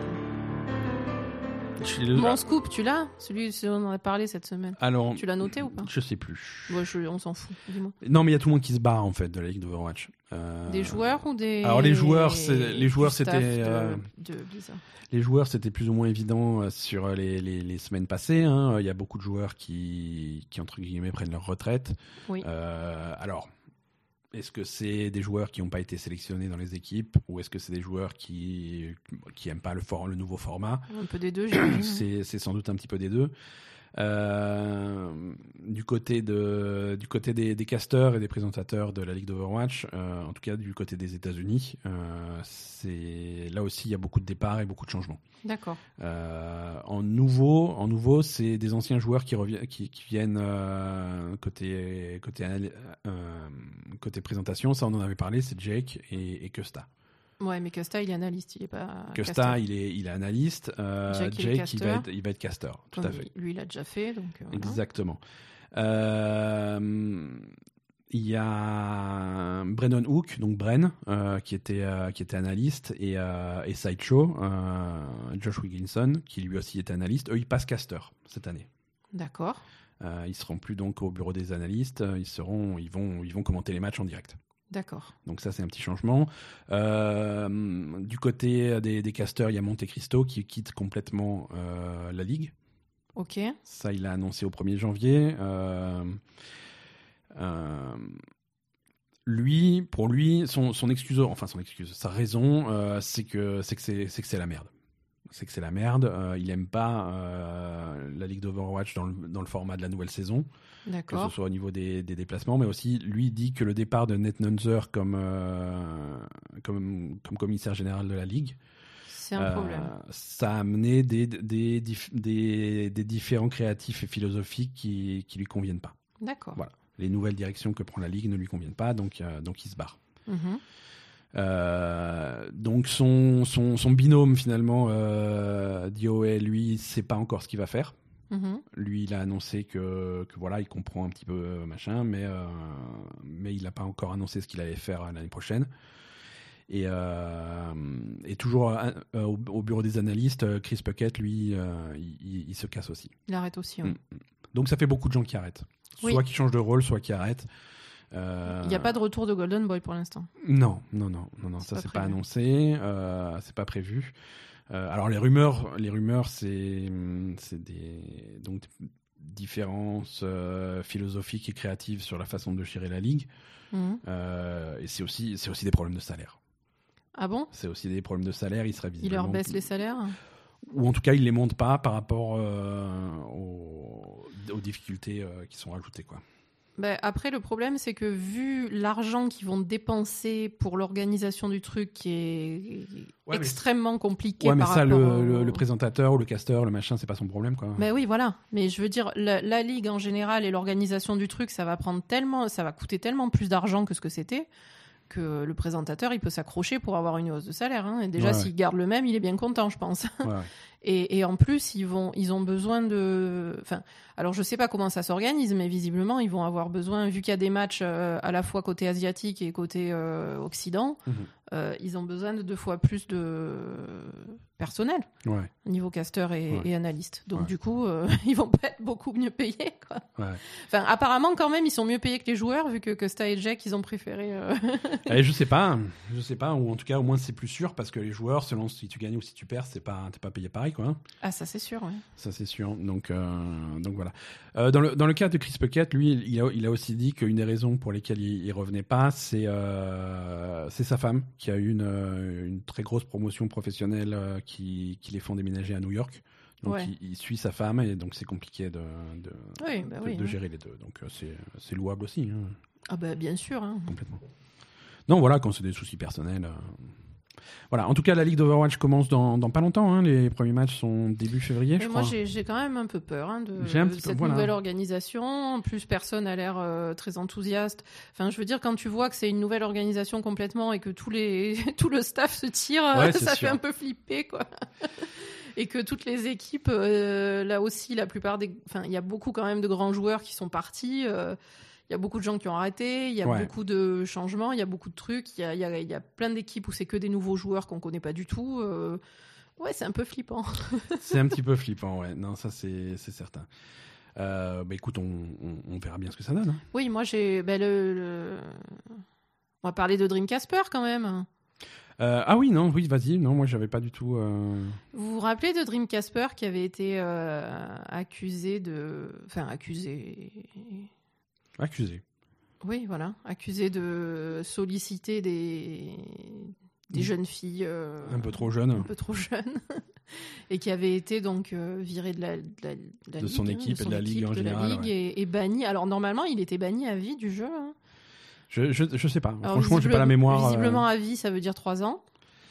Le... Mon scoop, tu l'as ? Celui dont on en a parlé cette semaine. Alors, tu l'as noté ou pas ? Je sais plus. Ouais, je, on s'en fout, dis-moi. Non, mais il y a tout le monde qui se barre en fait de la Ligue d'Overwatch. Euh... Des joueurs ou des... Alors les joueurs, c'est... les joueurs c'était... Euh... De... De les joueurs, c'était plus ou moins évident sur les, les, les semaines passées. Hein. Il y a beaucoup de joueurs qui, qui entre guillemets, prennent leur retraite. Oui. Euh, alors... Est-ce que c'est des joueurs qui n'ont pas été sélectionnés dans les équipes ou est-ce que c'est des joueurs qui qui aiment pas le, for- le nouveau format ? Un peu des deux, j'imagine. c'est, c'est sans doute un petit peu des deux. Euh, du côté de du côté des, des casteurs et des présentateurs de la Ligue d'Overwatch, euh, en tout cas du côté des États-Unis, euh, c'est là aussi il y a beaucoup de départs et beaucoup de changements. D'accord. Euh, en nouveau, en nouveau, c'est des anciens joueurs qui reviennent, qui, qui viennent euh, côté côté euh, côté présentation. Ça, on en avait parlé. C'est Jake et, et Kusta. Ouais, mais Kusta, il est analyste, il est pas. Kusta, il est, il est analyste. Euh, Jake, Jake il, il va être, il va être caster. Tout Comme à fait. Lui, il l'a déjà fait, donc. Euh, Exactement. Euh, il y a Brennan Hook, donc Bren, euh, qui était, euh, qui était analyste, et, euh, et Sideshow, euh, Josh Wigginson, qui lui aussi était analyste. Eux, ils passent caster cette année. D'accord. Euh, ils seront plus donc au bureau des analystes. Ils seront, ils vont, ils vont commenter les matchs en direct. D'accord. Donc ça, c'est un petit changement. Euh, du côté des, des casters, il y a Monte Cristo qui quitte complètement euh, la ligue. Ok. Ça, il l'a annoncé au premier janvier. Euh, euh, lui, pour lui, son, son excuse, enfin son excuse, sa raison, euh, c'est que c'est que c'est, c'est que c'est la merde. C'est que c'est la merde. Euh, il aime pas euh, la ligue d'Overwatch dans le, dans le format de la nouvelle saison. D'accord. Que ce soit au niveau des, des déplacements, mais aussi lui dit que le départ de Nate Nunzer comme, euh, comme, comme commissaire général de la ligue, c'est un euh, problème. Ça a amené des, des, des, des, des différents créatifs et philosophiques qui qui lui conviennent pas. D'accord. Voilà. Les nouvelles directions que prend la ligue ne lui conviennent pas, donc, euh, donc il se barre. Mm-hmm. Euh, donc son, son, son binôme finalement, euh, D O A, lui, sait pas encore ce qu'il va faire. Mmh. Lui, il a annoncé que, que voilà, il comprend un petit peu euh, machin, mais, euh, mais il n'a pas encore annoncé ce qu'il allait faire l'année prochaine. Et, euh, et toujours euh, au, au bureau des analystes, Chris Puckett, lui, euh, il, il se casse aussi. Il arrête aussi. Ouais. Mmh. Donc ça fait beaucoup de gens qui arrêtent. Soit oui. qui changent de rôle, soit qui arrêtent. Euh... Il n'y a pas de retour de Golden Boy pour l'instant. Non, non, non, non, non, ça pas c'est prévu. pas annoncé, euh, c'est pas prévu. Euh, alors les rumeurs, les rumeurs, c'est, c'est des donc différences euh, philosophiques et créatives sur la façon de gérer la ligue. Mmh. Euh, et c'est aussi, c'est aussi des problèmes de salaire. Ah bon ? C'est aussi des problèmes de salaire. Ils seraient Ils visiblement leur baissent les salaires ? ou en tout cas ils les montent pas par rapport euh, aux, aux difficultés euh, qui sont rajoutées, quoi. Ben, après, le problème, c'est que vu l'argent qu'ils vont dépenser pour l'organisation du truc qui est Ouais, extrêmement compliqué Ouais, mais par ça, le, rapport au... le, le présentateur ou le casteur, le machin, c'est pas son problème, quoi. Ben oui, voilà. Mais je veux dire, la, la ligue en général et l'organisation du truc, ça va prendre tellement, ça va coûter tellement plus d'argent que ce que c'était, que le présentateur, il peut s'accrocher pour avoir une hausse de salaire. Hein. Et déjà, Ouais, s'il ouais. garde le même, il est bien content, je pense. Ouais, ouais. Et, et en plus, ils vont, ils ont besoin de. Enfin, alors je sais pas comment ça s'organise, mais visiblement, ils vont avoir besoin, vu qu'il y a des matchs euh, à la fois côté asiatique et côté euh, occident, Mhm. euh, ils ont besoin de deux fois plus de personnel Ouais, niveau casteur et, Ouais. et analyste. Donc Ouais. du coup, euh, ils vont pas être beaucoup mieux payés, quoi. ouais. Enfin, apparemment, quand même, ils sont mieux payés que les joueurs, vu que Costa et Jack, ils ont préféré. euh, Et je sais pas, je sais pas, ou en tout cas, au moins c'est plus sûr parce que les joueurs, selon si tu gagnes ou si tu perds, c'est pas, t'es pas payé pareil, quoi. Ah, ça c'est sûr, ouais. Ça c'est sûr. Donc, euh, donc voilà. Euh, dans le dans le cas de Chris Puckett, lui, il a, il a aussi dit qu'une des raisons pour lesquelles il, il revenait pas, c'est euh, c'est sa femme qui a eu une euh, une très grosse promotion professionnelle euh, qui qui les font déménager à New York. Donc Ouais. il, il suit sa femme et donc c'est compliqué de de, Oui, bah de, oui. de hein. gérer les deux. Donc euh, c'est c'est louable aussi, hein, Ah bah bien sûr. Hein. complètement. Non, voilà, quand c'est des soucis personnels. euh, Voilà. En tout cas, la ligue d'Overwatch commence dans, dans pas longtemps. Hein. Les premiers matchs sont début février, Mais je moi, crois. j'ai, j'ai quand même un peu peur hein, de, J'ai un de petit peu, cette voilà. nouvelle organisation. En plus, personne n'a l'air euh, très enthousiaste. Enfin, je veux dire, quand tu vois que c'est une nouvelle organisation complètement et que tous les, tout le staff se tire, Ouais, c'est ça sûr. fait un peu flipper, quoi. Et que toutes les équipes, euh, là aussi, la plupart des... Enfin, il y a beaucoup quand même de grands joueurs qui sont partis. euh, Il y a beaucoup de gens qui ont arrêté, il y a Ouais. beaucoup de changements, il y a beaucoup de trucs. Il y a, il y a, il y a plein d'équipes où c'est que des nouveaux joueurs qu'on connaît pas du tout. euh, Ouais, c'est un peu flippant. C'est un petit peu flippant, ouais. Non, ça, c'est, c'est certain. Euh, bah écoute, on, on, on verra bien ce que ça donne. Hein. Oui, moi j'ai. Ben, le, le- On va parler de Dream Casper quand même. Euh, ah oui, non, oui, vas-y. Non, moi, j'avais pas du tout. Euh... Vous vous rappelez de Dream Casper qui avait été euh, accusé de. Enfin, accusé. Accusé. Oui, voilà. Accusé de solliciter des, des Mm. jeunes filles. euh, Un peu trop jeune. Un peu trop jeunes. Et qui avait été donc euh, viré de la, de la, de la De ligue, son hein, équipe et son de la ligue en de la général, ligue ouais. et, et banni. Alors normalement, il était banni à vie du jeu. Hein. Je, je, je sais pas. Alors, Franchement, j'ai pas la visiblement- mémoire. euh, Visiblement à vie, ça veut dire trois ans.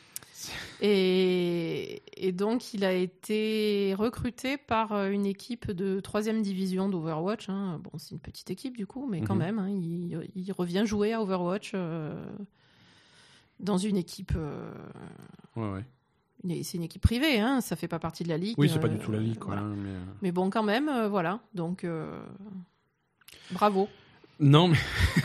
Et, et donc, il a été recruté par euh, une équipe de troisième division d'Overwatch. Hein. Bon, c'est une petite équipe du coup, mais quand Mhm. même, hein, il, il revient jouer à Overwatch euh, dans une équipe. euh, Ouais, ouais. une- c'est une équipe privée, hein, ça fait pas partie de la ligue. Oui, c'est pas euh, du tout la ligue, quoi. voilà. hein, mais, euh, Mais bon, quand même, euh, voilà. Donc, euh, bravo. Non, mais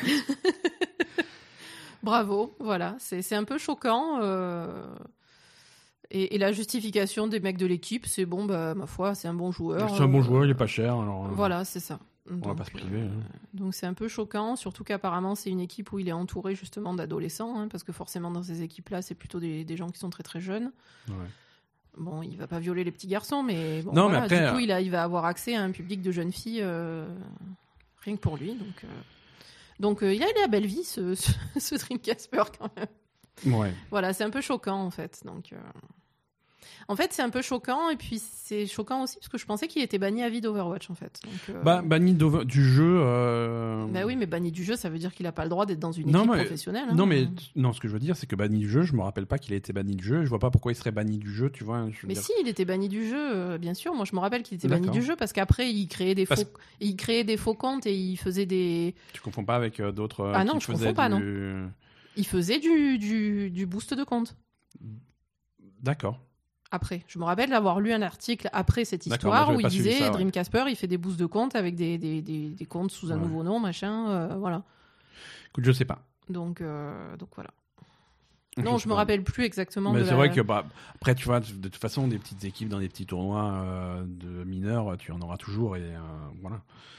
Bravo, voilà. C'est c'est un peu choquant. euh, Et, et la justification des mecs de l'équipe, c'est bon, bah, ma foi, c'est un bon joueur. c'est un bon euh, joueur, il est pas cher. Alors, euh, Voilà, c'est ça. on va Donc, pas se priver. euh, hein. Donc c'est un peu choquant, surtout qu'apparemment c'est une équipe où il est entouré justement d'adolescents, hein, parce que forcément dans ces équipes-là, c'est plutôt des, des gens qui sont très très jeunes. Ouais. Bon, il va pas violer les petits garçons, mais bon, Non, mais voilà, après, du coup, euh, il, a, il va avoir accès à un public de jeunes filles euh, rien que pour lui. Donc, euh, donc euh, il a la belle vie, ce, ce, ce Dream Casper quand même. Ouais. Voilà, c'est un peu choquant en fait. Donc, euh, en fait, c'est un peu choquant et puis c'est choquant aussi parce que je pensais qu'il était banni à vie d'Overwatch en fait. Donc, euh, Bah, banni d'over- du jeu. Euh... bah oui, mais banni du jeu, ça veut dire qu'il a pas le droit d'être dans une Non, équipe mais- professionnelle. hein. Non, mais non, ce que je veux dire, c'est que banni du jeu, je me rappelle pas qu'il a été banni du jeu. Je vois pas pourquoi il serait banni du jeu, tu vois. Je veux Mais dire- si, il était banni du jeu, euh, bien sûr. Moi, je me rappelle qu'il était banni D'accord. du jeu parce qu'après, il créait des Parce- faux, il créait des faux comptes et il faisait des, Tu confonds pas avec euh, d'autres. euh, Ah qui non, je faisaient confonds pas, du... il faisait du, du, du boost de compte. D'accord. Après, je me rappelle d'avoir lu un article après cette D'accord, histoire moi, j'avais où il pas suivi disait ça, ouais. Dream Casper, il fait des boosts de compte avec des, des, des, des comptes sous un Ouais. nouveau nom, machin, euh, voilà. Écoute, je sais pas. Donc, euh, donc voilà. Je Non, sais je me pas. rappelle plus exactement. Mais de c'est la- vrai que bah, après, tu vois, de toute façon, des petites équipes dans des petits tournois euh, de mineurs, tu en auras toujours et euh, voilà.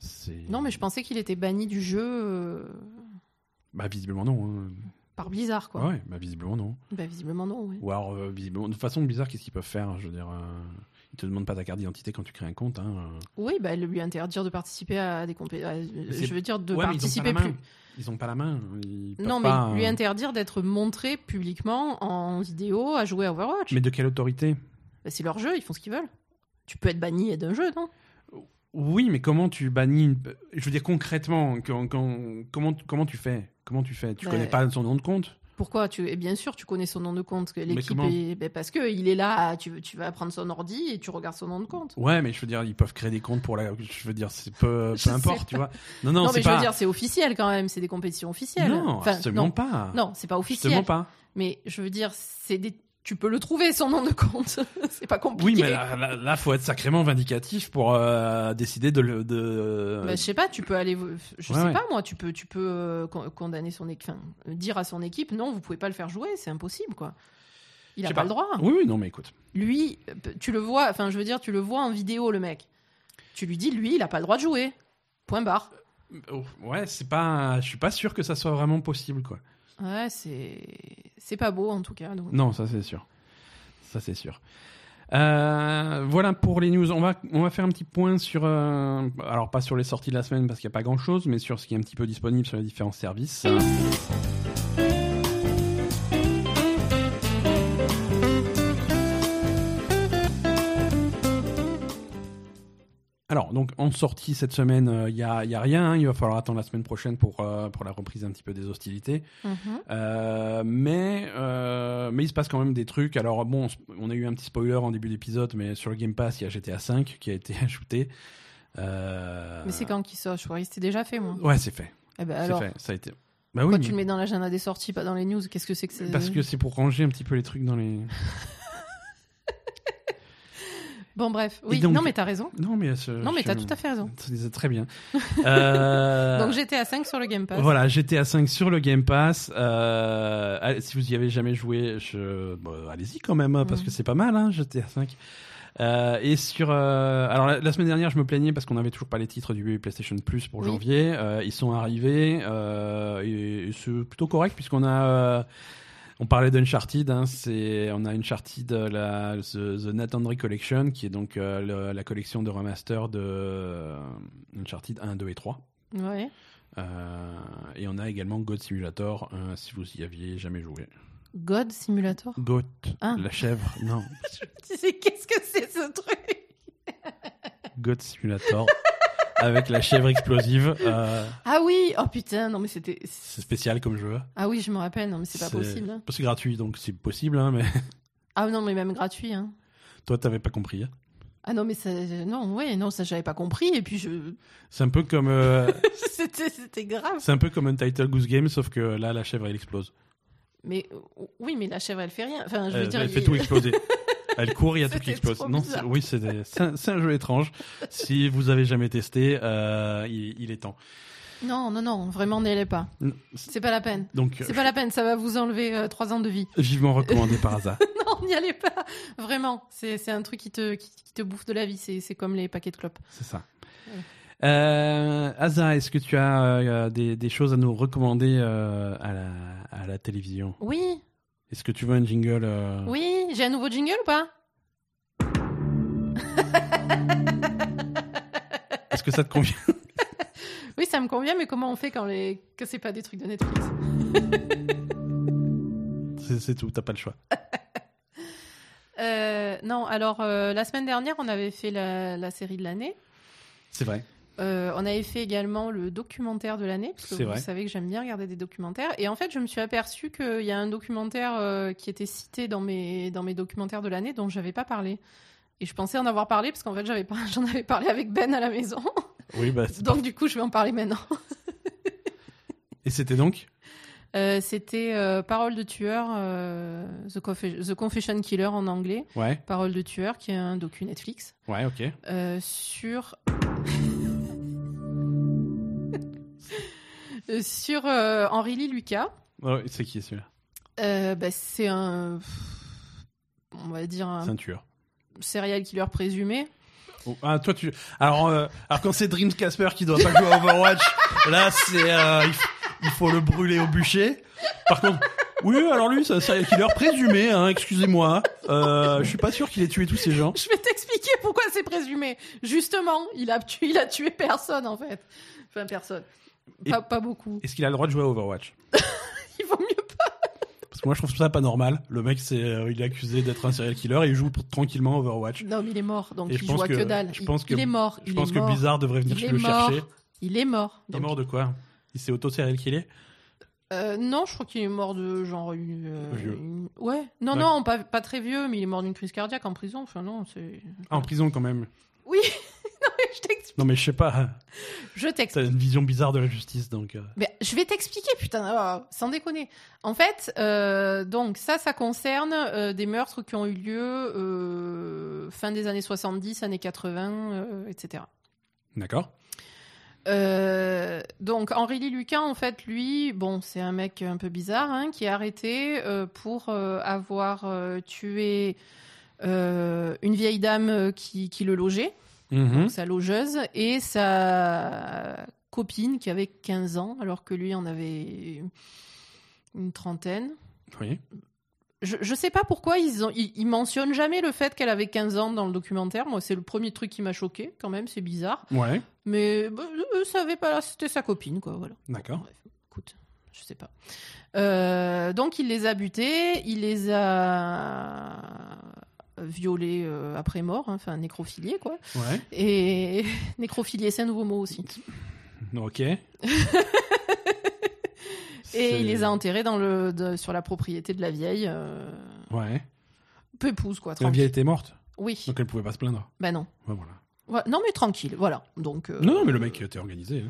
C'est... Non, mais je pensais qu'il était banni du jeu euh, Bah, visiblement non. Hein. par Blizzard, quoi. Ouais, bah, visiblement non. Bah, visiblement non, oui. Ou alors, euh, visiblement... De toute façon, Blizzard, qu'est-ce qu'ils peuvent faire? Je veux dire, euh... ils te demandent pas ta carte d'identité quand tu crées un compte. Hein. Oui, bah, lui interdire de participer à des compétitions. Je veux dire, de ouais, participer mais ils ont pas la plus. main. Ils ont pas la main. Ils peuvent Non, pas, mais lui euh... interdire d'être montré publiquement en vidéo à jouer à Overwatch. Mais de quelle autorité? Bah, c'est leur jeu, ils font ce qu'ils veulent. Tu peux être banni d'un jeu, non? Oui, mais comment tu bannis une... Je veux dire, concrètement, quand, quand, comment, comment tu fais? Comment tu fais? Tu bah, connais pas son nom de compte? Pourquoi tu... Et bien sûr, tu connais son nom de compte. Que l'équipe comment est... bah, parce qu'il est là, tu, tu vas prendre son ordi et tu regardes son nom de compte. Ouais, mais je veux dire, ils peuvent créer des comptes pour la... Je veux dire, c'est peu, peu importe, tu vois. Non, non, non c'est mais pas... je veux dire, c'est officiel quand même. C'est des compétitions officielles. Non, enfin, absolument non. pas. Non, c'est pas officiel. Absolument pas. Mais je veux dire, c'est des... tu peux le trouver, son nom de compte. C'est pas compliqué. Oui, mais là, là, là, faut être sacrément vindicatif pour euh, décider de... le- de... Bah, je sais pas, tu peux aller, je Ouais, sais ouais. pas moi, tu peux, tu peux euh, con- condamner son équipe, enfin, euh, dire à son équipe, non, vous pouvez pas le faire jouer, c'est impossible, quoi. Il Je a sais pas, pas. le droit. Oui, oui, non, mais écoute. Lui, euh, tu le vois, enfin, je veux dire, tu le vois en vidéo, le mec. Tu lui dis, lui, il a pas le droit de jouer. Point barre. Oh, ouais, c'est pas... Je suis pas sûr que ça soit vraiment possible, quoi. Ouais, c'est, c'est pas beau en tout cas. Donc. Non, ça c'est sûr. Ça c'est sûr. Euh, voilà pour les news. On va, on va faire un petit point sur, euh, alors pas sur les sorties de la semaine parce qu'il n'y a pas grand chose, mais sur ce qui est un petit peu disponible sur les différents services. Alors, donc, en sortie cette semaine, il euh, n'y a, y a rien. Hein. Il va falloir attendre la semaine prochaine pour, euh, pour la reprise un petit peu des hostilités. Mm-hmm. Euh, mais, euh, mais il se passe quand même des trucs. Alors, bon, on a eu un petit spoiler en début d'épisode, mais sur le Game Pass, il y a G T A cinq qui a été ajouté. Euh... Mais c'est quand qu'il sort? Je croyais que c'était déjà fait, moi. Ouais, c'est fait. Eh ben c'est alors, fait. Ça a été... Bah pourquoi oui, tu mais... le mets dans l'agenda des sorties, pas dans les news? Qu'est-ce que c'est que c'est? Parce que c'est pour ranger un petit peu les trucs dans les... Bon, bref. Oui, donc... non, mais t'as raison. Non, mais, ce... non, mais je... t'as tout à fait raison. C'est très bien. euh... Donc, G T A cinq sur le Game Pass. Voilà, G T A cinq sur le Game Pass. Euh... Si vous y avez jamais joué, je... bon, allez-y quand même, hein, parce mmh. que c'est pas mal, hein, G T A cinq. Euh, et sur, euh... alors la, la semaine dernière, je me plaignais parce qu'on avait toujours pas les titres du PlayStation Plus pour oui. janvier. Euh, ils sont arrivés euh, et, et c'est plutôt correct puisqu'on a... Euh... On parlait d'Uncharted, hein, c'est, on a Uncharted, la, the, the Nathan Drake Collection, qui est donc euh, le, la collection de remaster de euh, Uncharted un, deux et trois. Ouais. Euh, et on a également God Simulator, euh, si vous y aviez jamais joué. God Simulator? Goat, ah. la chèvre, non. Tu sais, qu'est-ce que c'est ce truc? God Simulator. Avec la chèvre explosive. Euh... Ah oui, oh putain, non mais c'était... C'est spécial comme jeu. Ah oui, je me rappelle, non mais c'est pas c'est... possible. Hein. C'est gratuit, donc c'est possible, hein, mais... Ah non, mais même gratuit. Hein. Toi, t'avais pas compris. Hein. Ah non, mais ça... Non, ouais, non, ça j'avais pas compris, et puis je... C'est un peu comme... Euh... c'était, c'était grave. C'est un peu comme un Title Goose Game, sauf que là, la chèvre, elle explose. Mais oui, mais la chèvre, elle fait rien. Enfin, je veux elle, dire... elle il... fait tout exploser. Elle court, il y a tout qui C'était explose. Non, c'est, oui, c'est, des, c'est, un, c'est un jeu étrange. Si vous avez jamais testé, euh, il, il est temps. Non, non, non, vraiment, n'y allez pas. Non, c'est pas la peine. Donc, c'est pas la peine, ça va vous enlever euh, trois ans de vie. Vivement recommandé par hasard. Non, n'y allez pas. Vraiment, c'est, c'est un truc qui te, qui, qui te bouffe de la vie. C'est, c'est comme les paquets de clopes. C'est ça. Ouais. Euh, Asa, est-ce que tu as euh, des, des choses à nous recommander euh, à, la, à la télévision? Oui. Est-ce que tu veux un jingle euh... Oui, j'ai un nouveau jingle ou pas? Est-ce que ça te convient? Oui, ça me convient, mais comment on fait quand les... que c'est pas des trucs de Netflix? c'est, c'est tout, t'as pas le choix. euh, non, alors euh, la semaine dernière, on avait fait la, la série de l'année. C'est vrai. Euh, on avait fait également le documentaire de l'année, parce que c'est vous vrai. savez que j'aime bien regarder des documentaires. Et en fait, je me suis aperçue qu'il y a un documentaire euh, qui était cité dans mes, dans mes documentaires de l'année dont je n'avais pas parlé. Et je pensais en avoir parlé, parce qu'en fait, j'avais pas, j'en avais parlé avec Ben à la maison. Oui, bah, c'est donc pas... du coup, je vais en parler maintenant. Et c'était donc euh, C'était euh, Parole de tueur, euh, The, Conf- The Confession Killer en anglais. Ouais. Parole de tueur, qui est un docu Netflix. Ouais, ok. Euh, sur... sur euh, Henry Lee Lucas. Oh, c'est qui celui-là? euh, bah, C'est un... On va dire un... C'est un tueur. Serial killer présumé. Oh, ah, toi, tu. Alors, euh, alors quand c'est Dream Casper qui doit pas jouer à Overwatch, là, c'est, euh, il, f- il faut le brûler au bûcher. Par contre, oui, alors lui, c'est un serial killer présumé, hein, excusez-moi. Euh, je suis pas sûr qu'il ait tué tous ces gens. Je vais t'expliquer pourquoi c'est présumé. Justement, il a tué, il a tué personne en fait. Enfin, personne. Pas, Et- pas beaucoup. Est-ce qu'il a le droit de jouer à Overwatch? Il vaut mieux pas. Parce que moi, je trouve ça pas normal. Le mec, c'est, euh, il est accusé d'être un serial killer et il joue pour- tranquillement à Overwatch. Non, mais il est mort, donc Et il je joue pense à que, que- dalle. je Il- pense que- il est mort. Je il pense est que mort. Blizzard devrait venir Il est le mort. chercher. Il est mort. Il est Donc, mort de quoi? Il s'est auto-serial killé? euh, non, je crois qu'il est mort de genre une. euh, Vieux. une- Ouais. Non, Ouais. non, pas, pas très vieux, mais il est mort d'une crise cardiaque en prison. Enfin, non, c'est. Ah, en prison quand même. Oui. Non, mais je t'explique. Non mais je sais pas. Je t'explique. T'as une vision bizarre de la justice donc. euh. Mais je vais t'expliquer, putain, oh, sans déconner. En fait, euh, donc ça, ça concerne euh, des meurtres qui ont eu lieu euh, fin des années soixante-dix, années quatre-vingts, euh, et cetera. D'accord. Euh, donc Henri Lee Lucan, en fait, lui, bon, c'est un mec un peu bizarre, hein, qui est arrêté euh, pour euh, avoir euh, tué euh, une vieille dame euh, qui, qui le logeait, Mhm. sa logeuse, et sa copine qui avait quinze ans, alors que lui en avait une trentaine. Oui. Je, je sais pas pourquoi ils, ont, ils, ils mentionnent jamais le fait qu'elle avait quinze ans dans le documentaire. Moi, c'est le premier truc qui m'a choqué, quand même, c'est bizarre. Ouais. Mais bah, eux savaient pas, là, c'était sa copine, quoi, voilà. D'accord. Bref, écoute, je sais pas. Euh, donc, il les a butés, il les a violés euh, après mort, hein, enfin, nécrophiliés, quoi. Ouais. Et nécrophilié, c'est un nouveau mot aussi. Ok. Et C'est- il les a enterrés dans le, de- sur la propriété de la vieille. Euh, Ouais. Pépouze, quoi, La tranquille. vieille était morte, Oui, donc elle pouvait pas se plaindre. bah non. Ouais, voilà. Ouais, non, mais tranquille, voilà. Donc, euh, Non, non, mais le mec était organisé.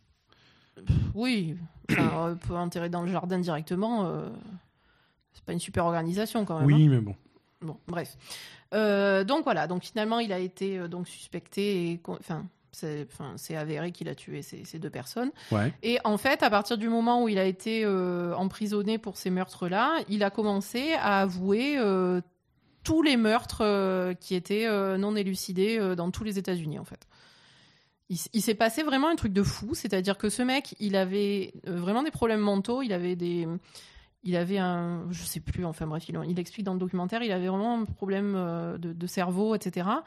hein. oui, enfin, on peut enterrer dans le jardin directement. euh, c'est pas une super organisation quand même. Oui, hein. mais bon. Bon, bref. Euh, donc voilà, donc finalement, il a été euh, donc suspecté et con- enfin, c'est, enfin, c'est avéré qu'il a tué ces, ces deux personnes. Ouais. Et en fait, à partir du moment où il a été euh, emprisonné pour ces meurtres-là, il a commencé à avouer euh, tous les meurtres euh, qui étaient euh, non élucidés euh, dans tous les États-Unis, en fait. Il, s- il s'est passé vraiment un truc de fou, c'est-à-dire que ce mec, il avait euh, vraiment des problèmes mentaux, il avait des, il avait un, je sais plus, enfin bref, il, il explique dans le documentaire, il avait vraiment un problème euh, de, de cerveau, et cetera.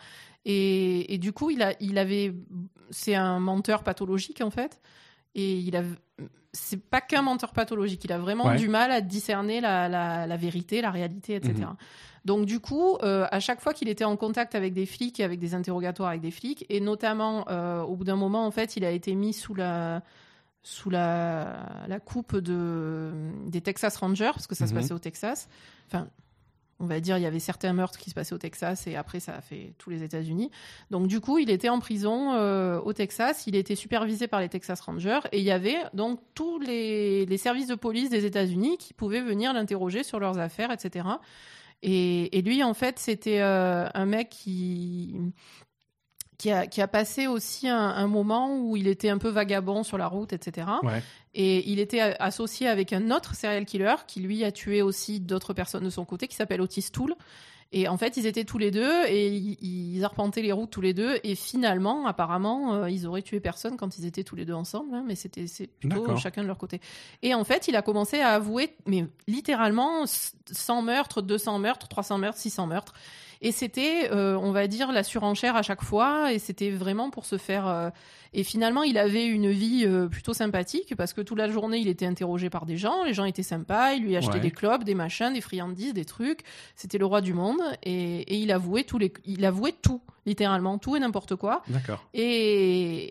Et, et du coup, il a, il avait, c'est un menteur pathologique en fait, et il a, c'est pas qu'un menteur pathologique, il a vraiment Ouais. du mal à discerner la, la, la vérité, la réalité, et cetera. Mhm. Donc du coup, euh, à chaque fois qu'il était en contact avec des flics et avec des interrogatoires avec des flics, et notamment euh, au bout d'un moment, en fait, il a été mis sous la sous la, la coupe de, des Texas Rangers, parce que ça Mhm. se passait au Texas. Enfin, on va dire, il y avait certains meurtres qui se passaient au Texas, et après, ça a fait tous les États-Unis. Donc du coup, il était en prison euh, au Texas, il était supervisé par les Texas Rangers, et il y avait donc tous les, les services de police des États-Unis qui pouvaient venir l'interroger sur leurs affaires, et cetera. Et, et lui, en fait, c'était euh, un mec qui, qui, a, qui a passé aussi un, un moment où il était un peu vagabond sur la route, et cetera. Ouais. Et il était a- associé avec un autre serial killer qui, lui, a tué aussi d'autres personnes de son côté, qui s'appelle Otis Toole. Et en fait, ils étaient tous les deux et ils, ils arpentaient les routes tous les deux. Et finalement, apparemment, euh, ils auraient tué personne quand ils étaient tous les deux ensemble. hein, mais c'était c'est plutôt D'accord. chacun de leur côté. Et en fait, il a commencé à avouer, mais littéralement, cent meurtres, deux cents meurtres, trois cents meurtres, six cents meurtres. Et c'était, euh, on va dire, la surenchère à chaque fois. Et c'était vraiment pour se faire... euh, Et finalement, il avait une vie euh, plutôt sympathique parce que toute la journée, il était interrogé par des gens. Les gens étaient sympas. Il lui achetait Ouais. des clopes, des machins, des friandises, des trucs. C'était le roi du monde. Et, et il avouait tous les, il avouait tout, littéralement, tout et n'importe quoi. D'accord. Et,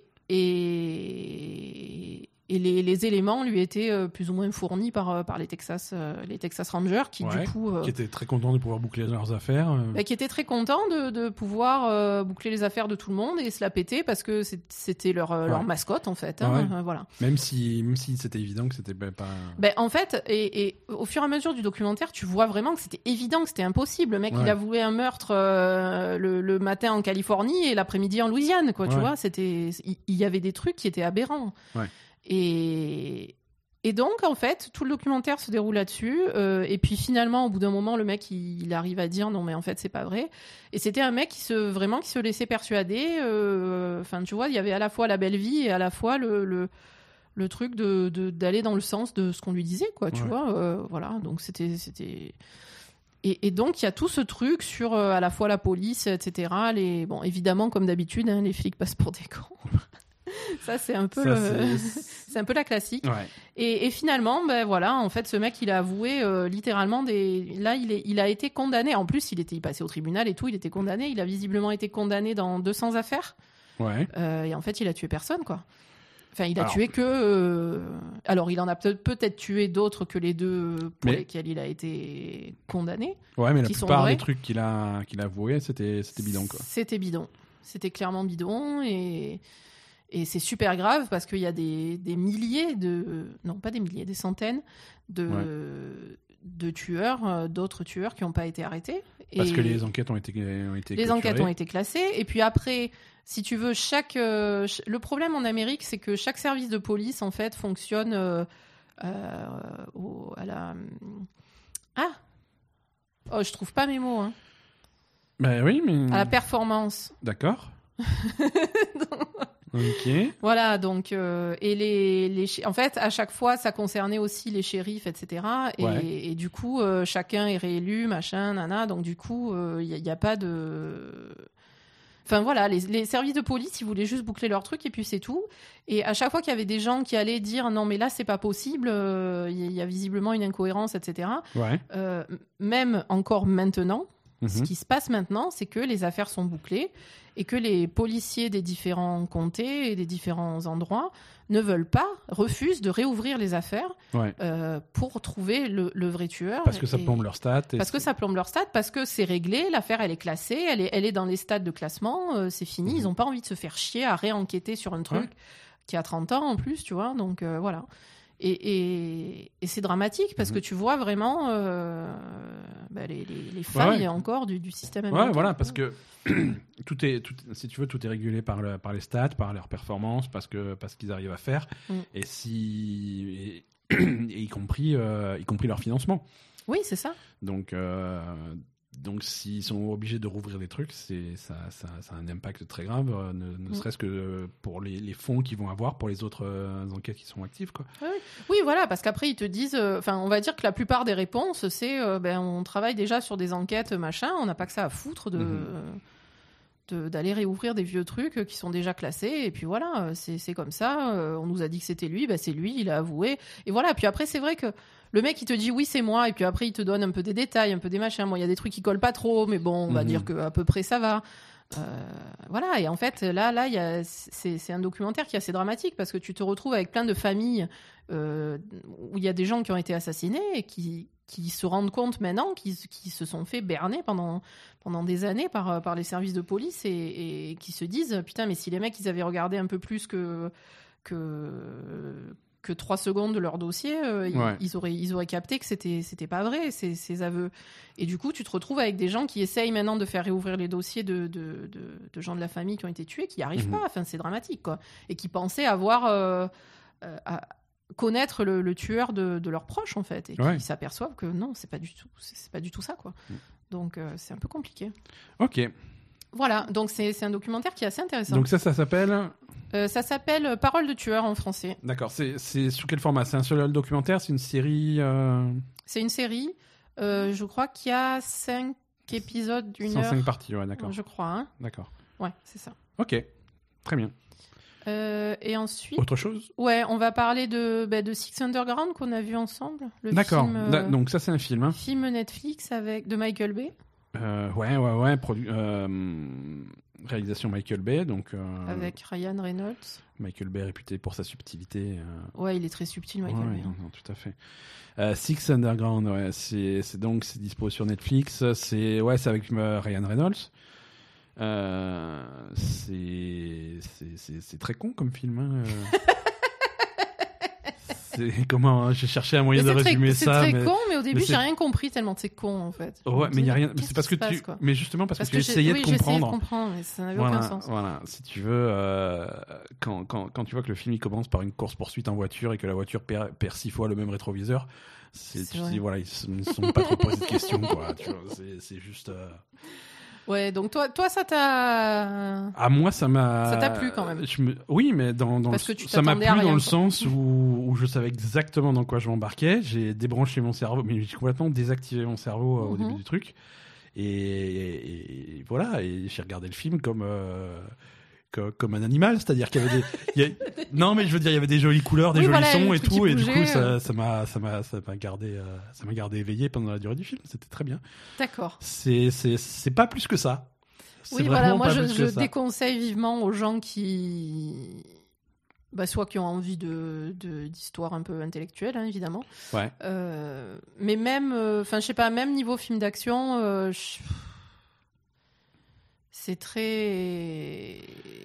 et, et les, les éléments lui étaient euh, plus ou moins fournis par, euh, par les, Texas, euh, les Texas Rangers qui, Ouais. du coup... euh, Qui étaient très contents de pouvoir boucler leurs affaires. euh. bah, qui étaient très contents de, de pouvoir euh, boucler les affaires de tout le monde et se la péter parce que c'est- c'était leur, euh, leur Ouais. mascotte, en fait. hein, Ouais. euh, voilà. Même si, même si c'était évident que c'était ben, pas. Ben, en fait, et, et au fur et à mesure du documentaire, tu vois vraiment que c'était évident, que c'était impossible. Le mec, Ouais. il avouait un meurtre euh, le, le matin en Californie et l'après-midi en Louisiane, quoi. Tu Ouais. vois, c'était, il il y avait des trucs qui étaient aberrants. Ouais. Et Et donc, en fait, tout le documentaire se déroule là-dessus. Euh, et puis finalement, au bout d'un moment, le mec, il, il arrive à dire non, mais en fait, c'est pas vrai. Et c'était un mec qui se vraiment qui se laissait persuader. Enfin, euh, tu vois, il y avait à la fois la belle vie et à la fois le le, le truc de, de d'aller dans le sens de ce qu'on lui disait, quoi. Tu Ouais. vois, euh, voilà. Donc c'était c'était. Et, et donc, il y a tout ce truc sur euh, à la fois la police, et cetera. Les... Bon, évidemment, comme d'habitude, hein, les flics passent pour des cons. Ça, c'est un peu, Ça, le... c'est... c'est un peu la classique. Ouais. Et, et finalement, ben voilà, en fait, ce mec, il a avoué euh, littéralement des. Là, il, est, il a été condamné. En plus, il était il passait au tribunal et tout. Il était condamné. Il a visiblement été condamné dans deux cents affaires. Ouais. Euh, et en fait, il a tué personne, quoi. Enfin, il a Alors... tué que. Euh... Alors, il en a peut-être, peut-être tué d'autres que les deux pour mais... lesquels il a été condamné. Ouais, mais la plupart vrais. des trucs qu'il a, qu'il a avoués, c'était, c'était bidon, quoi. C'était bidon. C'était clairement bidon. Et, et c'est super grave parce qu'il y a des, des milliers de. Non, pas des milliers, des centaines de. Ouais. de tueurs, d'autres tueurs qui n'ont pas été arrêtés. Parce et que les enquêtes ont été, ont été Les clôturées. enquêtes ont été classées. Et puis après, si tu veux, chaque... Euh, le problème en Amérique, c'est que chaque service de police, en fait, fonctionne euh, euh, au, à la... Ah oh, je trouve pas mes mots. Hein. Ben oui, mais... À la performance. D'accord. Ok. Voilà, donc euh, et les, les en fait à chaque fois ça concernait aussi les shérifs, et cetera. Et, ouais. et du coup euh, chacun est réélu, machin, nana. Donc du coup il euh, n'y a, a pas de, enfin voilà, les, les services de police ils voulaient juste boucler leur truc et puis c'est tout. Et à chaque fois qu'il y avait des gens qui allaient dire non mais là c'est pas possible, il euh, y, y a visiblement une incohérence, et cetera. Ouais. Euh, même encore maintenant. Mmh. Ce qui se passe maintenant, c'est que les affaires sont bouclées et que les policiers des différents comtés et des différents endroits ne veulent pas, refusent de réouvrir les affaires ouais. euh, pour trouver le, le vrai tueur. Parce que ça et... plombe leur stat. Et parce c'est... que ça plombe leur stat, parce que c'est réglé, l'affaire elle est classée, elle est, elle est dans les stades de classement, euh, c'est fini, mmh. Ils n'ont pas envie de se faire chier à réenquêter sur un truc ouais. qui a trente ans en plus, tu vois, donc euh, voilà. Et, et, et c'est dramatique parce mmh. que tu vois vraiment euh, bah, les, les, les failles ouais. encore du, du système américain. Ouais, voilà, parce que tout est, tout, si tu veux, tout est régulé par, le, par les stats, par leurs performances, parce que parce qu'ils arrivent à faire, mmh. et si, et, et y compris, euh, y compris leur financement. Oui, c'est ça. Donc. Euh, Donc, s'ils sont obligés de rouvrir des trucs, c'est, ça, ça, ça a un impact très grave, euh, ne, ne mmh. serait-ce que pour les, les fonds qu'ils vont avoir pour les autres euh, enquêtes qui sont actives, quoi. Oui, oui voilà, parce qu'après, ils te disent... Enfin, euh, on va dire que la plupart des réponses, c'est euh, ben, on travaille déjà sur des enquêtes, machin, on n'a pas que ça à foutre de... Mmh. De, d'aller réouvrir des vieux trucs qui sont déjà classés, et puis voilà, c'est, c'est comme ça, euh, on nous a dit que c'était lui, ben c'est lui, il a avoué, et voilà, puis après c'est vrai que le mec il te dit oui c'est moi, et puis après il te donne un peu des détails, un peu des machins, bon il y a des trucs qui collent pas trop, mais bon on va mmh. dire qu'à peu près ça va, euh, voilà, et en fait là, là y a, c'est, c'est un documentaire qui est assez dramatique, parce que tu te retrouves avec plein de familles euh, où il y a des gens qui ont été assassinés, et qui qui se rendent compte maintenant qu'ils, qu'ils se sont fait berner pendant, pendant des années par, par les services de police, et, et qui se disent putain mais si les mecs ils avaient regardé un peu plus que que, que trois secondes de leur dossier, euh, ouais. ils, ils, auraient, ils auraient capté que c'était, c'était pas vrai ces, ces aveux, et du coup tu te retrouves avec des gens qui essayent maintenant de faire réouvrir les dossiers de, de, de, de gens de la famille qui ont été tués, qui n'y arrivent mmh. pas, enfin c'est dramatique quoi, et qui pensaient avoir euh, euh, à, connaître le, le tueur de, de leurs proches en fait, et ouais. qui s'aperçoivent que non c'est pas du tout c'est, c'est pas du tout ça quoi. Mm. Donc euh, c'est un peu compliqué. Ok. Voilà, donc c'est, c'est un documentaire qui est assez intéressant. Donc ça ça s'appelle euh, ça s'appelle Parole de tueur en français. D'accord, c'est, c'est sous quel format? C'est un seul documentaire, c'est une série euh... C'est une série, euh, je crois qu'il y a cinq épisodes d'une heure. cinq parties, ouais, d'accord. Je crois, hein. D'accord. Ouais, c'est ça. Ok, très bien. Euh, et ensuite... Autre chose ? Ouais, on va parler de, bah, de Six Underground qu'on a vu ensemble. Le D'accord, film, euh, da- donc ça c'est un film. Hein. Film Netflix avec, de Michael Bay. Euh, ouais, ouais, ouais. Produ- euh, réalisation Michael Bay. Donc, euh, avec Ryan Reynolds. Michael Bay réputé pour sa subtilité. Euh... Ouais, il est très subtil, Michael ouais, Bay. Non, non, tout à fait. Euh, Six Underground, ouais, c'est, c'est donc c'est dispo sur Netflix. C'est, ouais, c'est avec euh, Ryan Reynolds. Euh, c'est, c'est, c'est, c'est très con comme film. Hein. c'est comment j'ai cherché un moyen mais de résumer très, ça. C'est très mais... con, mais au début mais j'ai rien compris tellement c'est con en fait. Ouais, mais il y a rien. Qu'est-ce C'est parce que qui se tu. passe, quoi. Mais justement parce, parce que, que tu essayais oui, de comprendre. de comprendre, mais ça n'avait voilà, aucun sens. Voilà, si tu veux, euh, quand, quand, quand tu vois que le film il commence par une course poursuite en voiture et que la voiture perd, perd six fois le même rétroviseur, c'est, tu te dis voilà, ils ne se sont pas trop posé de questions, quoi. Tu vois, c'est, c'est juste. Euh... Ouais, donc toi, toi, ça t'a. Ah, moi, ça m'a. Ça t'a plu quand même. Je me... Oui, mais dans, dans Parce le... que tu ça m'a plu à rien, dans le quoi. sens où, où je savais exactement dans quoi je m'embarquais. J'ai débranché mon cerveau, mais j'ai complètement désactivé mon cerveau euh, au Mm-hmm. début du truc. Et, et, et voilà, et j'ai regardé le film comme. Euh... comme un animal, c'est-à-dire qu'il y avait des, il y a... non mais je veux dire, il y avait des jolies couleurs, des oui, jolis voilà, sons et tout, et du coup ça, euh... ça m'a, ça m'a, ça m'a gardé, euh, ça m'a gardé éveillé pendant la durée du film. C'était très bien. D'accord. C'est, c'est, c'est pas plus que ça. C'est oui, voilà, moi je, je ça. déconseille vivement aux gens qui, bah, soit qui ont envie de, de d'histoire un peu intellectuelle, hein, évidemment. Ouais. Euh, mais même, enfin, euh, je sais pas, même niveau film d'action. Euh, je... C'est très.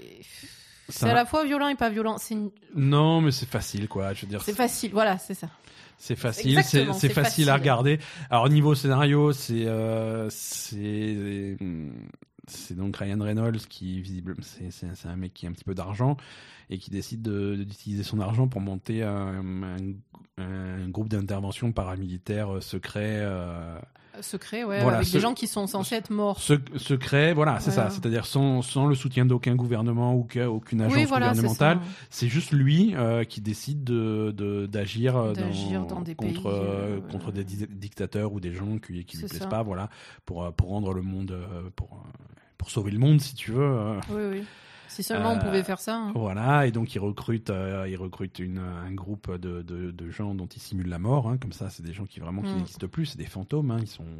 C'est à la fois violent et pas violent. C'est une... Non, mais c'est facile, quoi. Je veux dire. C'est facile, voilà, c'est ça. C'est facile, c'est, c'est, c'est facile, facile à regarder. Alors niveau scénario, c'est euh, c'est c'est donc Ryan Reynolds qui visible, c'est, c'est c'est un mec qui a un petit peu d'argent et qui décide de, d'utiliser son argent pour monter un, un, un groupe d'intervention paramilitaire secret. Euh, secret, ouais, voilà, avec ce, des gens qui sont censés être morts. Ce, secret, voilà, c'est voilà. ça. C'est-à-dire sans, sans le soutien d'aucun gouvernement ou aucune agence oui, voilà, gouvernementale. C'est, c'est juste lui euh, qui décide de, de, d'agir, d'agir dans, dans des contre, pays, euh, euh, contre des di- dictateurs ou des gens qui, qui lui plaisent ça. pas, voilà, pour, pour rendre le monde, pour, pour sauver le monde, si tu veux. Oui, oui. Si seulement euh, on pouvait faire ça. Hein. Voilà, et donc il recrute, euh, il recrute une, un groupe de, de, de gens dont il simule la mort. Hein, comme ça, c'est des gens qui vraiment qui mm. n'existent plus, c'est des fantômes. Hein, ils sont.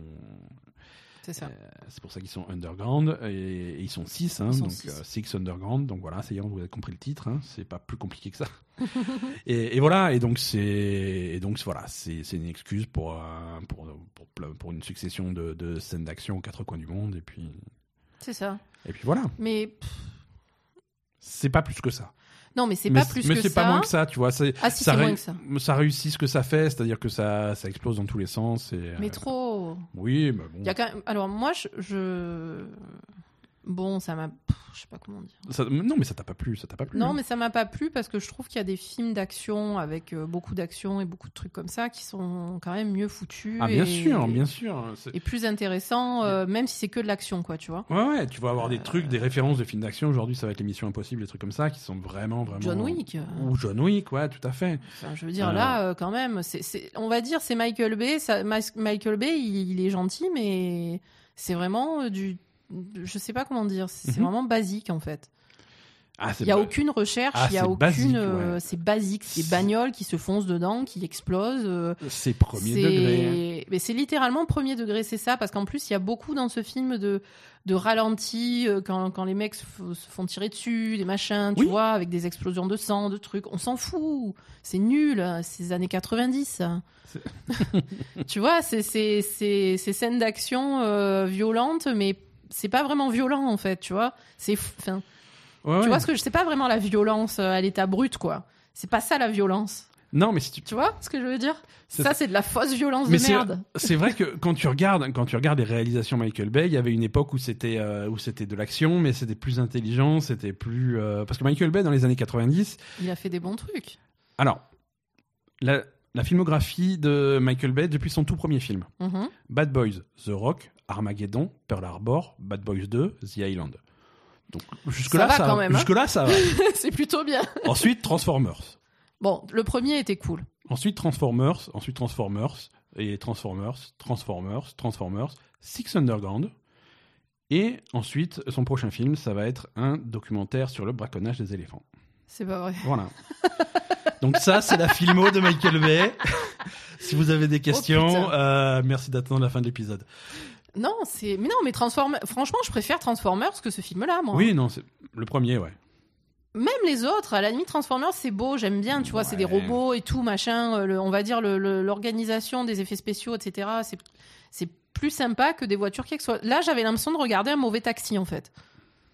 C'est ça. Euh, c'est pour ça qu'ils sont underground et, et ils sont six, hein, ils sont donc six. Euh, six underground. Donc voilà, ça y est, vous avez compris le titre. Hein, c'est pas plus compliqué que ça. et, et voilà, et donc c'est, et donc voilà, c'est, c'est une excuse pour, euh, pour, pour pour une succession de, de scènes d'action aux quatre coins du monde. Et puis. C'est ça. Et puis voilà. Mais. Pff... C'est pas plus que ça. Non, mais c'est mais pas plus mais que ça. Mais c'est pas moins que ça, tu vois. C'est, ah si, ça c'est ré- moins que ça. Ça réussit ce que ça fait, c'est-à-dire que ça, ça explose dans tous les sens. Et, mais euh... trop. Oui, mais bon. Il y a quand même... Alors moi, je... je... Bon, ça m'a... Pff, je sais pas comment dire. Ça... Non, mais ça t'a pas plu, ça t'a pas plu. Non, hein. mais ça m'a pas plu parce que je trouve qu'il y a des films d'action avec euh, beaucoup d'action et beaucoup de trucs comme ça qui sont quand même mieux foutus. Ah, bien et... sûr, bien sûr. C'est... Et plus intéressants, euh, même si c'est que de l'action, quoi, tu vois. Ouais, ouais, tu vas avoir euh... des trucs, des références de films d'action. Aujourd'hui, ça va être les Missions Impossibles, des trucs comme ça qui sont vraiment, vraiment... John Wick. Ou John Wick, ouais, tout à fait. Enfin, je veux dire, euh... là, euh, quand même, c'est, c'est... on va dire, c'est Michael Bay. Ça... Michael Bay, il... il est gentil, mais c'est vraiment du... Je sais pas comment dire, c'est mm-hmm. vraiment basique en fait. Ah, il n'y a ba... aucune recherche, il ah, y a c'est aucune. Basique, euh, ouais. C'est basique, c'est des bagnoles qui se foncent dedans, qui explosent. Euh, c'est premier c'est... degré. Mais c'est littéralement premier degré, c'est ça, parce qu'en plus il y a beaucoup dans ce film de, de ralentis euh, quand, quand les mecs se, f... se font tirer dessus, des machins, tu oui. vois, avec des explosions de sang, de trucs. On s'en fout, c'est nul, c'est les années quatre-vingt-dix. Tu vois, c'est, c'est, c'est, c'est scènes d'action euh, violentes, mais c'est pas vraiment violent en fait, tu vois. C'est enfin ouais, tu ouais. vois ce que je sais pas vraiment la violence à l'état brut quoi. C'est pas ça la violence. Non, mais si tu... tu vois ce que je veux dire. C'est... Ça c'est de la fausse violence mais de c'est... merde. C'est vrai que quand tu regardes quand tu regardes les réalisations Michael Bay, il y avait une époque où c'était euh, où c'était de l'action mais c'était plus intelligent, c'était plus euh... parce que Michael Bay dans les années quatre-vingt-dix, il a fait des bons trucs. Alors, la la filmographie de Michael Bay depuis son tout premier film. Mm-hmm. Bad Boys, The Rock, Armageddon, Pearl Harbor, Bad Boys deux, The Island. Donc jusque-là, ça va ça, quand même. Jusque-là, hein. ça va. C'est plutôt bien. Ensuite, Transformers. Bon, le premier était cool. Ensuite, Transformers, ensuite Transformers, et Transformers, Transformers, Transformers, Six Underground. Et ensuite, son prochain film, ça va être un documentaire sur le braconnage des éléphants. C'est pas vrai. Voilà. Donc ça, c'est la filmo de Michael Bay. Si vous avez des questions, oh, euh, merci d'attendre la fin de l'épisode. Non, c'est mais non, mais Transformers. Franchement, je préfère Transformers que ce film-là, moi. Oui, non, c'est le premier, ouais. Même les autres, à la limite, Transformers, c'est beau, j'aime bien, tu vois, ouais. c'est des robots et tout, machin. Le, on va dire le, le, l'organisation des effets spéciaux, et cetera. C'est c'est plus sympa que des voitures qui soient. Là, j'avais l'impression de regarder un mauvais taxi, en fait.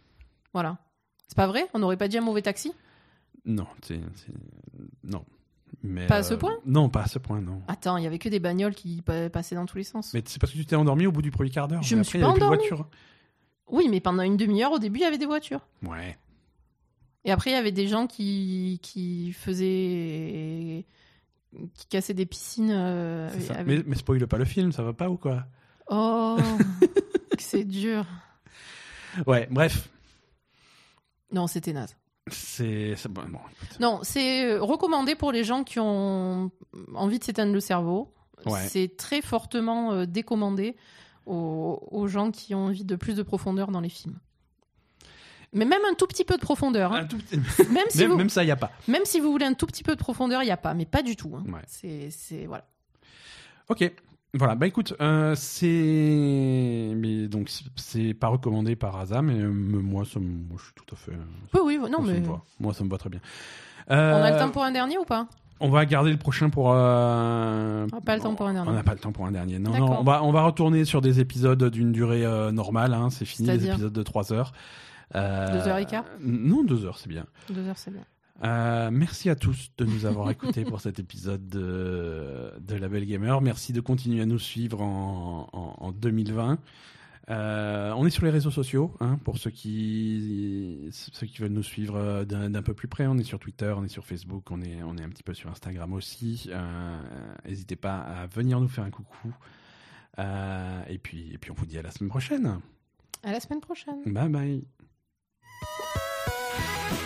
Voilà. C'est pas vrai ? On n'aurait pas dit un mauvais taxi ? Non, c'est, c'est... non. Mais, Pas à ce euh, point ? Non, pas à ce point, non. Attends, il y avait que des bagnoles qui pa- passaient dans tous les sens. Mais c'est parce que tu t'es endormi au bout du premier quart d'heure. Je mais me après, suis il y pas avait plus de endormie. voiture. Oui, mais pendant une demi-heure, au début, il y avait des voitures. Ouais. Et après, il y avait des gens qui, qui faisaient... qui cassaient des piscines. euh, C'est ça. avec- Mais, mais spoil pas le film, ça va pas ou quoi? Oh, que c'est dur. Ouais, bref. Non, c'était naze. C'est. c'est- Bon, bon, écoute. Non, c'est euh, recommandé pour les gens qui ont envie de s'éteindre le cerveau. Ouais. C'est très fortement euh, décommandé aux, aux gens qui ont envie de plus de profondeur dans les films. Mais même un tout petit peu de profondeur. hein. Un tout petit- Même, si même, vous, même ça, il n'y a pas. même si vous voulez un tout petit peu de profondeur, il n'y a pas. Mais pas du tout. hein. Ouais. C'est, c'est, voilà. Ok. Voilà, bah écoute, euh, c'est. Mais donc, c'est- c'est pas recommandé par hasard, mais euh, moi, ça me- moi, je suis tout à fait. Oui, oui, non, moi, ça mais me va. Moi, ça me va très bien. on a le Euh, temps pour un dernier ou pas? On va garder le prochain pour. Euh... On n'a pas le temps pour un dernier. On n'a pas le temps pour un dernier. Non, D'accord. non, on va, on va retourner sur des épisodes d'une durée euh, normale. Hein, c'est fini, les C'est-à-dire épisodes de trois heures. Euh, Deux heures et quart Non, deux heures, c'est bien. Deux heures, c'est bien. Euh, merci à tous de nous avoir écoutés pour cet épisode de, de La Belle Gamer. Merci de continuer à nous suivre en, en, en deux mille vingt. Euh, on est sur les réseaux sociaux, hein, pour ceux qui, ceux qui veulent nous suivre d'un, d'un peu plus près. On est sur Twitter, on est sur Facebook, on est, on est un petit peu sur Instagram aussi. Euh, n'hésitez pas à venir nous faire un coucou. Euh, et, puis, et puis on vous dit à la semaine prochaine. À la semaine prochaine. Bye bye.